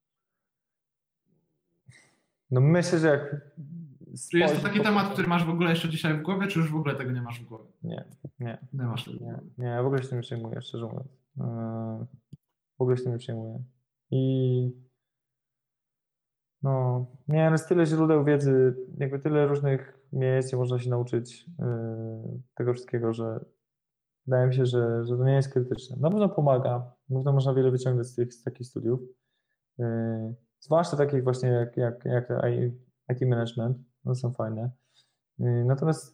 [SPEAKER 2] No myślę, że jak...
[SPEAKER 3] Czy jest to taki temat, który masz w ogóle jeszcze dzisiaj w głowie, czy już w ogóle tego nie masz w głowie?
[SPEAKER 2] Nie.
[SPEAKER 3] Nie masz tego.
[SPEAKER 2] Nie, w ogóle się tym nie przejmuję, szczerze mówiąc. W ogóle się tym nie przejmuję. I no, nie, ale jest tyle źródeł wiedzy, jakby tyle różnych miejsc, gdzie można się nauczyć tego wszystkiego, że wydaje mi się, że to nie jest krytyczne. Na pewno pomaga, na pewno można wiele wyciągnąć z takich studiów, zwłaszcza takich właśnie jak IT management, one są fajne. Natomiast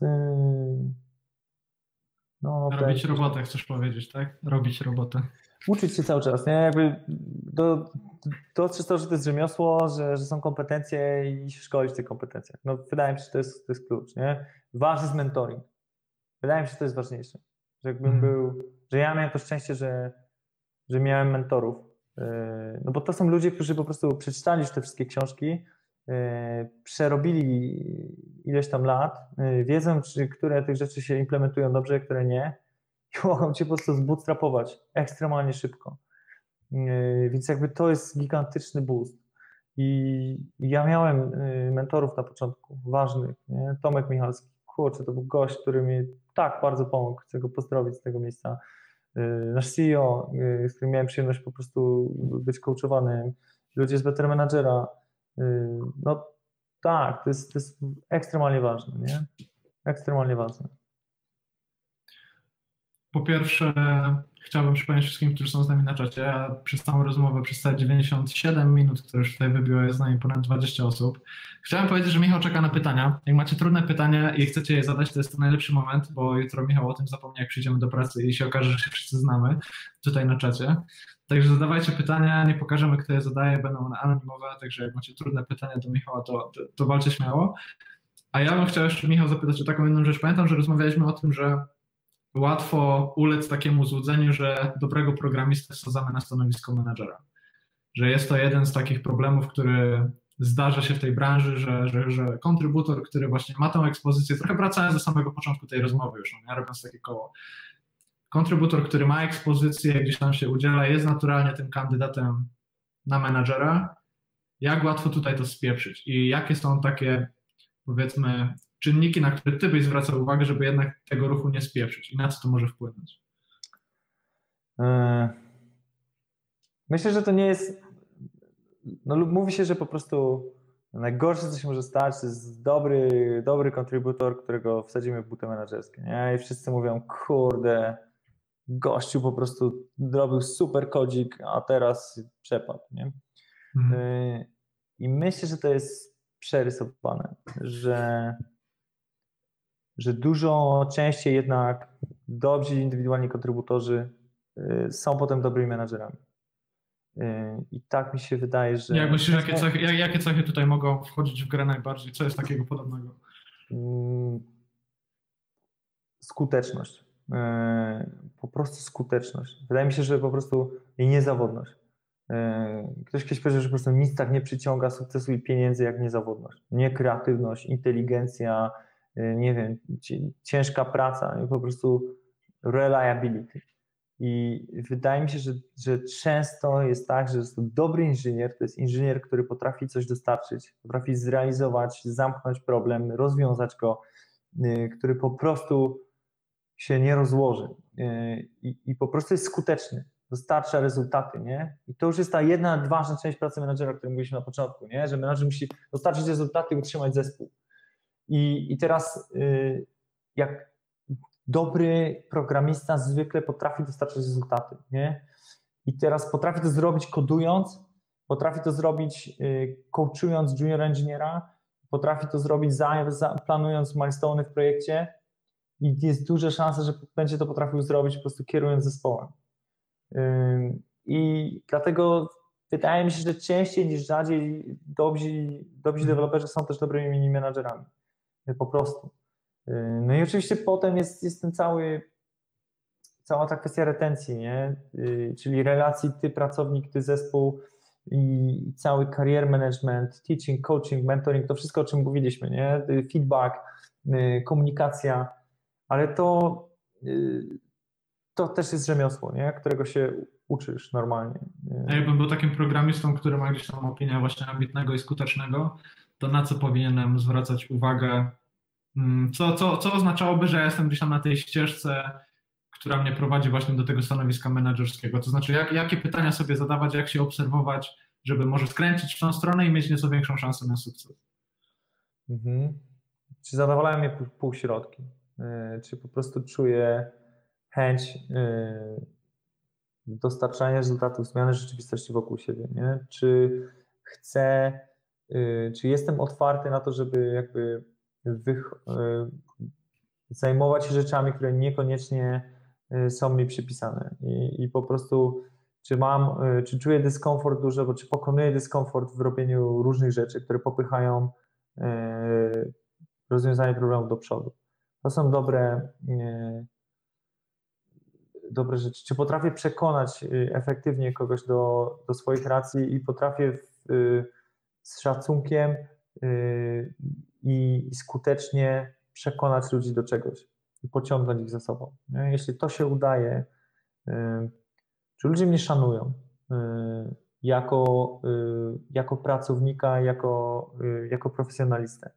[SPEAKER 2] no,
[SPEAKER 3] robić robotę, chcesz powiedzieć, tak? Robić robotę.
[SPEAKER 2] Uczyć się cały czas, nie? Jakby dostrzec to, że to jest rzemiosło, że są kompetencje i się szkolić w tych kompetencjach. No, wydaje mi się, że to jest klucz, nie? Ważny jest mentoring. Wydaje mi się, że to jest ważniejsze. Że jakbym że ja miałem to szczęście, że miałem mentorów. No bo to są ludzie, którzy po prostu przeczytali już te wszystkie książki, przerobili ileś tam lat, wiedzą, które tych rzeczy się implementują dobrze, które nie i mogą cię po prostu zbootstrapować ekstremalnie szybko. Więc jakby to jest gigantyczny boost. I ja miałem mentorów na początku, ważnych, nie? Tomek Michalski, kurczę, to był gość, który mi tak bardzo pomógł, chcę go pozdrowić z tego miejsca. Nasz CEO, z którym miałem przyjemność po prostu być coachowanym, ludzie z Better Managera, no tak, to jest ekstremalnie ważne, nie? Ekstremalnie ważne.
[SPEAKER 3] Po pierwsze, chciałbym przypomnieć wszystkim, którzy są z nami na czacie, ja przez całą rozmowę, przez te 97 minut, które już tutaj wybiło, jest z nami ponad 20 osób. Chciałem powiedzieć, że Michał czeka na pytania. Jak macie trudne pytania i chcecie je zadać, to jest to najlepszy moment, bo jutro Michał o tym zapomni, jak przyjdziemy do pracy i się okaże, że się wszyscy znamy tutaj na czacie. Także zadawajcie pytania, nie pokażemy, kto je zadaje, będą one anonimowe, także jak macie trudne pytania do Michała, to walcie śmiało. A ja bym chciał jeszcze, Michał, zapytać o taką jedną rzecz. Pamiętam, że rozmawialiśmy o tym, że łatwo ulec takiemu złudzeniu, że dobrego programistę wsadzamy na stanowisko menadżera. Że jest to jeden z takich problemów, który zdarza się w tej branży, że kontrybutor, który właśnie ma tą ekspozycję, trochę wracając do samego początku tej rozmowy już, ja robiąc takie koło, kontrybutor, który ma ekspozycję, gdzieś tam się udziela, jest naturalnie tym kandydatem na menadżera. Jak łatwo tutaj to spieprzyć i jakie są takie, powiedzmy, czynniki, na które ty byś zwracał uwagę, żeby jednak tego ruchu nie spieprzyć i na co to może wpłynąć?
[SPEAKER 2] Myślę, że to nie jest, no mówi się, że po prostu najgorsze, co się może stać, to jest dobry kontrybutor, którego wsadzimy w buty menedżerskie, nie? I wszyscy mówią, kurde, gościu po prostu zrobił super kodzik, a teraz przepadł, nie? I myślę, że to jest przerysowane, że dużo częściej jednak dobrzy indywidualni kontrybutorzy są potem dobrymi menadżerami. I tak mi się wydaje, że...
[SPEAKER 3] Jak myślisz, jakie cechy tutaj mogą wchodzić w grę najbardziej? Co jest takiego podobnego?
[SPEAKER 2] Skuteczność. Po prostu skuteczność. Wydaje mi się, że po prostu i niezawodność. Ktoś kiedyś powiedział, że po prostu nic tak nie przyciąga sukcesu i pieniędzy jak niezawodność. Nie kreatywność, inteligencja, nie wiem, ciężka praca, po prostu reliability. I wydaje mi się, że często jest tak, że jest to dobry inżynier, to jest inżynier, który potrafi coś dostarczyć, potrafi zrealizować, zamknąć problem, rozwiązać go, który po prostu się nie rozłoży i po prostu jest skuteczny, dostarcza rezultaty, nie? I to już jest ta jedna ważna część pracy menadżera, o której mówiliśmy na początku, nie? Że menadżer musi dostarczyć rezultaty i utrzymać zespół. I teraz jak dobry programista zwykle potrafi dostarczać rezultaty, nie? I teraz potrafi to zrobić kodując, potrafi to zrobić coachując junior engineera, potrafi to zrobić planując milestone'y w projekcie i jest duża szansa, że będzie to potrafił zrobić po prostu kierując zespołem. I dlatego wydaje mi się, że częściej niż rzadziej dobrzy deweloperzy są też dobrymi mini menadżerami. Po prostu. No i oczywiście potem jest ten cała ta kwestia retencji, nie? Czyli relacji ty pracownik, ty zespół i cały career management, teaching, coaching, mentoring, to wszystko, o czym mówiliśmy, nie? Feedback, komunikacja, ale to też jest rzemiosło, nie? Którego się uczysz normalnie.
[SPEAKER 3] A jakbym był takim programistą, który ma gdzieś tam opinię właśnie ambitnego i skutecznego, to na co powinienem zwracać uwagę? Co oznaczałoby, że ja jestem gdzieś tam na tej ścieżce, która mnie prowadzi właśnie do tego stanowiska menedżerskiego? To znaczy, jakie pytania sobie zadawać, jak się obserwować, żeby może skręcić w tą stronę i mieć nieco większą szansę na sukces?
[SPEAKER 2] Czy zadowalają mnie półśrodki? Czy po prostu czuję chęć dostarczania rezultatów, zmiany rzeczywistości wokół siebie, nie? Czy jestem otwarty na to, żeby jakby zajmować się rzeczami, które niekoniecznie są mi przypisane i po prostu czy czuję dyskomfort dużo, bo czy pokonuję dyskomfort w robieniu różnych rzeczy, które popychają rozwiązanie problemu do przodu. To są dobre rzeczy. Czy potrafię przekonać efektywnie kogoś do swoich racji i potrafię z szacunkiem i skutecznie przekonać ludzi do czegoś i pociągnąć ich za sobą. Jeśli to się udaje, czy ludzie mnie szanują jako pracownika, jako profesjonalistę.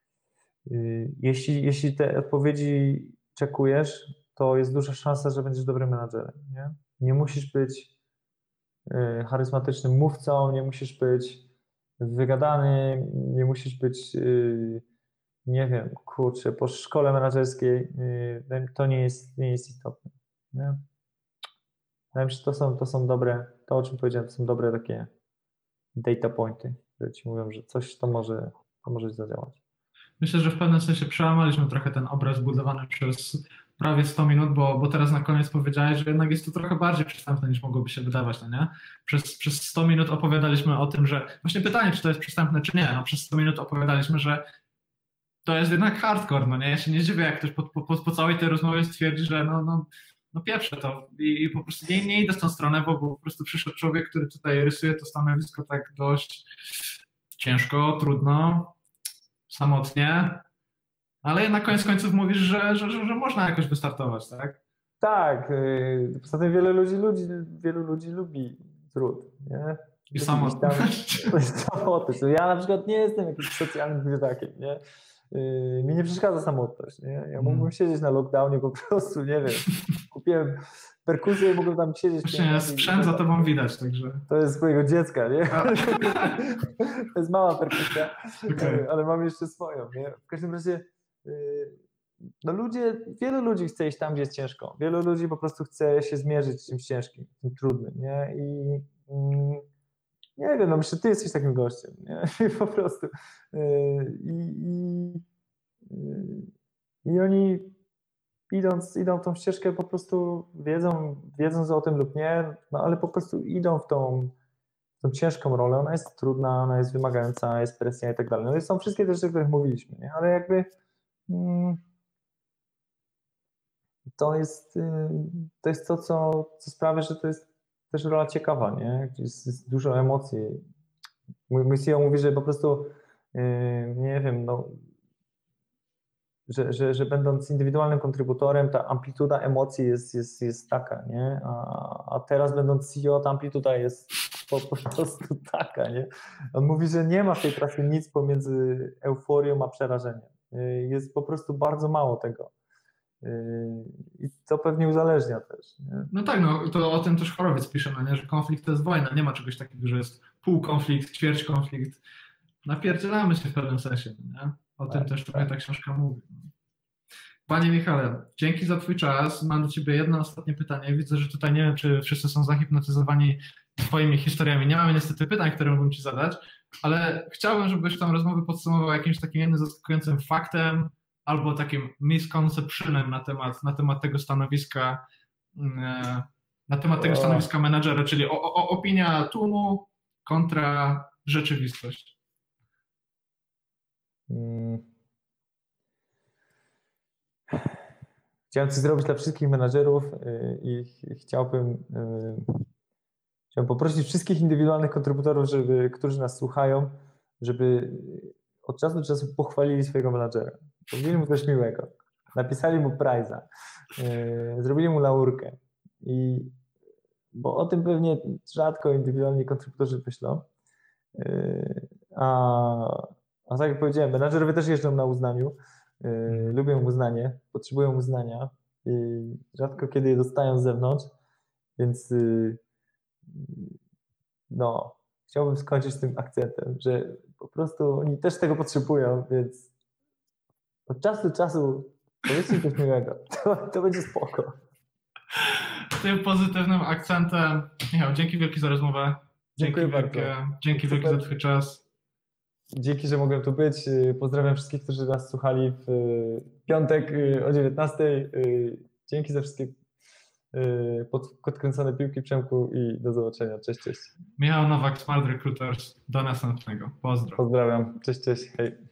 [SPEAKER 2] Jeśli te odpowiedzi czekujesz, to jest duża szansa, że będziesz dobrym menadżerem. Nie musisz być charyzmatycznym mówcą, nie musisz być wygadany, nie musisz być, nie wiem, kurczę, po szkole menadżerskiej, to nie jest istotne. Nie? Wydaje mi się, że to są dobre, to o czym powiedziałem, to są dobre takie data pointy, które ci mówią, że coś to może zadziałać.
[SPEAKER 3] Myślę, że w pewnym sensie przełamaliśmy trochę ten obraz budowany przez prawie 100 minut, bo teraz na koniec powiedziałeś, że jednak jest to trochę bardziej przystępne niż mogłoby się wydawać, no nie? Przez 100 minut opowiadaliśmy o tym, że właśnie pytanie, czy to jest przystępne, czy nie, no przez 100 minut opowiadaliśmy, że to jest jednak hardcore, no nie? Ja się nie zdziwię, jak ktoś po całej tej rozmowie stwierdzi, że no pieprzę to i po prostu nie idę w tą stronę, bo po prostu przyszedł człowiek, który tutaj rysuje to stanowisko tak dość ciężko, trudno, samotnie, ale na koniec końców mówisz, że można jakoś wystartować, tak?
[SPEAKER 2] Tak, poza tym wielu ludzi lubi trud, nie?
[SPEAKER 3] I samotność.
[SPEAKER 2] Ja na przykład nie jestem jakimś socjalnym zwierzakiem, nie? Mi nie przeszkadza samotność, nie? Ja mógłbym siedzieć na lockdownie po prostu, nie wiem, kupiłem perkusję i mogłem tam siedzieć.
[SPEAKER 3] Właśnie sprzęt za tobą widać, także.
[SPEAKER 2] To jest swojego dziecka, nie? To jest mała perkusja, ale mam jeszcze swoją, nie? W każdym razie wielu ludzi chce iść tam, gdzie jest ciężko. Wielu ludzi po prostu chce się zmierzyć z czymś ciężkim, tym trudnym, nie? I nie wiem, myślę, że ty jesteś takim gościem, nie? I po prostu i oni idą tą ścieżkę, po prostu wiedząc o tym lub nie, ale po prostu idą w tą ciężką rolę. Ona jest trudna, ona jest wymagająca, jest presja i tak dalej. No i są wszystkie te rzeczy, o których mówiliśmy, nie? Ale jakby to jest to, co sprawia, że to jest też rola ciekawa, nie? Jest dużo emocji. Mój CEO mówi, że po prostu nie wiem, że będąc indywidualnym kontrybutorem, ta amplituda emocji jest taka, nie? A teraz będąc CEO, ta amplituda jest po prostu taka, nie? On mówi, że nie ma w tej pracy nic pomiędzy euforią a przerażeniem. Jest po prostu bardzo mało tego. I to pewnie uzależnia też. Nie?
[SPEAKER 3] No tak, to o tym też Chorowiec pisze, no nie? Że konflikt to jest wojna. Nie ma czegoś takiego, że jest półkonflikt, ćwierć konflikt. Napierdzielamy się w pewnym sensie, nie? O tym też trochę ta książka mówi. Panie Michale, dzięki za twój czas. Mam do ciebie jedno ostatnie pytanie. Widzę, że tutaj nie wiem, czy wszyscy są zahipnotyzowani twoimi historiami. Nie mamy niestety pytań, które mógłbym ci zadać, ale chciałbym, żebyś tą rozmowę podsumował jakimś takim jednym zaskakującym faktem albo takim misconceptionem na temat tego stanowiska, menadżera, czyli opinia tłumu kontra rzeczywistość.
[SPEAKER 2] Chciałem coś zrobić dla wszystkich menadżerów i chciałbym poprosić wszystkich indywidualnych kontrybutorów, którzy nas słuchają, żeby od czasu do czasu pochwalili swojego menadżera. Powiedzieli mu coś miłego, napisali mu prize'a, zrobili mu laurkę. Bo o tym pewnie rzadko indywidualni kontrybutorzy myślą. A tak jak powiedziałem, menadżerowie też jeżdżą na uznaniu, lubią uznanie, potrzebują uznania i rzadko kiedy je dostają z zewnątrz, więc chciałbym skończyć z tym akcentem, że po prostu oni też tego potrzebują, więc od czasu do czasu powiedzcie coś miłego, to będzie spoko.
[SPEAKER 3] Tym pozytywnym akcentem, Michał, dzięki wielkie za rozmowę.
[SPEAKER 2] Dziękuję bardzo.
[SPEAKER 3] Dzięki wielkie za twój czas.
[SPEAKER 2] Dzięki, że mogłem tu być. Pozdrawiam wszystkich, którzy nas słuchali w piątek o 19:00. Dzięki za wszystkie podkręcone piłki, Przemku, i do zobaczenia. Cześć, cześć.
[SPEAKER 3] Michał Nowak, Smart Recruiters. Do następnego. Pozdro.
[SPEAKER 2] Pozdrawiam. Cześć, cześć. Hej.